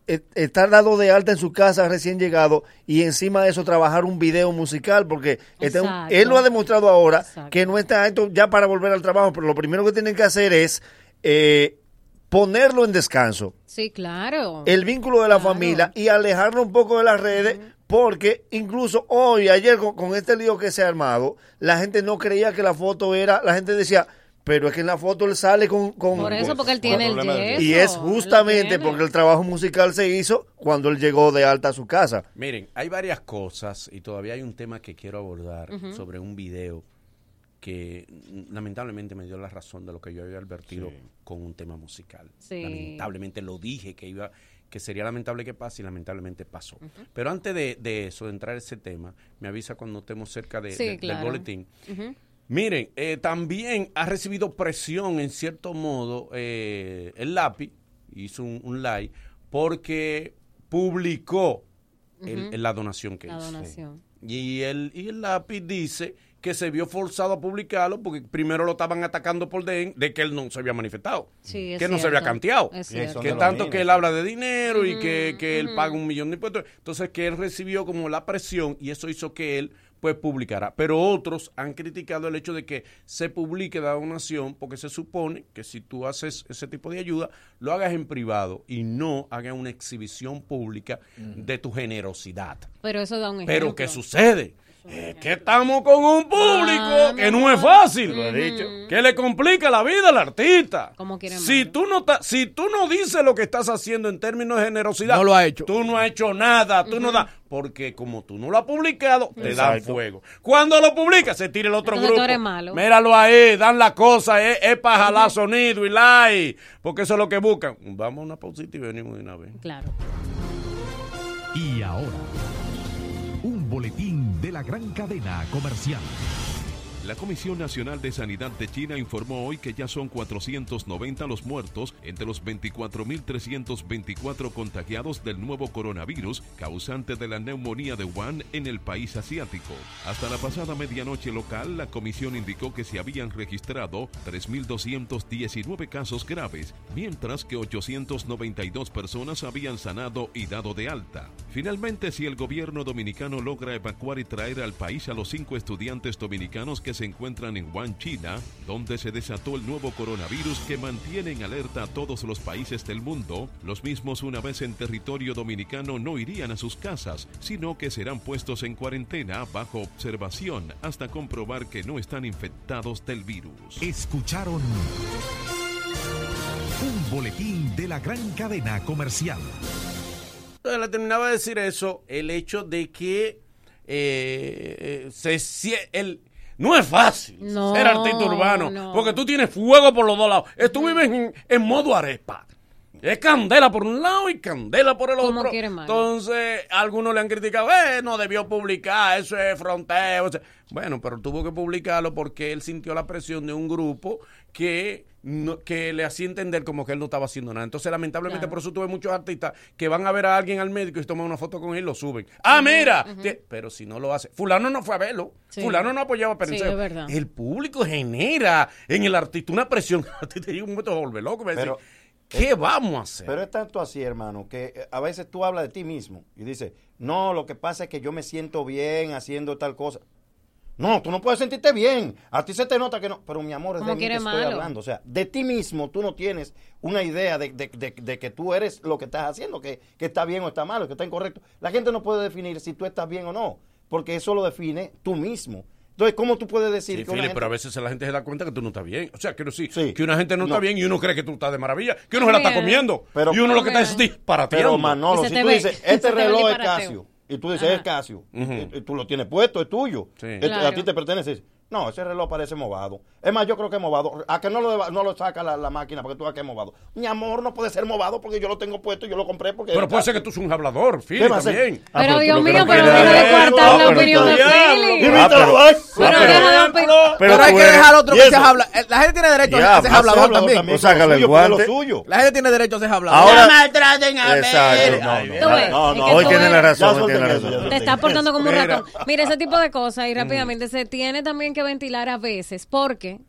eh, estar dado de alta en su casa recién llegado y encima de eso trabajar un video musical, porque este, él lo ha demostrado ahora. Exacto. Que no está esto ya para volver al trabajo, pero lo primero que tienen que hacer es eh, ponerlo en descanso. Sí, claro. El vínculo de la claro. familia y alejarlo un poco de las redes. Uh-huh. Porque incluso hoy, ayer, con, con este lío que se ha armado, la gente no creía que la foto era, la gente decía, pero es que en la foto él sale con... con Por eso, porque él tiene el yeso. Y es justamente porque el trabajo musical se hizo cuando él llegó de alta a su casa. Miren, hay varias cosas y todavía hay un tema que quiero abordar uh-huh. sobre un video que lamentablemente me dio la razón de lo que yo había advertido sí. con un tema musical. Sí. Lamentablemente lo dije que iba... que sería lamentable que pase y lamentablemente pasó. Uh-huh. Pero antes de, de eso, de entrar a ese tema, me avisa cuando estemos cerca de, sí, de, claro. del boletín. Uh-huh. Miren, eh, también ha recibido presión, en cierto modo, eh, el lápiz, hizo un, un live, porque publicó uh-huh. el, el, la donación que la hizo. Donación. Y el, y el lápiz dice que se vio forzado a publicarlo porque primero lo estaban atacando por D N de que él no se había manifestado, sí, que cierto. no se había canteado, que tanto niños, que él sí. habla de dinero y mm, que, que él mm. paga un millón de impuestos, entonces que él recibió como la presión y eso hizo que él pues publicara, pero otros han criticado el hecho de que se publique la donación porque se supone que si tú haces ese tipo de ayuda, lo hagas en privado y no hagas una exhibición pública mm. de tu generosidad. Pero eso da un ejemplo. Pero ¿qué sucede? Es que estamos con un público ah, que no es fácil, lo he dicho. Que le complica la vida al artista. Como quieren si tú no ta, si tú no dices lo que estás haciendo en términos de generosidad, no lo ha hecho. Tú no has hecho nada, tú uh-huh. no das, porque como tú no lo has publicado, te Exacto. dan fuego. Cuando lo publicas, se tira el otro Entonces grupo. Tú eres malo. Míralo ahí, dan la cosa, es, es para jalar uh-huh. sonido y like, porque eso es lo que buscan. Vamos a una pausita y venimos de una vez. Claro. Y ahora, un boletín de la gran cadena comercial. La Comisión Nacional de Sanidad de China informó hoy que ya son cuatrocientos noventa los muertos entre los veinticuatro mil trescientos veinticuatro contagiados del nuevo coronavirus causante de la neumonía de Wuhan en el país asiático. Hasta la pasada medianoche local, la comisión indicó que se habían registrado tres mil doscientos diecinueve casos graves, mientras que ochocientas noventa y dos personas habían sanado y dado de alta. Finalmente, si el gobierno dominicano logra evacuar y traer al país a los cinco estudiantes dominicanos que se encuentran en Wuhan, China, donde se desató el nuevo coronavirus que mantiene en alerta a todos los países del mundo, los mismos una vez en territorio dominicano no irían a sus casas, sino que serán puestos en cuarentena bajo observación hasta comprobar que no están infectados del virus. Escucharon un boletín de la gran cadena comercial. Le terminaba de decir eso, el hecho de que eh, se el no es fácil no, ser artista urbano, no. porque tú tienes fuego por los dos lados. Tú vives en, en modo arepa. Es candela por un lado y candela por el otro. Entonces, algunos le han criticado, eh, no debió publicar, eso es fronteo. O sea, bueno, pero tuvo que publicarlo porque él sintió la presión de un grupo que no, que le hacía entender como que él no estaba haciendo nada. Entonces, lamentablemente, claro. por eso tuve muchos artistas que van a ver a alguien al médico y toman una foto con él y lo suben. ¡Ah, mira! Uh-huh. Pero si no lo hace, fulano no fue a verlo. Sí. Fulano no apoyaba a Perenceo. Sí, es verdad. El público genera en el artista una presión. A ti te llega un momento de volver loco. Me Pero, ¿qué vamos a hacer? Pero es tanto así, hermano, que a veces tú hablas de ti mismo y dices, no, lo que pasa es que yo me siento bien haciendo tal cosa. No, tú no puedes sentirte bien. A ti se te nota que no. Pero mi amor, es de mí que estoy hablando. O sea, de ti mismo tú no tienes una idea de, de, de, de que tú eres lo que estás haciendo, que, que está bien o está malo, que está incorrecto. La gente no puede definir si tú estás bien o no, porque eso lo define tú mismo. Entonces, ¿cómo tú puedes decir sí, que Philip, una gente... pero a veces la gente se da cuenta que tú no estás bien. O sea, quiero decir, sí. que una gente no, no está bien y uno cree que tú estás de maravilla, que uno Bien. se la está comiendo. Pero, y uno lo que está es disparateando. Pero, Manolo, si tú ve. dices, este reloj es Casio, y tú dices, Ajá. es Casio, Uh-huh. y, y tú lo tienes puesto, es tuyo, Sí. Este, Claro. a ti te pertenece. No, ese reloj parece movado. Es más, yo creo que es movado. A que no lo, deba- no lo saca la, la máquina porque tú veas que es movado. Mi amor, no puede ser movado porque yo lo tengo puesto y yo lo compré porque... Pero puede ser que tú seas un hablador, Philip, ¿Qué va a ser? también. Ah, Pero tú Dios lo que mío, no pero quieres deja de es- coartar Ah, la pero opinión de entonces- Philip. Diablo. Pero Ah, deja de pero- opinar. Pero tú hay que eres- dejar otro ¿y que eso? sea habla. La gente tiene derecho Ya, a ser pues, hablador hablador también. también. Sácale el Suyo, porque guante. lo suyo. La gente tiene derecho a ser hablador. Ahora- No me traten a ver. Exacto. No, Ay, no, Tú ves, no, es no, que hoy tú tiene ves. la razón, Ya hoy tiene la suelten eso, razón. ya Te está portando como un Mira. ratón. Mira, ese tipo de cosas, y rápidamente se tiene también que ventilar a veces, porque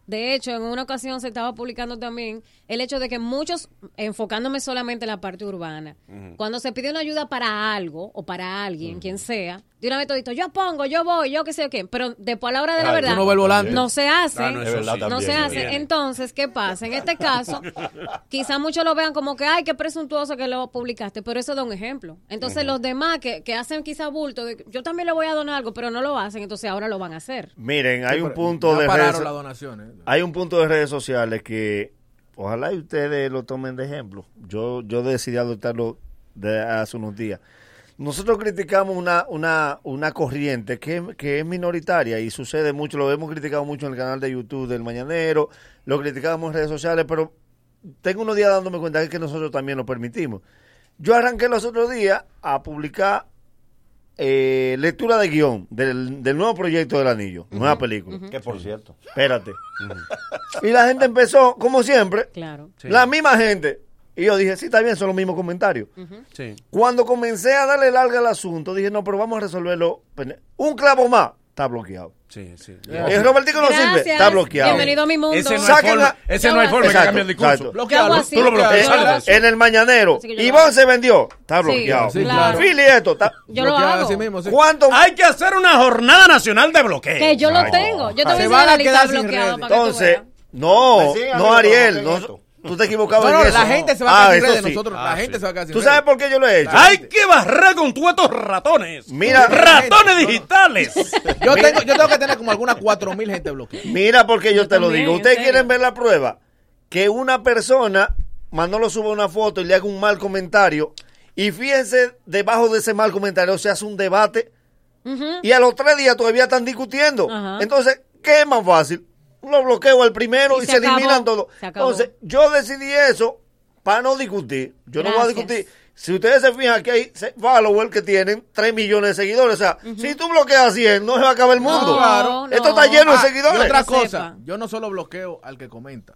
De hecho, en una ocasión se estaba publicando también el hecho de que muchos, enfocándome solamente en la parte urbana, uh-huh. cuando se pide una ayuda para algo o para alguien, uh-huh. quien sea, de una vez todito, yo pongo, yo voy, yo qué sé o qué, pero después a la hora de la ah, verdad, no, no se hace, ah, no, sí. no también, se hace. viene. Entonces, ¿qué pasa? En este caso, quizás muchos lo vean como que, ay, qué presuntuoso que lo publicaste, pero eso da un ejemplo. Entonces, uh-huh. los demás que, que hacen quizás bulto, de, yo también le voy a donar algo, pero no lo hacen, entonces ahora lo van a hacer. Miren, hay sí, un punto de redes, las donaciones. Hay un punto de redes sociales que ojalá y ustedes lo tomen de ejemplo. Yo yo decidí adoptarlo de hace unos días. Nosotros criticamos una una una corriente que, que es minoritaria y sucede mucho, lo hemos criticado mucho en el canal de YouTube del Mañanero, lo criticamos en redes sociales, pero tengo unos días dándome cuenta de que nosotros también lo permitimos. Yo arranqué los otros días a publicar eh, lectura de guión del, del nuevo proyecto del Anillo, uh-huh, nueva película. Uh-huh. Que por cierto. Espérate. Uh-huh. Y la gente empezó, como siempre, claro. sí. la misma gente. Y yo dije, sí, está bien, son los mismos comentarios. Uh-huh. Sí. Cuando comencé a darle larga al asunto, dije, no, pero vamos a resolverlo. Un clavo más, está bloqueado. Sí, sí. El Robertico no sirve, está bloqueado. Bienvenido a mi mundo. Ese no hay forma, a, ese no hay forma de cambiar el discurso. Bloqueado. Tú lo bloqueas. En el Mañanero. Ivonne se vendió, está bloqueado. Sí, claro. Fili esto, está yo lo hago. Así mismo, sí. ¿Cuánto? Hay que hacer una jornada nacional de bloqueo. Que yo lo tengo. Yo te voy a decir la lista bloqueada para Entonces, que tú no, no, Ariel, no. Tú te equivocabas no, en no, eso. La gente se va a ah, quedar sin redes sí. nosotros. Ah, la gente sí. se va a quedar sin ¿Tú redes. sabes por qué yo lo he hecho? Hay que barrer con todos estos ratones. Mira, ratones digitales. Yo tengo, yo tengo que tener como algunas cuatro mil gente bloqueada. Mira, porque yo, yo te también, lo digo. ¿Ustedes quieren ver la prueba? Que una persona, Manolo sube una foto y le haga un mal comentario. Y fíjense, debajo de ese mal comentario se hace un debate. Uh-huh. Y a los tres días todavía están discutiendo. Uh-huh. Entonces, ¿qué es más fácil? Lo bloqueo al primero y, y se, se eliminan todos. Entonces, yo decidí eso para no discutir. Yo Gracias. no voy a discutir. Si ustedes se fijan que hay followers que tienen tres millones de seguidores, o sea, uh-huh. si tú bloqueas a cien, no se va a acabar el mundo. No, claro. no. Esto está lleno ah, de seguidores. Y otra que cosa, sepa. yo no solo bloqueo al que comenta.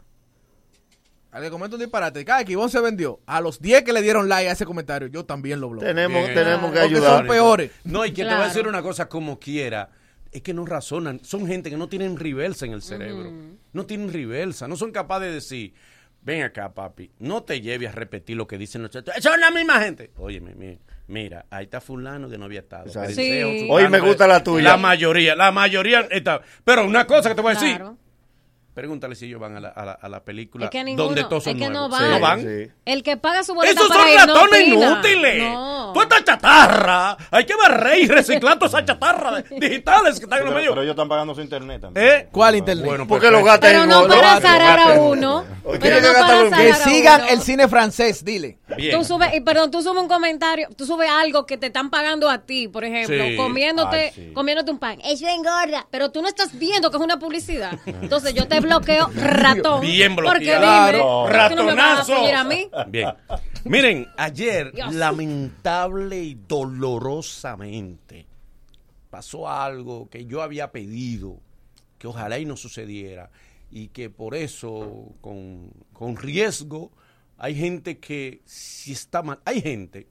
Al que comenta un disparate. Cada que Ivonne se vendió, a los diez que le dieron like a ese comentario, yo también lo bloqueo. Tenemos, Bien. tenemos que Porque ayudar. son peores. No, y que Claro. te voy a decir una cosa como quiera. Es que no razonan. Son gente que no tienen reversa en el cerebro. Uh-huh. No tienen reversa. No son capaces de decir, ven acá, papi, no te lleves a repetir lo que dicen los chatos. Son la misma gente. Oye, mira, mira, ahí está fulano que no había estado. Sí. Hoy me gusta la tuya. La mayoría, la mayoría está. Pero una cosa que te voy a decir. Claro. Pregúntale si ellos van a la, a la, a la película Es que ninguno, donde todos son es que no nuevos. van. ¿No van? Sí. El que paga su boleta ¡Esos para son ir no ratones opina. inútiles! No. ¡Tú estás chatarra! Hay que barrer y reciclar toda esa chatarra de- digitales que están en los Pero, medios. pero ellos están pagando su internet también. ¿Eh? ¿Cuál internet? Bueno, Porque los perfecto. gatos Pero no para zarar a uno. Oye, Pero que no gastan para los- zarar Que a sigan uno. el cine francés, dile. Bien. Tú subes, y perdón, tú subes un comentario, tú subes algo que te están pagando a ti, por ejemplo, Sí. comiéndote, Ay, sí. comiéndote un pan. Eso engorda, pero tú no estás viendo que es una publicidad. Entonces yo te bloqueo, ratón. Bien bloqueado. Porque dime, Claro. ¿por qué no me vas a Ratonazo. apoyar a mí? Bien. Miren, ayer, Dios. lamentable y dolorosamente, pasó algo que yo había pedido, que ojalá y no sucediera, y que por eso, con, con riesgo, hay gente que si está mal, hay gente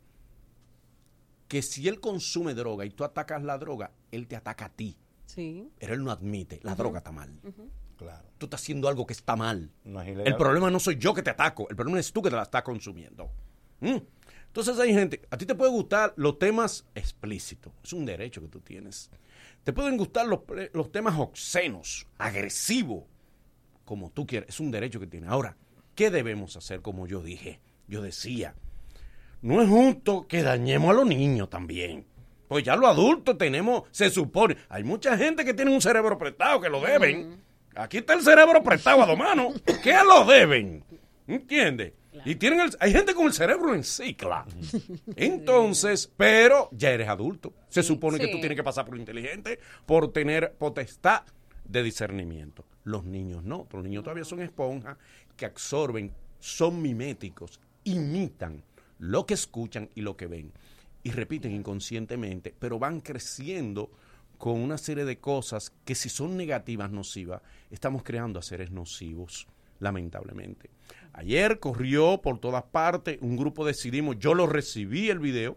que si él consume droga y tú atacas la droga, él te ataca a ti. Sí. Pero él no admite, la Ujú. droga está mal. Ujú. Claro. Tú estás haciendo algo que está mal. No es ilegal. El problema no soy yo que te ataco, el problema es tú que te la estás consumiendo. ¿Mm? Entonces hay gente, a ti te pueden gustar los temas explícitos, es un derecho que tú tienes. Te pueden gustar los, los temas obscenos, agresivos, como tú quieras, es un derecho que tienes. Ahora, ¿qué debemos hacer? Como yo dije, yo decía, no es justo que dañemos a los niños también. Pues ya los adultos tenemos, se supone, hay mucha gente que tiene un cerebro prestado que lo deben. Mm. Aquí está el cerebro prestado a dos manos, que lo deben. ¿Entiendes? Claro. Y tienen el, hay gente con el cerebro en cicla. Entonces, pero ya eres adulto. Se supone sí. que tú tienes que pasar por inteligente, por tener potestad de discernimiento. Los niños no, los niños todavía son esponjas que absorben, son miméticos, imitan lo que escuchan y lo que ven. Y repiten inconscientemente, pero van creciendo con una serie de cosas que si son negativas, nocivas, estamos creando a seres nocivos, lamentablemente. Ayer corrió por todas partes, un grupo decidimos, yo lo recibí el video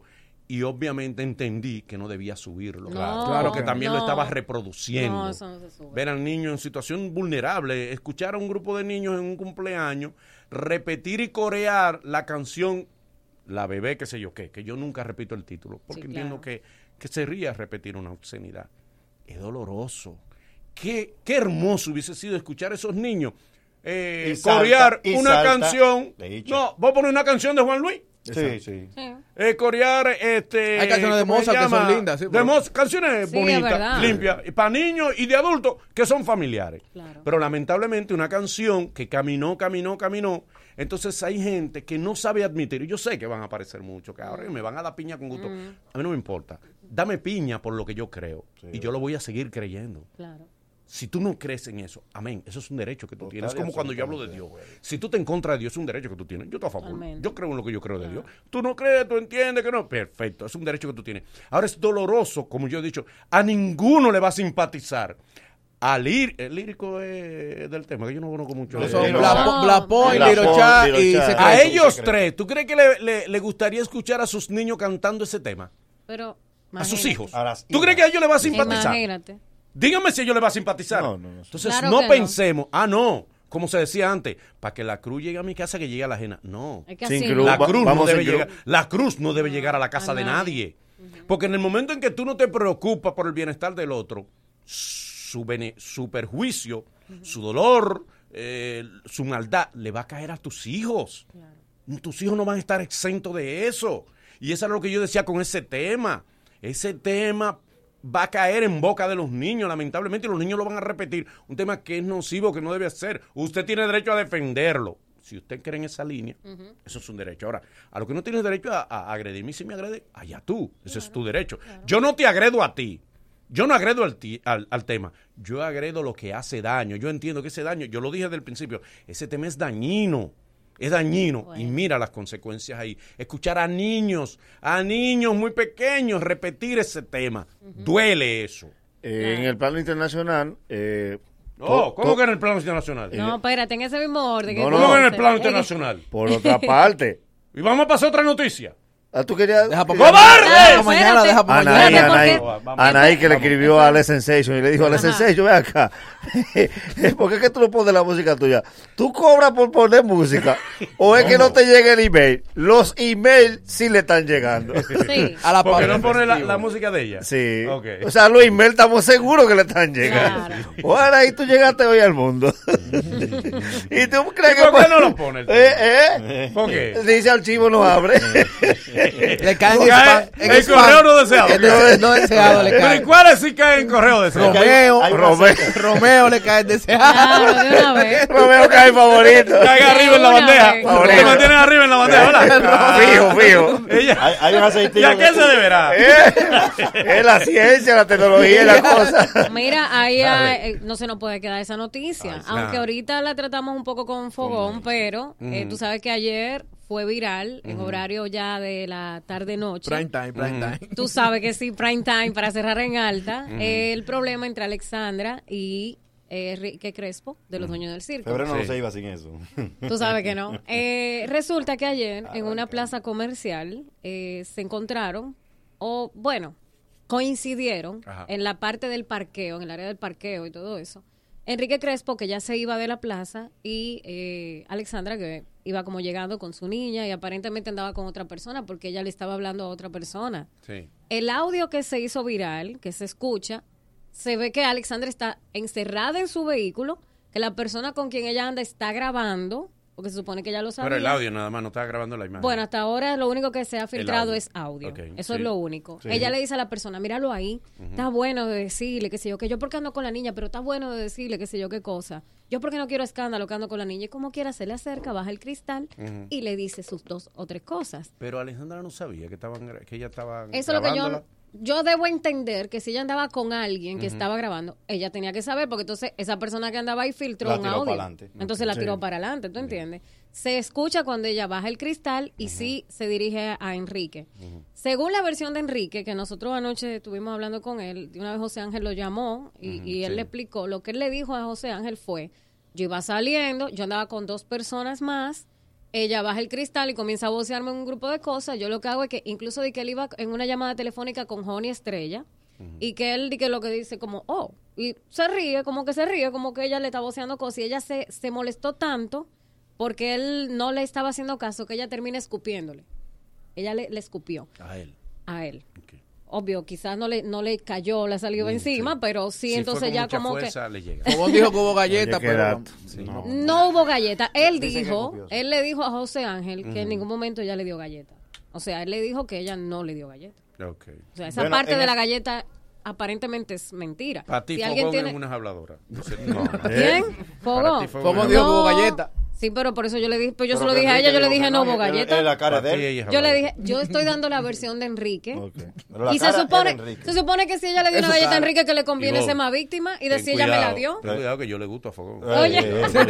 y obviamente entendí que no debía subirlo. No, claro, que también no. lo estaba reproduciendo. No, eso no se sube. Ver al niño en situación vulnerable, escuchar a un grupo de niños en un cumpleaños, repetir y corear la canción La Bebé, qué sé yo qué, que yo nunca repito el título, porque Sí, entiendo claro. que, que sería repetir una obscenidad. Es doloroso. Qué, qué hermoso hubiese sido escuchar a esos niños eh, Y salta, corear y una salta. canción. De hecho. No, voy a poner una canción de Juan Luis. Sí, sí. Eh, corear este Hay canciones de ¿cómo se Mozart que son llama? lindas, sí, de pero- Mozart, canciones Sí, es bonitas, verdad. limpias, para niños y de adultos que son familiares. Claro. Pero lamentablemente una canción que caminó, caminó, caminó. Entonces hay gente que no sabe admitir, y yo sé que van a aparecer muchos, que ahora me van a dar piña con gusto. Mm. A mí no me importa. Dame piña por lo que yo creo. Y yo lo voy a seguir creyendo. Claro. Si tú no crees en eso, amén, eso es un derecho que tú Total tienes. Es y como cuando yo hablo de Dios. Si tú te en contra de Dios, es un derecho que tú tienes. Yo estoy a favor. Totalmente. Yo creo en lo que yo creo de Dios. Tú no crees, tú entiendes que no. Perfecto, es un derecho que tú tienes. Ahora es doloroso, como yo he dicho, a ninguno le va a simpatizar. Al lírico, el lírico es del tema, que yo no conozco mucho. Son Eh, Bla- no. Bla Point, Bla Little Point, Cha Little y Cha. Secreto. A ellos Secreto. tres, ¿tú crees que le, le- le gustaría escuchar a sus niños cantando ese tema? Pero, A sus imagínate. hijos. A las ¿Tú crees que a ellos les va a simpatizar? Imagínate. Dígame si a ellos les va a simpatizar. No, no, no. Entonces, Claro no que no. pensemos, ah, no, como se decía antes, para que la cruz llegue a mi casa, que llegue a la ajena. No. Es que Sin así cruz. La Va- cruz, no vamos debe sin cruz. llegar, la cruz no debe llegar a la casa a de nadie. nadie. Porque en el momento en que tú no te preocupas por el bienestar del otro, su, bene- su perjuicio, su dolor, eh, su maldad, le va a caer a tus hijos. Tus hijos no van a estar exentos de eso. Y eso es lo que yo decía con ese tema. Ese tema va a caer en boca de los niños, lamentablemente, y los niños lo van a repetir. Un tema que es nocivo, que no debe ser. Usted tiene derecho a defenderlo. Si usted cree en esa línea, eso es un derecho. Ahora, a lo que no tienes derecho a, a agredirme, si me agrede, allá tú. Ese es tu derecho. Yo no te agredo a ti. Yo no agredo al, ti- al, al tema. Yo agredo lo que hace daño. Yo entiendo que ese daño, yo lo dije desde el principio, ese tema es dañino. Es dañino. Bueno. Y mira las consecuencias ahí. Escuchar a niños, a niños muy pequeños repetir ese tema. Duele eso. Eh, en el plano internacional, eh, No, to- ¿cómo to- que en el plano internacional? No, espérate, en ese mismo orden. No, que no, tú ¿Cómo que en el dices. plano Es que- internacional? por otra parte, Y vamos a pasar a otra noticia. ah, tú querías... Deja pa' ¡Cobarde! mañana, deja mañana, Espérate. deja pa' Anaí, mañana. Espérate, Anaí, porque- Vamos, Anaí que le vamos. escribió a Les Sensation y le dijo a Les Ajá. Sensation, ve acá, ¿por qué es que tú no pones la música tuya? ¿Tú cobras por poner música? ¿O es que no te llega el email? Los emails sí le están llegando. Sí. A la ¿Por qué pausa. no pone la, la música de ella? Sí. Ok. O sea, los emails estamos seguros que le están llegando. Claro. Bueno, ahí tú llegaste hoy al mundo. ¿Y tú crees ¿Y que... por qué no lo pone el tipo? ¿Eh? ¿Eh? ¿Por qué? Dice archivo no abre. Le caen en Cae spam. en el spam. correo no deseado. El de- no deseado le Pero ¿y cae. cuáles sí caen en correo de deseado? Romeo, Hay una Romeo, secta. Romeo le cae deseado. Claro, de una vez. Romeo cae favorito. Caiga arriba en la Una bandeja. vez. Favorito. Te mantienen arriba en la bandeja, ¿verdad? Fijo, fijo. Ella, Hay, hay un ¿Y aceitillo. a qué se deberá? Eh, Es la ciencia, la tecnología y la cosa. Mira, ahí hay- eh, no se nos puede quedar esa noticia. Ay, sí. Aunque Ah. ahorita la tratamos un poco con fogón, pero eh, tú sabes que ayer fue viral en horario ya de la tarde-noche. Prime time, prime time. Tú sabes que sí, prime time para cerrar en alta. El problema entre Alexandra y eh, Enrique Crespo, de los dueños del circo. Febrero no Sí. se iba sin eso. Tú sabes que no. Eh, resulta que ayer en una plaza comercial eh, se encontraron, o bueno, coincidieron Ajá. en la parte del parqueo, en el área del parqueo y todo eso. Enrique Crespo, que ya se iba de la plaza, y eh, Alexandra, que iba como llegando con su niña y aparentemente andaba con otra persona porque ella le estaba hablando a otra persona. Sí. El audio que se hizo viral, que se escucha, se ve que Alexandra está encerrada en su vehículo, que la persona con quien ella anda está grabando, porque se supone que ella lo sabía. Pero el audio nada más, no estaba grabando la imagen. Bueno, hasta ahora lo único que se ha filtrado audio. es audio. Ok, Eso sí. es lo único. Sí. Ella le dice a la persona, míralo ahí, está bueno de decirle, qué sé yo, que yo porque ando con la niña, pero está bueno de decirle, qué sé yo, qué cosa. Yo porque no quiero escándalo, que ando con la niña. Y como quiera, se le acerca, baja el cristal Ujú. y le dice sus dos o tres cosas. Pero Alejandra no sabía que estaban gra- que ella estaba Eso es lo que yo... grabándola. Yo debo entender que si ella andaba con alguien que Ujú. estaba grabando, ella tenía que saber, porque entonces esa persona que andaba ahí filtró La un tiró audio. pa'lante. Entonces la Sí. tiró para adelante, ¿tú entiendes? Se escucha cuando ella baja el cristal y sí se dirige a Enrique. Según la versión de Enrique, que nosotros anoche estuvimos hablando con él, de una vez José Ángel lo llamó y, y él sí. le explicó, lo que él le dijo a José Ángel fue, yo iba saliendo, yo andaba con dos personas más Ella baja el cristal y comienza a vocearme un grupo de cosas. Yo lo que hago es que incluso di que él iba en una llamada telefónica con Johnny Estrella uh-huh. y que él di que lo que dice como, oh, y se ríe, como que se ríe, como que ella le está voceando cosas y ella se, se molestó tanto porque él no le estaba haciendo caso que ella termina escupiéndole. Ella le, le escupió. A él. A él. Okay. Obvio, quizás no le no le cayó, le salió mm, encima, sí. pero sí, si entonces ya como fuerza, que... Le llega. Fogón dijo que hubo galleta, pero... Sí. No. no hubo galleta. Él dijo, él le dijo a José Ángel que uh-huh. en ningún momento ella le dio galleta. O sea, él le dijo que ella no le dio galleta. Okay. O sea, esa bueno, parte de es... la galleta aparentemente es mentira. Para ti, si Fogón tiene... es una habladora. No, ¿Quién? Fogón. Fogón dijo que hubo galleta. Sí, pero por eso yo le dije, pues yo se lo dije a ella, yo le dije no hubo galleta. La cara de él. Yo le dije, yo estoy dando la versión de Enrique. Okay. Y se supone, se supone que si ella le dio una galleta a Enrique que le conviene ser más víctima y decir ella me la dio. Ten cuidado que yo le gusto a Fogón. Oye.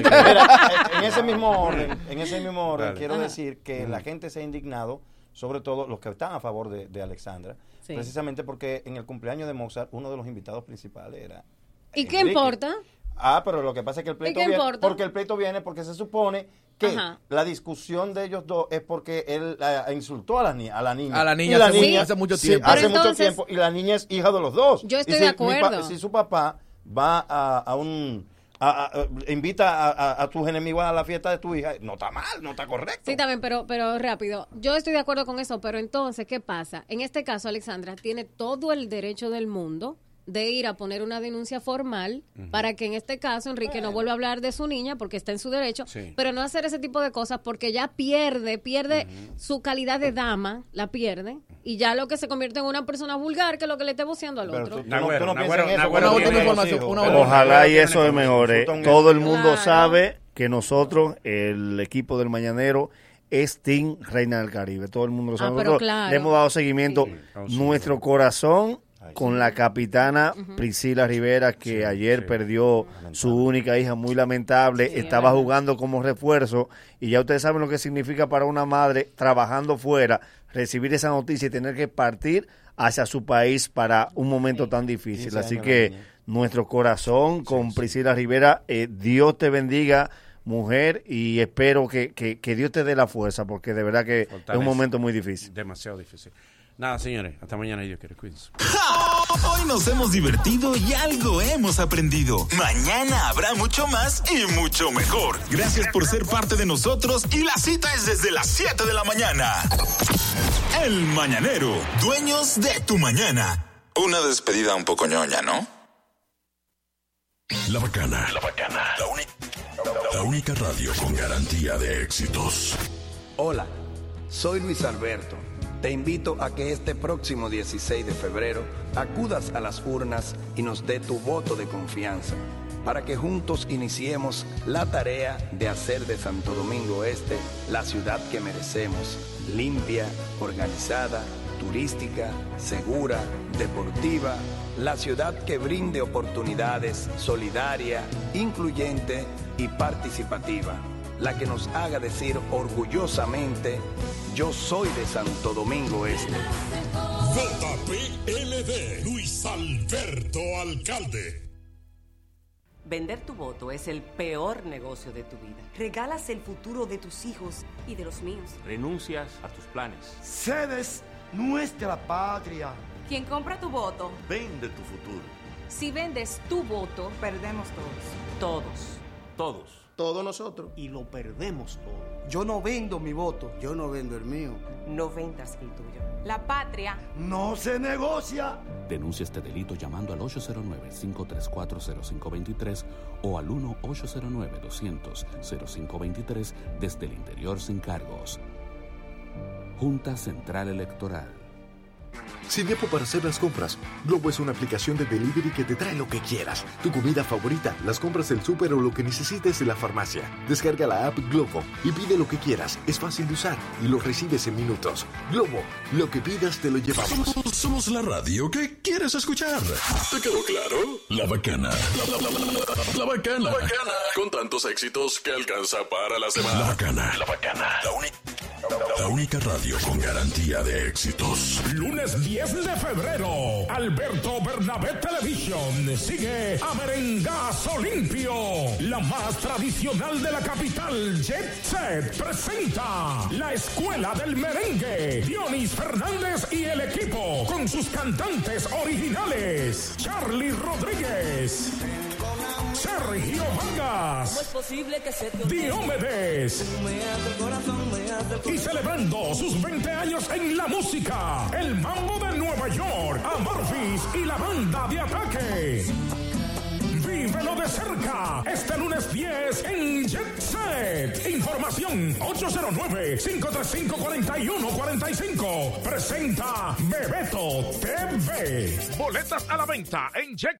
Mira, en ese mismo orden, en ese mismo orden Dale. quiero Ajá. decir que Mm. la gente se ha indignado, sobre todo los que están a favor de, de Alexandra, sí. precisamente porque en el cumpleaños de Mozart uno de los invitados principales era ¿Y Enrique. qué importa? Ah, pero lo que pasa es que el pleito ¿Y qué viene importa? porque el pleito viene porque se supone que Ajá. la discusión de ellos dos es porque él uh, insultó a la, ni a la niña. A la niña Y la hace, niña, hace mucho sí, tiempo. hace Pero mucho entonces, tiempo. Y la niña es hija de los dos. Yo estoy y si, de mi pa- acuerdo. si su papá va a, a un... A, a, a, invita a, a, a tus enemigos a la fiesta de tu hija, no está mal, no está correcto. Sí, también, pero, pero rápido. Yo estoy de acuerdo con eso, pero entonces, ¿qué pasa? En este caso, Alexandra tiene todo el derecho del mundo de ir a poner una denuncia formal uh-huh. para que en este caso Enrique no vuelva a hablar de su niña porque está en su derecho, sí. pero no hacer ese tipo de cosas porque ya pierde, pierde uh-huh. su calidad de dama, la pierde, y ya lo que se convierte en una persona vulgar que es lo que le esté voceando al Pero otro. tú, tú no, tú no piensas en eso. Una última información. Una última. Ojalá y eso es mejor. eh. Todo el mundo Claro. sabe que nosotros, el equipo del Mañanero, es Team Reina del Caribe. Todo el mundo lo sabe. Ah, pero Nosotros claro. le hemos dado seguimiento. Sí. Oh, sí. Nuestro corazón con la capitana Ujú. Priscila Rivera, que Sí, ayer sí. perdió su única hija, muy lamentable. Sí, Estaba es verdad. jugando como refuerzo y ya ustedes saben lo que significa para una madre trabajando fuera, recibir esa noticia y tener que partir hacia su país para un momento Sí. tan difícil. quince Así años que la niña. nuestro corazón con Priscila Rivera, eh, Dios te bendiga, mujer, y espero que, que, que Dios te dé la fuerza, porque de verdad que Fortaleza. es un momento muy difícil. Demasiado difícil. Nada, señores, hasta mañana y Dios quiere. Cuídense. Hoy nos hemos divertido y algo hemos aprendido. Mañana habrá mucho más y mucho mejor. Gracias por ser parte de nosotros y la cita es desde las siete de la mañana. El Mañanero, dueños de tu mañana. Una despedida un poco ñoña, ¿no? La Bacana. La Bacana. La, uni- la única radio con garantía de éxitos. Hola, soy Luis Alberto. Te invito a que este próximo dieciséis de febrero acudas a las urnas y nos dé tu voto de confianza para que juntos iniciemos la tarea de hacer de Santo Domingo Este la ciudad que merecemos, limpia, organizada, turística, segura, deportiva, la ciudad que brinde oportunidades, solidaria, incluyente y participativa, la que nos haga decir orgullosamente, yo soy de Santo Domingo Este. J P L D, Luis Alberto Alcalde. Vender tu voto es el peor negocio de tu vida. Regalas el futuro de tus hijos y de los míos. Renuncias a tus planes. Cedes nuestra patria. Quien compra tu voto, Vende tu futuro. si vendes tu voto, perdemos todos. Todos. Todos. Todos nosotros. Y lo perdemos todo. Yo no vendo mi voto. Yo no vendo el mío. No vendas el tuyo. La patria No se negocia. Denuncia este delito llamando al ocho cero nueve, cinco tres cuatro, cero cinco dos tres o al uno ocho cero nueve, doscientos, cero cinco dos tres desde el interior sin cargos. Junta Central Electoral. Sin tiempo para hacer las compras, Globo es una aplicación de delivery que te trae lo que quieras. Tu comida favorita, las compras del súper o lo que necesites de la farmacia. Descarga la app Globo y pide lo que quieras. Es fácil de usar y lo recibes en minutos. Globo, lo que pidas te lo llevamos. Somos, somos la radio que quieres escuchar. ¿Te quedó claro? La Bacana. La, la, la, la, la Bacana. La Bacana. Con tantos éxitos que alcanza para la semana. La Bacana. La Bacana. La única. La única radio con garantía de éxitos. Lunes diez de febrero, Alberto Bernabé Television sigue a Merengazo Limpio. La más tradicional de la capital, Jet Set, presenta la Escuela del Merengue. Dionis Fernández y el equipo con sus cantantes originales. Charlie Rodríguez, Sergio Vargas, Diomedes. Y celebrando sus veinte años en la música, el Mambo de Nueva York, Amorphis y la banda de Ataque. Vívelo de cerca este lunes diez en Jet Set. Información ocho cero nueve, cinco tres cinco, cuatro uno cuatro cinco. Presenta Bebeto T V. Boletas a la venta en Jet